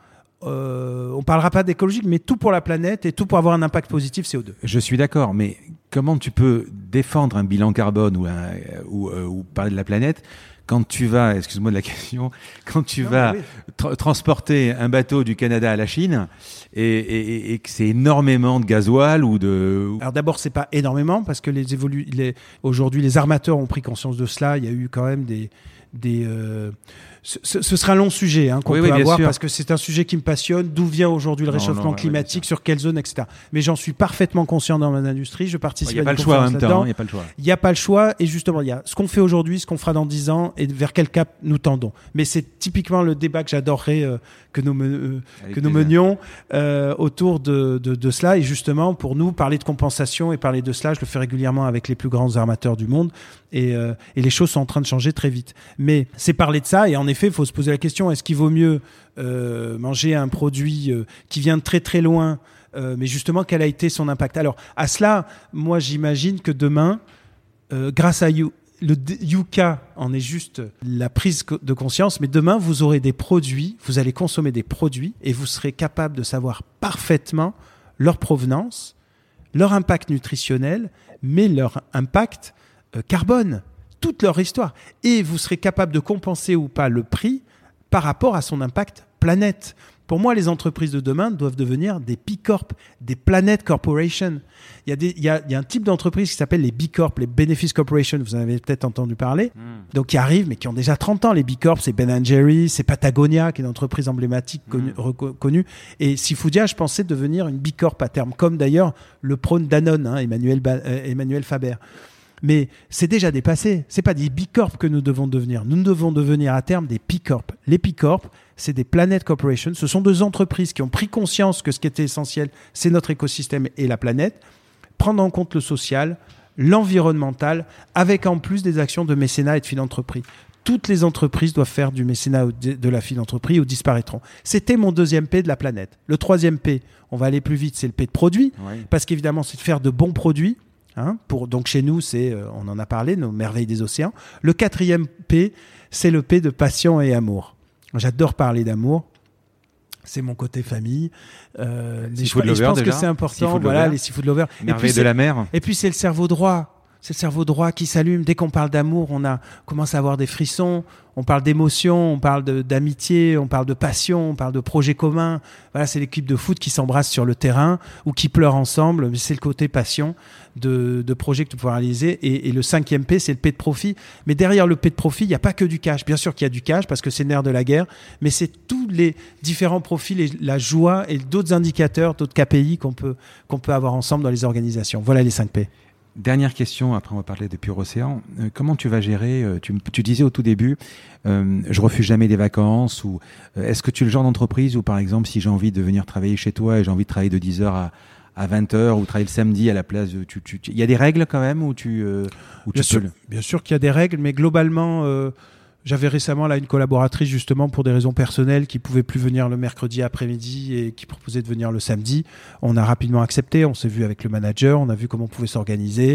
Euh, on parlera pas d'écologique, mais tout pour la planète et tout pour avoir un impact positif C O deux. Je suis d'accord, mais comment tu peux défendre un bilan carbone ou, un, ou, euh, ou parler de la planète quand tu vas, excuse-moi de la question, quand tu non, vas oui. tra- transporter un bateau du Canada à la Chine et, et, et que c'est énormément de gasoil ou de... Alors d'abord, c'est pas énormément parce que les évolu- les, aujourd'hui, les armateurs ont pris conscience de cela. Il y a eu quand même des... des euh, ce, ce sera un long sujet hein, qu'on oui, peut oui, avoir sûr. Parce que c'est un sujet qui me passionne. D'où vient aujourd'hui le non, réchauffement non, climatique, ouais, sur quelle zone, et cetera. Mais j'en suis parfaitement conscient dans mon industrie. Je participe ouais, à Il des n'y a conférences pas le choix. Il n'y a pas le choix. Et justement, il y a ce qu'on fait aujourd'hui, ce qu'on fera dans dix ans et vers quel cap nous tendons. Mais c'est typiquement le débat que j'adorerais euh, que nous, euh, que nous menions euh, autour de, de, de cela. Et justement, pour nous, parler de compensation et parler de cela, je le fais régulièrement avec les plus grands armateurs du monde. Et, euh, et les choses sont en train de changer très vite. Mais c'est parler de ça. Et en effet, il faut se poser la question, est-ce qu'il vaut mieux euh, manger un produit euh, qui vient de très très loin, euh, mais justement, quel a été son impact ? Alors, à cela, moi, j'imagine que demain, euh, grâce à You, le Yuka en est juste la prise de conscience, mais demain, vous aurez des produits, vous allez consommer des produits et vous serez capable de savoir parfaitement leur provenance, leur impact nutritionnel, mais leur impact euh, carbone, toute leur histoire. Et vous serez capable de compenser ou pas le prix par rapport à son impact planète. Pour moi, les entreprises de demain doivent devenir des B Corp, des Planet Corporation. Il y a, des, il y a, il y a un type d'entreprise qui s'appelle les B Corp, les Benefits Corporation, vous en avez peut-être entendu parler, mmh. donc qui arrivent, mais qui ont déjà trente ans. Les B Corp, c'est Ben and Jerry's, c'est Patagonia, qui est une entreprise emblématique connue, mmh. reconnue. Et Sifoudia, je pensais devenir une B Corp à terme, comme d'ailleurs le prône Danone, hein, Emmanuel, ba- euh, Emmanuel Faber. Mais c'est déjà dépassé. C'est pas des B Corp que nous devons devenir. Nous devons devenir à terme des P Corp. Les P Corp, c'est des Planet Corporation. Ce sont deux entreprises qui ont pris conscience que ce qui était essentiel, c'est notre écosystème et la planète. Prendre en compte le social, l'environnemental, avec en plus des actions de mécénat et de philanthropie. Toutes les entreprises doivent faire du mécénat ou de la philanthropie ou disparaîtront. C'était mon deuxième P de la planète. Le troisième P, on va aller plus vite, c'est le P de produit. Oui. Parce qu'évidemment, c'est de faire de bons produits. Hein, pour, donc chez nous, c'est, euh, on en a parlé, nos merveilles des océans. Le quatrième P, c'est le P de passion et amour. J'adore parler d'amour. C'est mon côté famille. Euh, je, je pense déjà. que c'est important. Voilà, les seafood lovers. Merveille de la mer. Et puis c'est le cerveau droit. C'est le cerveau droit qui s'allume. Dès qu'on parle d'amour, on a commence à avoir des frissons. On parle d'émotion, on parle de, d'amitié, on parle de passion, on parle de projets communs. Voilà, c'est l'équipe de foot qui s'embrasse sur le terrain ou qui pleure ensemble. Mais c'est le côté passion de, de projet que tu peux réaliser. Et, et le cinquième P, c'est le P de profit. Mais derrière le P de profit, il n'y a pas que du cash. Bien sûr qu'il y a du cash parce que c'est le nerf de la guerre. Mais c'est tous les différents profils, et la joie et d'autres indicateurs, d'autres K P I qu'on peut, qu'on peut avoir ensemble dans les organisations. Voilà les cinq P. Dernière question, après on va parler de Pure Océan. Euh, comment tu vas gérer, euh, tu, tu disais au tout début, euh, je refuse jamais des vacances, ou euh, est-ce que tu es le genre d'entreprise où par exemple si j'ai envie de venir travailler chez toi et j'ai envie de travailler de dix heures à, à vingt heures ou travailler le samedi à la place de... Tu, tu, tu, y a des règles quand même où tu, euh, où bien, tu sûr, peux le... bien sûr qu'il y a des règles, mais globalement... Euh J'avais récemment là une collaboratrice justement pour des raisons personnelles qui pouvait plus venir le mercredi après-midi et qui proposait de venir le samedi. On a rapidement accepté, on s'est vu avec le manager, on a vu comment on pouvait s'organiser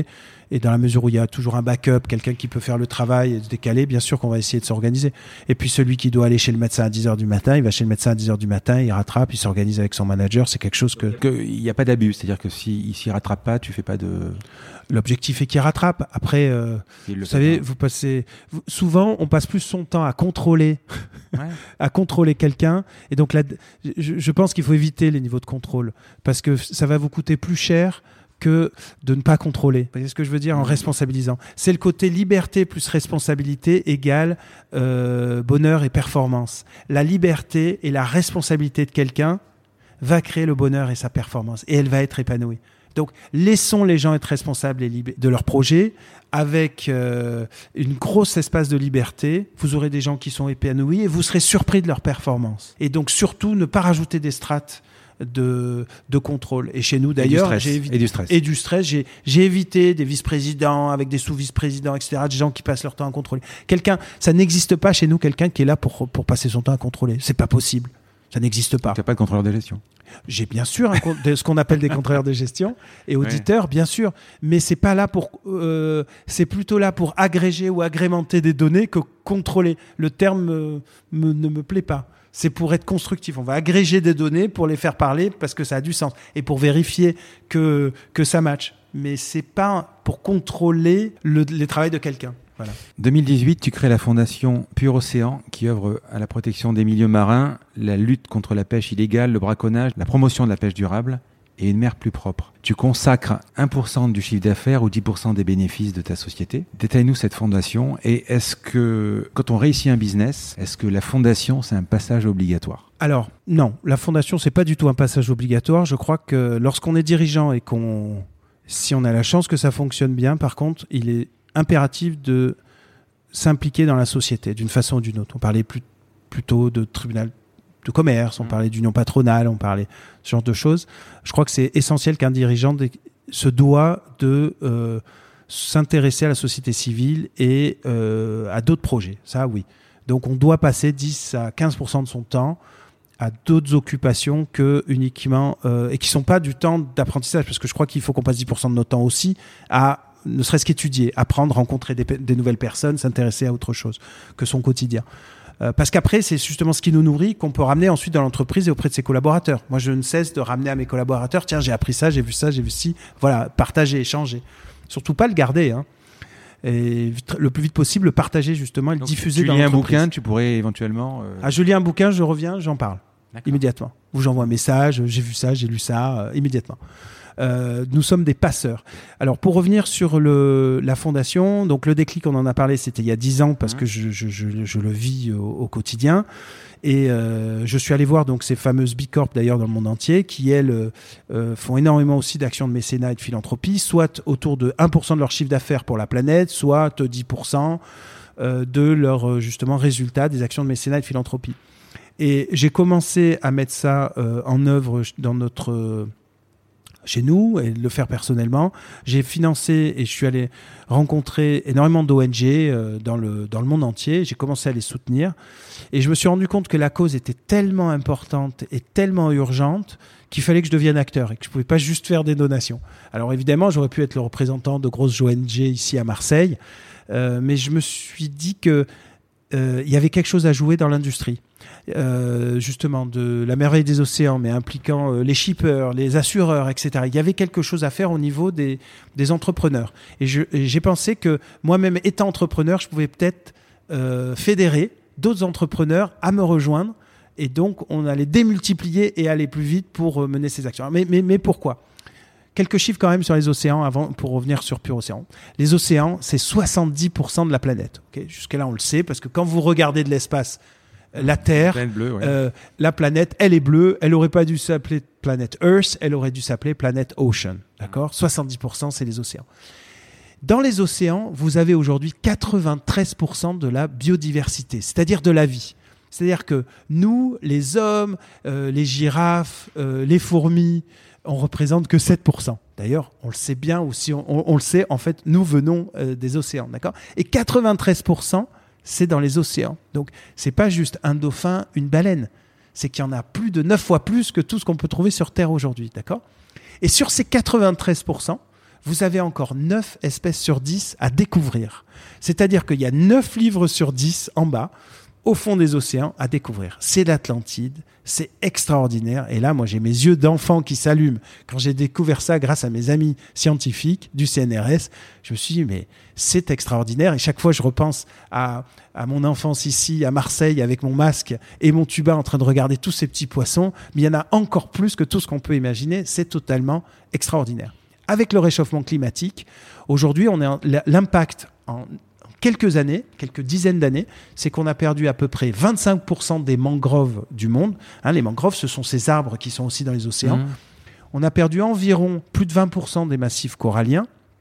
Et dans la mesure où il y a toujours un backup, quelqu'un qui peut faire le travail et se décaler, bien sûr qu'on va essayer de s'organiser. Et puis celui qui doit aller chez le médecin à dix heures du matin, il va chez le médecin à dix heures du matin, il rattrape, il s'organise avec son manager. C'est quelque chose que... Il n'y a pas d'abus, c'est-à-dire que s'il ne s'y rattrape pas, tu fais pas de... L'objectif est qu'il rattrape. Après, euh, vous savez, vous passez... Vous, souvent, on passe plus son temps à contrôler, ouais. à contrôler quelqu'un. Et donc là, je, je pense qu'il faut éviter les niveaux de contrôle parce que ça va vous coûter plus cher que de ne pas contrôler. Vous voyez ce que je veux dire en responsabilisant. C'est le côté liberté plus responsabilité égale euh, bonheur et performance. La liberté et la responsabilité de quelqu'un va créer le bonheur et sa performance. Et elle va être épanouie. Donc, laissons les gens être responsables de leur projet avec euh, une grosse espace de liberté. Vous aurez des gens qui sont épanouis et vous serez surpris de leur performance. Et donc, surtout, ne pas rajouter des strates de, de contrôle. Et chez nous, d'ailleurs, et j'ai évité, et du stress. Et du stress. J'ai, j'ai évité des vice-présidents avec des sous-vice-présidents, et cetera, des gens qui passent leur temps à contrôler. Quelqu'un, ça n'existe pas chez nous, quelqu'un qui est là pour, pour passer son temps à contrôler. C'est pas possible. Ça n'existe pas. Tu n'as pas de contrôleur de gestion. J'ai bien sûr un, ce qu'on appelle des contrôleurs de gestion et auditeurs, ouais. bien sûr, mais c'est pas là pour, euh, c'est plutôt là pour agréger ou agrémenter des données que contrôler. Le terme euh, me, ne me plaît pas. C'est pour être constructif. On va agréger des données pour les faire parler parce que ça a du sens et pour vérifier que que ça match. Mais c'est pas pour contrôler le, les travail de quelqu'un. Voilà. deux mille dix-huit, tu crées la fondation Pur Océan qui œuvre à la protection des milieux marins, la lutte contre la pêche illégale, le braconnage, la promotion de la pêche durable et une mer plus propre. Tu consacres un pour cent du chiffre d'affaires ou dix pour cent des bénéfices de ta société. Détaille-nous cette fondation et est-ce que, quand on réussit un business, est-ce que la fondation, c'est un passage obligatoire ? Alors, non, la fondation, c'est pas du tout un passage obligatoire. Je crois que lorsqu'on est dirigeant et qu'on, si on a la chance que ça fonctionne bien, par contre, il est impératif de s'impliquer dans la société d'une façon ou d'une autre. On parlait plus, plutôt de tribunal de commerce, on parlait d'union patronale, on parlait de ce genre de choses. Je crois que c'est essentiel qu'un dirigeant se doit de euh, s'intéresser à la société civile et euh, à d'autres projets. Ça, oui. Donc, on doit passer dix à quinze pour cent de son temps à d'autres occupations que uniquement euh, et qui sont pas du temps d'apprentissage, parce que je crois qu'il faut qu'on passe dix pour cent de notre temps aussi à ne serait-ce qu'étudier, apprendre, rencontrer des, des nouvelles personnes, s'intéresser à autre chose que son quotidien. Euh, parce qu'après, c'est justement ce qui nous nourrit qu'on peut ramener ensuite dans l'entreprise et auprès de ses collaborateurs. Moi, je ne cesse de ramener à mes collaborateurs, tiens, j'ai appris ça, j'ai vu ça, j'ai vu ci. Voilà, partager, échanger. Surtout pas le garder, hein. Et le plus vite possible, le partager justement et le Donc, diffuser tu dans lis l'entreprise. un bouquin, tu pourrais éventuellement... Euh... Ah, je lis un bouquin, je reviens, j'en parle. D'accord. Immédiatement. Ou j'envoie un message, j'ai vu ça, j'ai lu ça, euh, immédiatement. Euh, nous sommes des passeurs. Alors, pour revenir sur le, la fondation, donc le déclic, on en a parlé, c'était il y a dix ans parce mmh. que je, je, je, je le vis au, au quotidien. Et euh, je suis allé voir donc ces fameuses B Corp d'ailleurs dans le monde entier qui, elles, euh, font énormément aussi d'actions de mécénat et de philanthropie, soit autour de un pour cent de leur chiffre d'affaires pour la planète, soit dix pour cent euh, de leurs justement résultats des actions de mécénat et de philanthropie. Et j'ai commencé à mettre ça euh, en œuvre dans notre... Euh, chez nous et le faire personnellement. J'ai financé et je suis allé rencontrer énormément d'O N G euh, dans, le, dans le monde entier. J'ai commencé à les soutenir et je me suis rendu compte que la cause était tellement importante et tellement urgente qu'il fallait que je devienne acteur et que je ne pouvais pas juste faire des donations. Alors évidemment, j'aurais pu être le représentant de grosses O N G ici à Marseille, euh, mais je me suis dit que euh, y avait quelque chose à jouer dans l'industrie. Euh, justement de la merveille des océans, mais impliquant euh, les shippers, les assureurs, et cetera. Il y avait quelque chose à faire au niveau des, des entrepreneurs. Et, je, et j'ai pensé que moi-même, étant entrepreneur, je pouvais peut-être euh, fédérer d'autres entrepreneurs à me rejoindre. Et donc, on allait démultiplier et aller plus vite pour euh, mener ces actions. Mais, mais, mais pourquoi ? Quelques chiffres quand même sur les océans avant, pour revenir sur Pur Océan. Les océans, c'est soixante-dix pour cent de la planète. Okay ? Jusqu'à là, on le sait, parce que quand vous regardez de l'espace, la Terre, la planète, bleue, ouais. euh, la planète, elle est bleue. Elle n'aurait pas dû s'appeler planète Earth, elle aurait dû s'appeler planète Ocean. D'accord ? soixante-dix pour cent, c'est les océans. Dans les océans, vous avez aujourd'hui quatre-vingt-treize pour cent de la biodiversité, c'est-à-dire de la vie. C'est-à-dire que nous, les hommes, euh, les girafes, euh, les fourmis, on ne représente que sept pour cent. D'ailleurs, on le sait bien aussi, on, on, on le sait, en fait, nous venons euh, des océans. D'accord ? Et quatre-vingt-treize pour cent, c'est dans les océans. Donc, c'est pas juste un dauphin, une baleine. C'est qu'il y en a plus de neuf fois plus que tout ce qu'on peut trouver sur Terre aujourd'hui. D'accord ? Et sur ces quatre-vingt-treize pour cent, vous avez encore neuf espèces sur dix à découvrir. C'est-à-dire qu'il y a neuf livres sur dix en bas, au fond des océans, à découvrir. C'est l'Atlantide, c'est extraordinaire. Et là, moi, j'ai mes yeux d'enfant qui s'allument. Quand j'ai découvert ça grâce à mes amis scientifiques du C N R S, je me suis dit, mais c'est extraordinaire. Et chaque fois, je repense à, à mon enfance ici, à Marseille, avec mon masque et mon tuba en train de regarder tous ces petits poissons. Mais il y en a encore plus que tout ce qu'on peut imaginer. C'est totalement extraordinaire. Avec le réchauffement climatique, aujourd'hui, on est en, l'impact en quelques années, quelques dizaines d'années, c'est qu'on a perdu à peu près vingt-cinq pour cent des mangroves du monde. Hein, les mangroves, ce sont ces arbres qui sont aussi dans les océans. Mmh. On a perdu environ plus de vingt pour cent des massifs coralliens.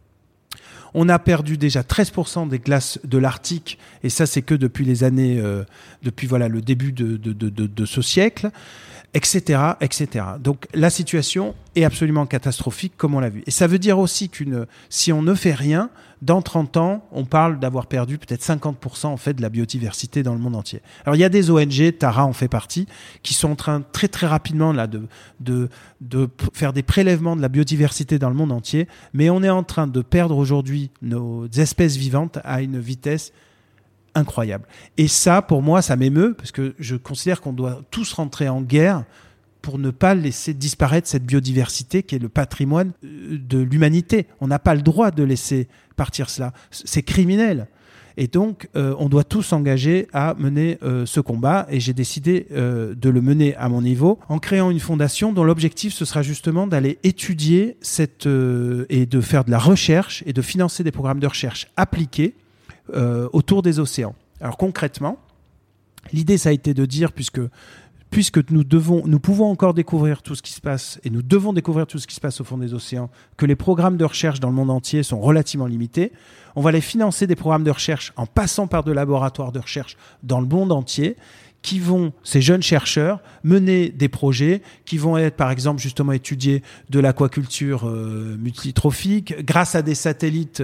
On a perdu déjà treize pour cent des glaces de l'Arctique, et ça, c'est que depuis les années, euh, depuis voilà le début de, de, de, de, de ce siècle, et cetera, et cetera. Donc la situation est absolument catastrophique, comme on l'a vu. Et ça veut dire aussi qu'une, si on ne fait rien, dans trente ans, on parle d'avoir perdu peut-être cinquante pour cent en fait de la biodiversité dans le monde entier. Alors il y a des O N G, Tara en fait partie, qui sont en train très très rapidement là de de de faire des prélèvements de la biodiversité dans le monde entier, mais on est en train de perdre aujourd'hui nos espèces vivantes à une vitesse incroyable. Et ça, pour moi, ça m'émeut parce que je considère qu'on doit tous rentrer en guerre pour ne pas laisser disparaître cette biodiversité qui est le patrimoine de l'humanité. On n'a pas le droit de laisser partir cela. C'est criminel. Et donc, euh, on doit tous s'engager à mener euh, ce combat. Et j'ai décidé euh, de le mener à mon niveau en créant une fondation dont l'objectif, ce sera justement d'aller étudier cette, euh, et de faire de la recherche et de financer des programmes de recherche appliqués euh, autour des océans. Alors concrètement, l'idée, ça a été de dire, puisque puisque nous devons, nous pouvons encore découvrir tout ce qui se passe, et nous devons découvrir tout ce qui se passe au fond des océans, que les programmes de recherche dans le monde entier sont relativement limités, on va les financer des programmes de recherche en passant par de laboratoires de recherche dans le monde entier, qui vont, ces jeunes chercheurs, mener des projets qui vont être, par exemple, justement étudier de l'aquaculture euh, multitrophique, grâce à des satellites.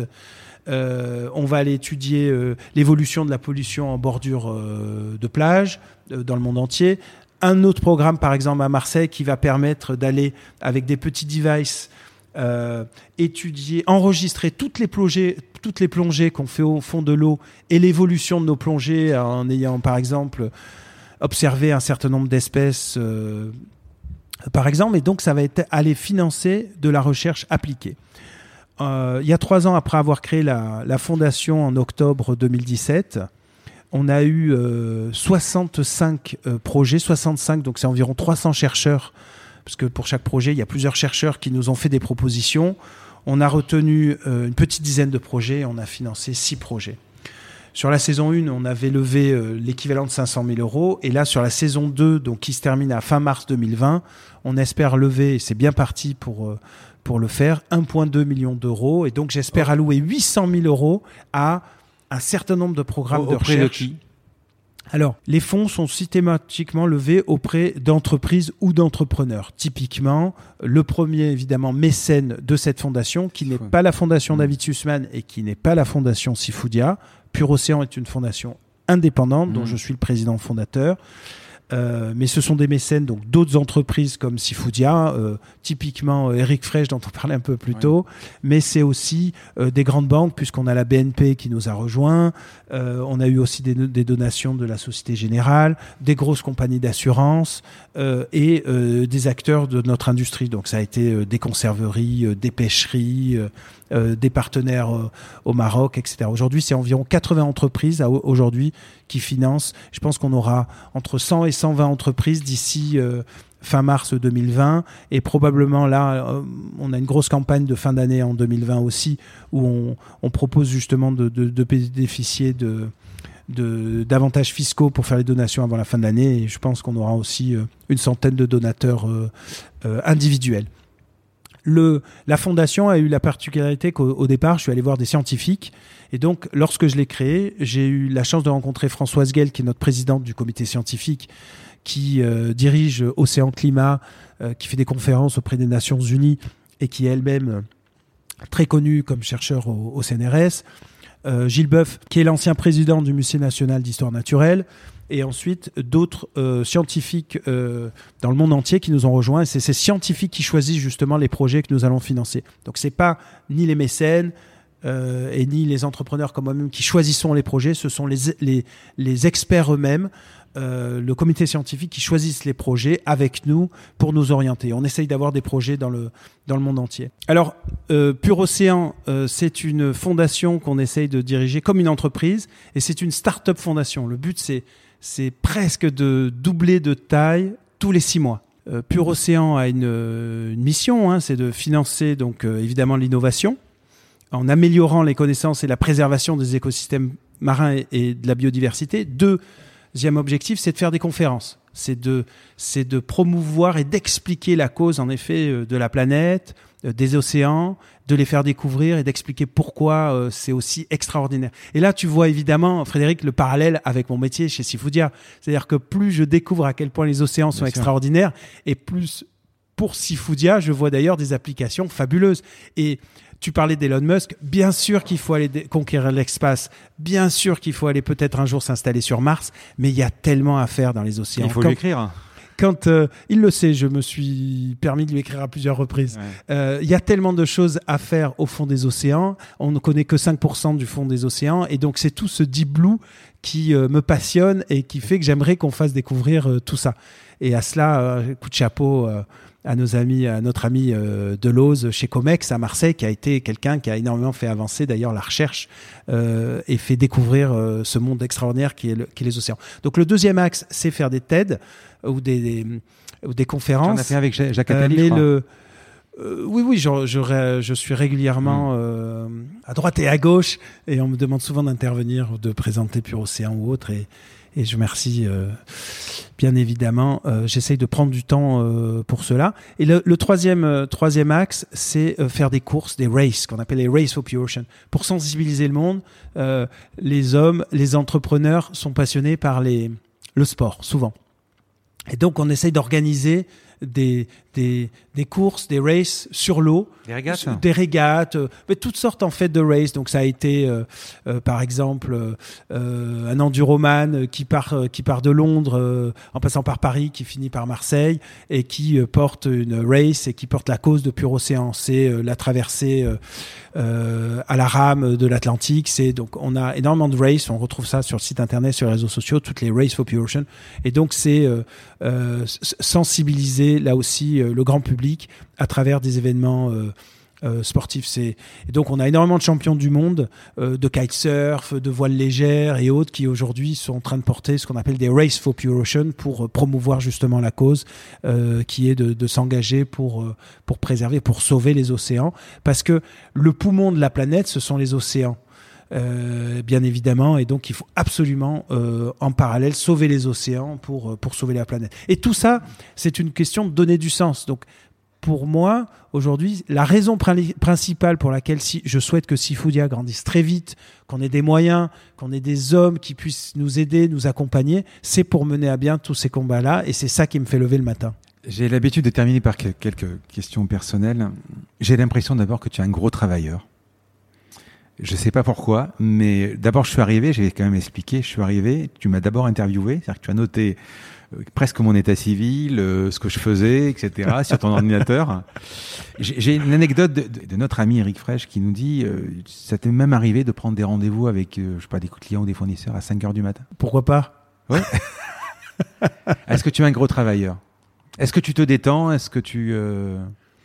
Euh, on va aller étudier euh, l'évolution de la pollution en bordure euh, de plage euh, dans le monde entier. Un autre programme, par exemple, à Marseille, qui va permettre d'aller, avec des petits devices, euh, étudier, enregistrer toutes les plongées, toutes les plongées qu'on fait au fond de l'eau et l'évolution de nos plongées en ayant, par exemple, observé un certain nombre d'espèces, euh, par exemple. Et donc, ça va être aller financer de la recherche appliquée. Euh, il y a trois ans, après avoir créé la, la fondation en octobre deux mille dix-sept, on a eu euh, soixante-cinq euh, projets, soixante-cinq, donc c'est environ trois cents chercheurs, parce que pour chaque projet, il y a plusieurs chercheurs qui nous ont fait des propositions. On a retenu euh, une petite dizaine de projets et on a financé six projets. Sur la saison un, on avait levé euh, l'équivalent de cinq cent mille euros. Et là, sur la saison deux, donc, qui se termine à fin mars deux mille vingt, on espère lever, et c'est bien parti pour, euh, pour le faire, un virgule deux million d'euros. Et donc, j'espère oh. allouer huit cent mille euros à un certain nombre de programmes de recherche. Auprès de qui ? Alors, les fonds sont systématiquement levés auprès d'entreprises ou d'entrepreneurs. Typiquement, le premier, évidemment, mécène de cette fondation, qui n'est pas la fondation David Sussman et qui n'est pas la fondation Sifoudia. Pure Océan est une fondation indépendante mmh. dont je suis le président fondateur. Euh, mais ce sont des mécènes, donc d'autres entreprises comme Sifoudia, euh, typiquement euh, Eric Frech dont on parlait un peu plus ouais. tôt, mais c'est aussi euh, des grandes banques puisqu'on a la B N P qui nous a rejoints, euh, on a eu aussi des, des donations de la Société Générale, des grosses compagnies d'assurance euh, et euh, des acteurs de notre industrie. Donc ça a été euh, des conserveries, euh, des pêcheries, euh, Euh, des partenaires euh, au Maroc, et cetera. Aujourd'hui, c'est environ quatre-vingts entreprises à, aujourd'hui qui financent. Je pense qu'on aura entre cent et cent vingt entreprises d'ici euh, fin mars deux mille vingt. Et probablement là, euh, on a une grosse campagne de fin d'année en deux mille vingt aussi, où on, on propose justement de, de, de bénéficier de, de, d'avantages fiscaux pour faire les donations avant la fin de l'année. Et je pense qu'on aura aussi euh, une centaine de donateurs euh, euh, individuels. Le, la fondation a eu la particularité qu'au au départ, je suis allé voir des scientifiques. Et donc, lorsque je l'ai créée, j'ai eu la chance de rencontrer Françoise Guel, qui est notre présidente du comité scientifique, qui euh, dirige Océan Climat, euh, qui fait des conférences auprès des Nations Unies et qui est elle-même euh, très connue comme chercheur au, au C N R S. Euh, Gilles Boeuf, qui est l'ancien président du Musée national d'histoire naturelle. et ensuite d'autres euh, scientifiques euh, dans le monde entier qui nous ont rejoints. Et c'est ces scientifiques qui choisissent justement les projets que nous allons financer. Donc c'est pas ni les mécènes euh, et ni les entrepreneurs comme moi-même qui choisissons les projets, ce sont les, les, les experts eux-mêmes, euh, le comité scientifique qui choisissent les projets avec nous pour nous orienter. On essaye d'avoir des projets dans le, dans le monde entier. Alors, euh, Pur Océan, euh, c'est une fondation qu'on essaye de diriger comme une entreprise et c'est une start-up fondation. Le but, c'est, c'est presque de doubler de taille tous les six mois. Euh, Pur Océan a une, une mission, hein, c'est de financer donc, euh, évidemment l'innovation en améliorant les connaissances et la préservation des écosystèmes marins et, et de la biodiversité. Deux, Deuxième objectif, c'est de faire des conférences. C'est de, c'est de promouvoir et d'expliquer la cause, en effet, de la planète, des océans, de les faire découvrir et d'expliquer pourquoi euh, c'est aussi extraordinaire. Et là, tu vois évidemment, Frédéric, le parallèle avec mon métier chez Sifoudia. C'est-à-dire que plus je découvre à quel point les océans sont Bien extraordinaires, sûr. Et plus, pour Sifoudia, je vois d'ailleurs des applications fabuleuses. Et tu parlais d'Elon Musk, bien sûr qu'il faut aller dé- conquérir l'espace, bien sûr qu'il faut aller peut-être un jour s'installer sur Mars, mais il y a tellement à faire dans les océans. Il faut quand, lui écrire. Quand euh, il le sait, je me suis permis de lui écrire à plusieurs reprises. Ouais. Euh, il y a tellement de choses à faire au fond des océans. On ne connaît que cinq pour cent du fond des océans, et donc c'est tout ce deep blue qui euh, me passionne et qui fait que j'aimerais qu'on fasse découvrir euh, tout ça. Et à cela, euh, coup de chapeau. Euh, à nos amis, à notre ami euh, Deleuze chez Comex à Marseille, qui a été quelqu'un qui a énormément fait avancer d'ailleurs la recherche euh, et fait découvrir euh, ce monde extraordinaire qui est, le, qui est les océans. Donc le deuxième axe, c'est faire des TED ou des, des, ou des conférences. On a fait avec Jacques Attali, euh, mais le Euh, oui, oui, je, je, je suis régulièrement euh, à droite et à gauche et on me demande souvent d'intervenir, de présenter Pur Océan ou autre et, et je remercie euh, bien évidemment. Euh, j'essaye de prendre du temps euh, pour cela. Et le, le troisième, euh, troisième axe, c'est euh, faire des courses, des races, qu'on appelle les Race for Pure Ocean. Pour sensibiliser le monde, euh, les hommes, les entrepreneurs sont passionnés par les, le sport, souvent. Et donc on essaye d'organiser des, des, des courses, des races sur l'eau, des régates, des régates, euh, mais toutes sortes en fait de races. Donc ça a été euh, euh, par exemple euh, un enduroman qui part euh, qui part de Londres euh, en passant par Paris, qui finit par Marseille et qui euh, porte une race et qui porte la cause de Pur Océan. C'est euh, la traversée euh, euh, à la rame de l'Atlantique. C'est donc on a énormément de races. On retrouve ça sur le site internet, sur les réseaux sociaux, toutes les Race for Pure Ocean. Et donc c'est euh, euh, sensibiliser là aussi euh, le grand public à travers des événements euh, euh, sportifs. C'est... Et donc on a énormément de champions du monde euh, de kitesurf, de voile légère et autres qui aujourd'hui sont en train de porter ce qu'on appelle des Race for Pure Ocean pour euh, promouvoir justement la cause euh, qui est de, de s'engager pour, euh, pour préserver, pour sauver les océans. Parce que le poumon de la planète, ce sont les océans. Euh, bien évidemment, et donc il faut absolument euh, en parallèle sauver les océans pour, pour sauver la planète. Et tout ça, c'est une question de donner du sens. Donc pour moi, aujourd'hui, la raison pr- principale pour laquelle si, je souhaite que Sifoudia grandisse très vite, qu'on ait des moyens, qu'on ait des hommes qui puissent nous aider, nous accompagner, c'est pour mener à bien tous ces combats-là, et c'est ça qui me fait lever le matin. J'ai l'habitude de terminer par quelques questions personnelles. J'ai l'impression d'abord que tu es un gros travailleur. Je sais pas pourquoi, mais d'abord je suis arrivé, j'ai quand même expliqué, je suis arrivé, tu m'as d'abord interviewé, c'est-à-dire que tu as noté euh, presque mon état civil, euh, ce que je faisais, et cetera sur ton ordinateur. J'ai, j'ai une anecdote de, de, de notre ami Eric Fraîche qui nous dit, euh, ça t'est même arrivé de prendre des rendez-vous avec, euh, je sais pas, des clients ou des fournisseurs à cinq heures du matin. Pourquoi pas ? Ouais. Est-ce que tu es un gros travailleur ? Est-ce que tu te détends ? Est-ce que tu... Euh...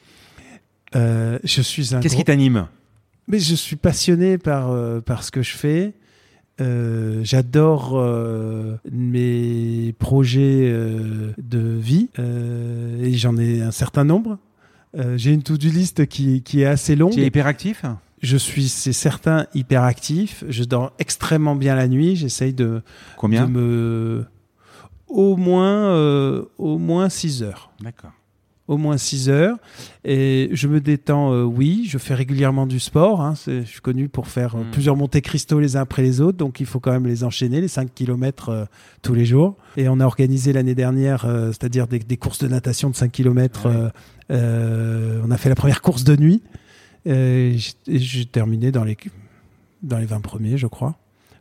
Euh, je suis un Qu'est-ce gros... qui t'anime ? Mais je suis passionné par, euh, par ce que je fais. Euh, j'adore euh, mes projets euh, de vie euh, et j'en ai un certain nombre. Euh, j'ai une to-do list qui, qui est assez longue. Tu es hyperactif ? Je suis, c'est certain, hyperactif. Je dors extrêmement bien la nuit. J'essaye de, Combien ? de me... Au moins, euh, au moins six heures. D'accord. Au moins six heures. Et je me détends, euh, oui. Je fais régulièrement du sport. Hein. C'est, je suis connu pour faire euh, mmh. plusieurs Monte Cristo les uns après les autres. Donc, il faut quand même les enchaîner, les cinq kilomètres euh, tous les jours. Et on a organisé l'année dernière, euh, c'est-à-dire des, des courses de natation de cinq kilomètres. Ouais. Euh, euh, on a fait la première course de nuit. Et j'ai, et j'ai terminé dans les, dans les vingt premiers, je crois.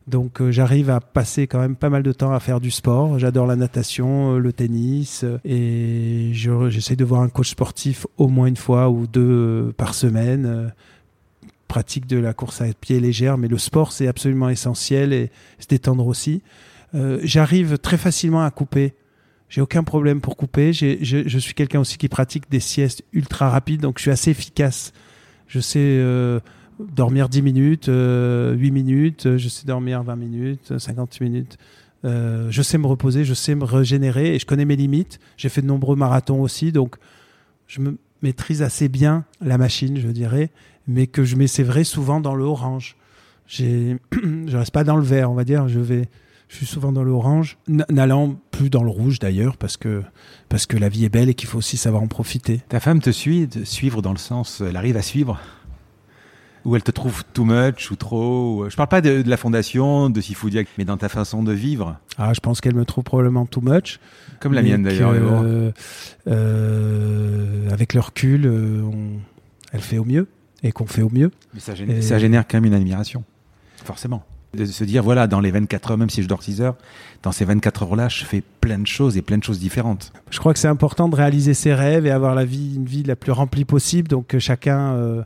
Donc euh, j'arrive à passer quand même pas mal de temps à faire du sport. J'adore la natation, euh, le tennis, euh, et je, j'essaie de voir un coach sportif au moins une fois ou deux euh, par semaine. Euh, pratique de la course à pied légère, mais le sport c'est absolument essentiel, et se détendre aussi. Euh, j'arrive très facilement à couper. J'ai aucun problème pour couper. J'ai, je, je suis quelqu'un aussi qui pratique des siestes ultra rapides, donc je suis assez efficace. Je sais euh, dormir dix minutes, euh, huit minutes, je sais dormir vingt minutes, cinquante minutes. Euh, je sais me reposer, je sais me régénérer, et je connais mes limites. J'ai fait de nombreux marathons aussi, donc je me maîtrise assez bien la machine, je dirais, mais que je mets, c'est vrai, souvent dans le orange. J'ai, je reste pas dans le vert, on va dire. Je vais, je suis souvent dans l'orange, n'allant plus dans le rouge d'ailleurs, parce que parce que la vie est belle et qu'il faut aussi savoir en profiter. Ta femme te suit, te suivre dans le sens, elle arrive à suivre, ou elle te trouve too much ou trop. Ou... Je parle pas de, de la fondation, de Sifoudia, mais dans ta façon de vivre. Ah, je pense qu'elle me trouve probablement too much. Comme la mienne d'ailleurs. Euh, euh, avec le recul, euh, on, elle fait au mieux et qu'on fait au mieux. Mais ça génère, et... ça génère quand même une admiration, forcément. De se dire, voilà, dans les vingt-quatre heures, même si je dors six heures, dans ces vingt-quatre heures-là, je fais plein de choses et plein de choses différentes. Je crois que c'est important de réaliser ses rêves et avoir la vie, une vie la plus remplie possible. Donc chacun, euh,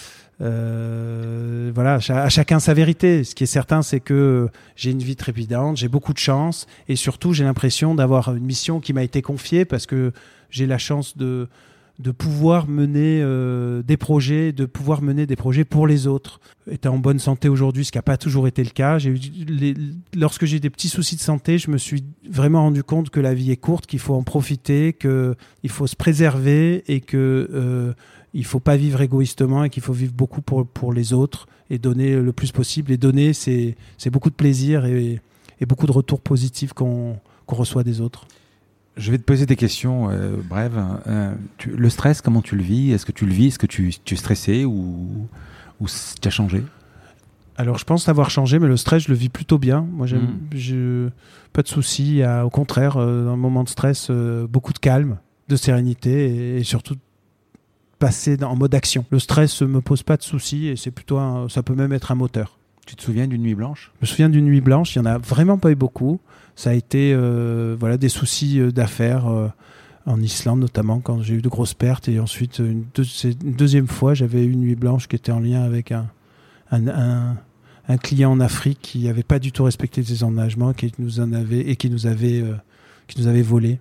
euh, voilà, à chacun sa vérité. Ce qui est certain, c'est que j'ai une vie trépidante, j'ai beaucoup de chance, et surtout, j'ai l'impression d'avoir une mission qui m'a été confiée, parce que j'ai la chance de de pouvoir mener euh, des projets, de pouvoir mener des projets pour les autres. Étant en bonne santé aujourd'hui, ce qui n'a pas toujours été le cas, j'ai eu les, lorsque j'ai eu des petits soucis de santé, je me suis vraiment rendu compte que la vie est courte, qu'il faut en profiter, qu'il faut se préserver, et qu'il euh, ne faut pas vivre égoïstement, et qu'il faut vivre beaucoup pour, pour les autres et donner le plus possible. Et donner, c'est, c'est beaucoup de plaisir et, et beaucoup de retours positifs qu'on, qu'on reçoit des autres. Je vais te poser des questions euh, brèves. Euh, tu, le stress, comment tu le vis ? Est-ce que tu le vis ? Est-ce que tu, tu es stressé ou, ou tu as changé ? Alors, je pense avoir changé, mais le stress, je le vis plutôt bien. Moi, j'aime, mmh. je, pas de soucis. Au contraire, euh, dans un moment de stress, euh, beaucoup de calme, de sérénité, et, et surtout passer dans, en mode action. Le stress ne me pose pas de soucis, et c'est plutôt un, ça peut même être un moteur. Tu te souviens d'une nuit blanche ? Je me souviens d'une nuit blanche. Il n'y en a vraiment pas eu beaucoup. Ça a été euh, voilà, des soucis d'affaires euh, en Islande, notamment, quand j'ai eu de grosses pertes. Et ensuite, une, deux, une deuxième fois, j'avais eu une nuit blanche qui était en lien avec un, un, un, un client en Afrique qui n'avait pas du tout respecté ses engagements, qui nous en avait, et qui nous avait, euh, qui nous avait volé.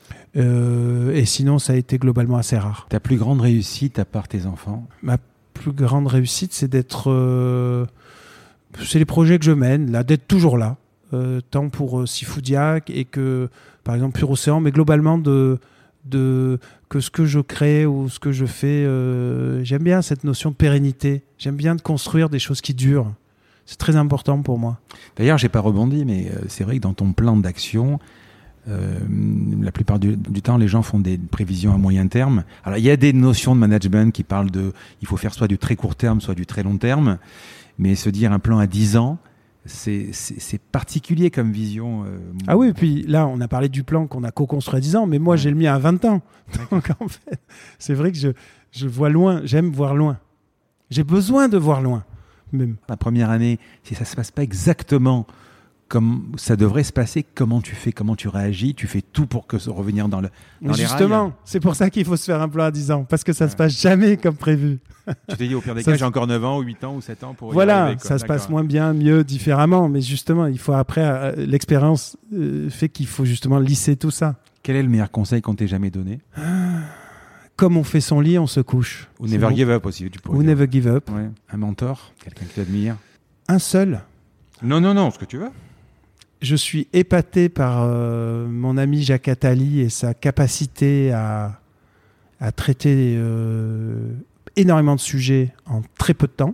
Euh, et sinon, ça a été globalement assez rare. Ta plus grande réussite, à part tes enfants ? Ma plus grande réussite, c'est d'être... Euh, c'est les projets que je mène, là, d'être toujours là. Euh, tant pour euh, Sifoudia et que, par exemple, Pure Océan, mais globalement de, de, que ce que je crée ou ce que je fais, euh, j'aime bien cette notion de pérennité. J'aime bien de construire des choses qui durent. C'est très important pour moi. D'ailleurs, j'ai pas rebondi, mais euh, c'est vrai que dans ton plan d'action, euh, la plupart du, du temps, les gens font des prévisions à moyen terme. Alors, il y a des notions de management qui parlent de, il faut faire soit du très court terme, soit du très long terme, mais se dire un plan à dix ans, C'est, c'est, c'est particulier comme vision. Euh... Ah oui, et puis là, on a parlé du plan qu'on a co-construit à dix ans, mais moi, ouais. j'ai le mien à vingt ans. Donc, en fait, c'est vrai que je, je vois loin, j'aime voir loin. J'ai besoin de voir loin, même. La première année, si ça ne se passe pas exactement comme ça devrait se passer, comment tu fais, comment tu réagis, tu fais tout pour que revenir dans, le, dans les justement, rails. C'est pour ça qu'il faut se faire un plan à dix ans, parce que ça ne ouais. se passe jamais comme prévu. Tu t'es dit au pire des cas, ça, j'ai encore neuf ans, ou huit ans, ou sept ans pour voilà, y arriver. Voilà, ça se passe moins bien, mieux, différemment. Mais justement, il faut après, euh, l'expérience euh, fait qu'il faut justement lisser tout ça. Quel est le meilleur conseil qu'on t'ait jamais donné ? Comme on fait son lit, on se couche. Ou never bon. give up aussi, tu pourrais Ou dire. never give up. Ouais. Un mentor, quelqu'un qui t'admire ? Un seul. Non, non, non, ce que tu veux. Je suis épaté par euh, mon ami Jacques Attali et sa capacité à, à traiter euh, énormément de sujets en très peu de temps,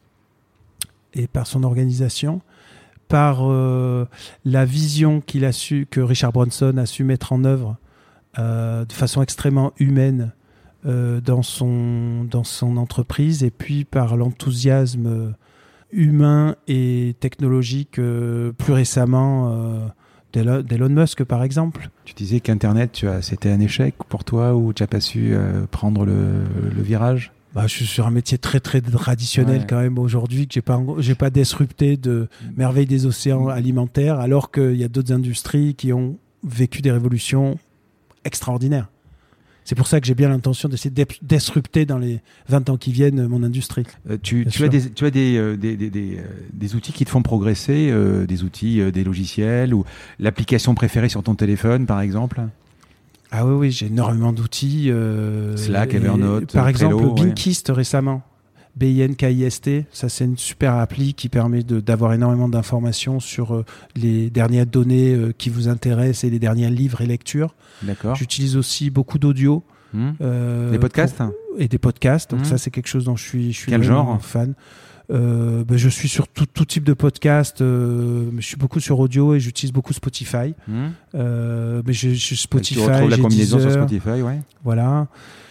et par son organisation, par euh, la vision qu'il a su, que Richard Branson a su mettre en œuvre euh, de façon extrêmement humaine euh, dans, son, dans son entreprise, et puis par l'enthousiasme euh, humain et technologique euh, plus récemment euh, d'Elon, d'Elon Musk, par exemple. Tu disais qu'Internet, tu as, c'était un échec pour toi, ou tu n'as pas su euh, prendre le, le virage ? Bah, je suis sur un métier très très traditionnel ouais. quand même aujourd'hui, que j'ai pas j'ai pas disrupté de merveilles des océans alimentaires, alors qu'il y a d'autres industries qui ont vécu des révolutions extraordinaires. C'est pour ça que j'ai bien l'intention d'essayer de disrupter dans les vingt ans qui viennent mon industrie. Euh, tu, tu, as des, tu as des, euh, des, des, des, euh, des outils qui te font progresser, euh, des outils, euh, des logiciels, ou l'application préférée sur ton téléphone par exemple? Ah oui, oui, j'ai énormément d'outils. Euh, Slack, Evernote, par exemple, Trello, Blinkist ouais. récemment. B I N K I S T, ça c'est une super appli qui permet de, d'avoir énormément d'informations sur euh, les dernières données euh, qui vous intéressent et les derniers livres et lectures. D'accord. J'utilise aussi beaucoup d'audio. Mmh. Euh, des podcasts pour, Et des podcasts, donc mmh. ça c'est quelque chose dont je suis, je suis Quel genre fan. Euh, ben je suis sur tout, tout type de podcast. Euh, je suis beaucoup sur audio et j'utilise beaucoup Spotify. Mmh. Euh, mais je, je Spotify. Tu retrouves la combinaison Deezer, sur Spotify, ouais. Voilà.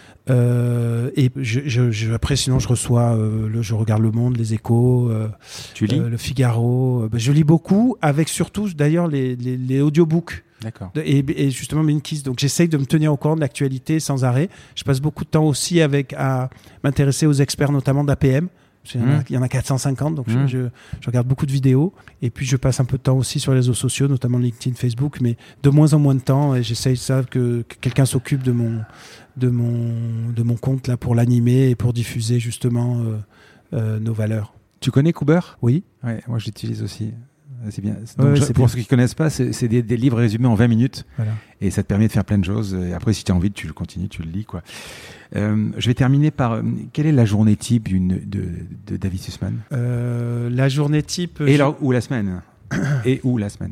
Euh, et je, je, je, après, sinon, je reçois, euh, le, je regarde Le Monde, Les Échos, euh, tu lis euh, Le Figaro. Euh, ben, je lis beaucoup, avec surtout d'ailleurs les, les, les audiobooks. D'accord. Et, et justement Blinkist. Donc j'essaye de me tenir au courant de l'actualité sans arrêt. Je passe beaucoup de temps aussi avec à m'intéresser aux experts, notamment d'A P M. Il y, en a, mmh. il y en a quatre cent cinquante, donc mmh. je, je, je regarde beaucoup de vidéos. Et puis je passe un peu de temps aussi sur les réseaux sociaux, notamment LinkedIn, Facebook, mais de moins en moins de temps. Et j'essaye ça que, que quelqu'un s'occupe de mon, de mon, de mon compte là pour l'animer et pour diffuser justement euh, euh, nos valeurs. Tu connais Kuber ? Oui. Ouais, moi je l'utilise aussi. C'est bien. Donc, ouais, je, c'est pour bien. ceux qui ne connaissent pas, c'est, c'est des, des livres résumés en vingt minutes. Voilà. Et ça te permet de faire plein de choses. Et après, si tu as envie, tu le continues, tu le lis, quoi. Euh, je vais terminer par euh, quelle est la journée type d'une, de, de David Sussman ? euh, La journée type. Et je... là, ou la semaine Et où la semaine ?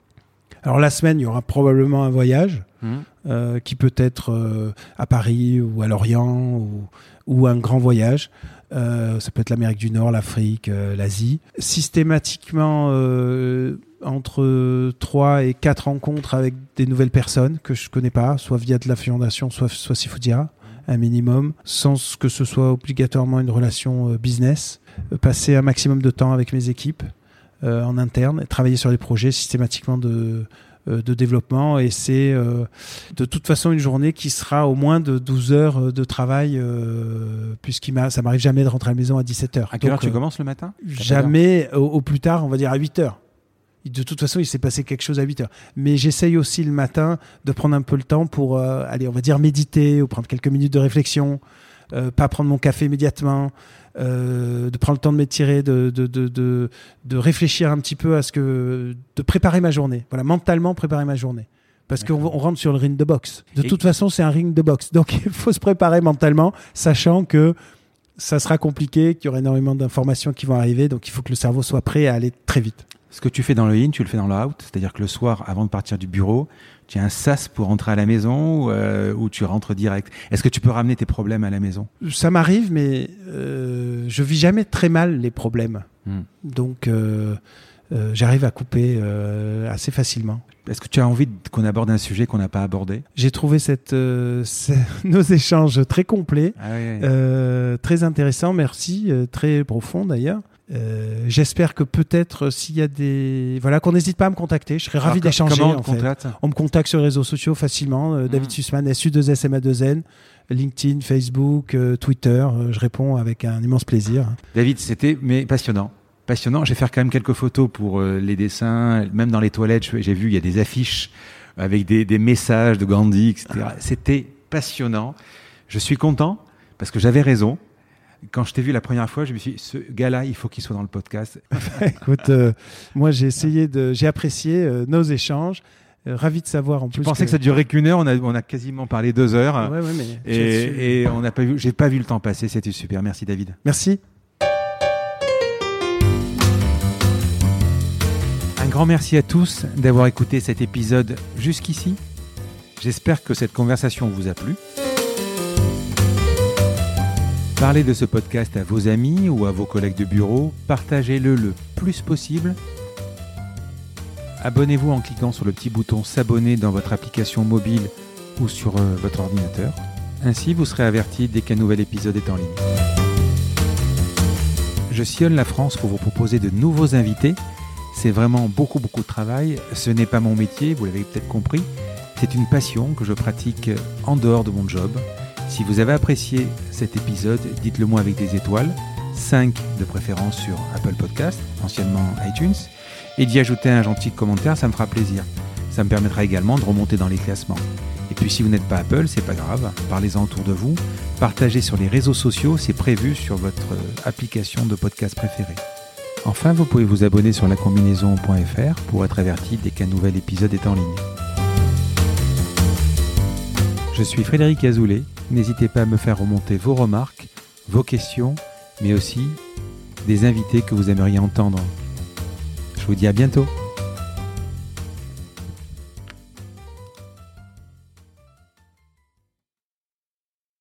Alors la semaine, il y aura probablement un voyage mmh. euh, qui peut être euh, à Paris ou à Lorient ou, ou un grand voyage. Euh, ça peut être l'Amérique du Nord, l'Afrique, euh, l'Asie. Systématiquement, euh, entre trois et quatre rencontres avec des nouvelles personnes que je ne connais pas, soit via de la fondation, soit, soit Sifoudia, un minimum, sans que ce soit obligatoirement une relation euh, business. Euh, passer un maximum de temps avec mes équipes euh, en interne, travailler sur les projets systématiquement de... de développement, et c'est euh, de toute façon une journée qui sera au moins de douze heures de travail, euh, puisqu'il m'a, ça m'arrive jamais de rentrer à la maison à dix-sept heures. À quelle Donc, heure tu euh, commences le matin ? Jamais, au, au plus tard, on va dire à huit heures. De toute façon, il s'est passé quelque chose à huit heures. Mais j'essaye aussi le matin de prendre un peu le temps pour, euh, aller, on va dire, méditer ou prendre quelques minutes de réflexion, euh, pas prendre mon café immédiatement, Euh, de prendre le temps de m'étirer, de, de, de, de, de réfléchir un petit peu à ce que... de préparer ma journée. Voilà, mentalement préparer ma journée. Parce D'accord. qu'on on rentre sur le ring de boxe. De Et... toute façon, c'est un ring de boxe. Donc, il faut se préparer mentalement, sachant que ça sera compliqué, qu'il y aura énormément d'informations qui vont arriver. Donc, il faut que le cerveau soit prêt à aller très vite. Ce que tu fais dans le in, tu le fais dans le out. C'est-à-dire que le soir, avant de partir du bureau, tu as un sas pour rentrer à la maison ou, euh, ou tu rentres direct. Est-ce que tu peux ramener tes problèmes à la maison ? Ça m'arrive, mais euh, je vis jamais très mal les problèmes. Hmm. Donc, euh, euh, j'arrive à couper euh, assez facilement. Est-ce que tu as envie qu'on aborde un sujet qu'on n'a pas abordé ? J'ai trouvé cette, euh, ces, nos échanges très complets, ah oui, oui. Euh, très intéressants, merci, euh, très profonds d'ailleurs. Euh, j'espère que peut-être s'il y a des... Voilà, qu'on n'hésite pas à me contacter. Je serais ravi Alors, d'échanger. Comment on en te contacte ? On me contacte sur les réseaux sociaux facilement. Euh, mmh. David Sussman, S U deux S M A deux N, LinkedIn, Facebook, euh, Twitter. Euh, je réponds avec un immense plaisir. David, c'était mais passionnant. Passionnant. Je vais faire quand même quelques photos pour euh, les dessins. Même dans les toilettes, j'ai vu, il y a des affiches avec des, des messages de Gandhi, et cetera. C'était passionnant. Je suis content parce que j'avais raison. Quand je t'ai vu la première fois, je me suis dit, ce gars-là, il faut qu'il soit dans le podcast. Écoute, euh, moi, j'ai essayé de, j'ai apprécié euh, nos échanges. Euh, ravi de savoir en tu plus. Je pensais que... que ça durait qu'une heure. On a, on a quasiment parlé deux heures. Ouais, ouais, mais et, et on n'a pas vu, j'ai pas vu le temps passer. C'était super. Merci, David. Merci. Un grand merci à tous d'avoir écouté cet épisode jusqu'ici. J'espère que cette conversation vous a plu. Parlez de ce podcast à vos amis ou à vos collègues de bureau. Partagez-le le plus possible. Abonnez-vous en cliquant sur le petit bouton s'abonner dans votre application mobile ou sur euh, votre ordinateur. Ainsi, vous serez averti dès qu'un nouvel épisode est en ligne. Je sillonne la France pour vous proposer de nouveaux invités. C'est vraiment beaucoup, beaucoup de travail. Ce n'est pas mon métier, vous l'avez peut-être compris. C'est une passion que je pratique en dehors de mon job. Si vous avez apprécié cet épisode, dites-le moi avec des étoiles, cinq de préférence sur Apple Podcast, anciennement iTunes, et d'y ajouter un gentil commentaire, ça me fera plaisir. Ça me permettra également de remonter dans les classements. Et puis si vous n'êtes pas Apple, c'est pas grave, parlez-en autour de vous, partagez sur les réseaux sociaux, c'est prévu sur votre application de podcast préférée. Enfin, vous pouvez vous abonner sur la combinaison point f r pour être averti dès qu'un nouvel épisode est en ligne. Je suis Frédéric Azoulay, n'hésitez pas à me faire remonter vos remarques, vos questions, mais aussi des invités que vous aimeriez entendre. Je vous dis à bientôt.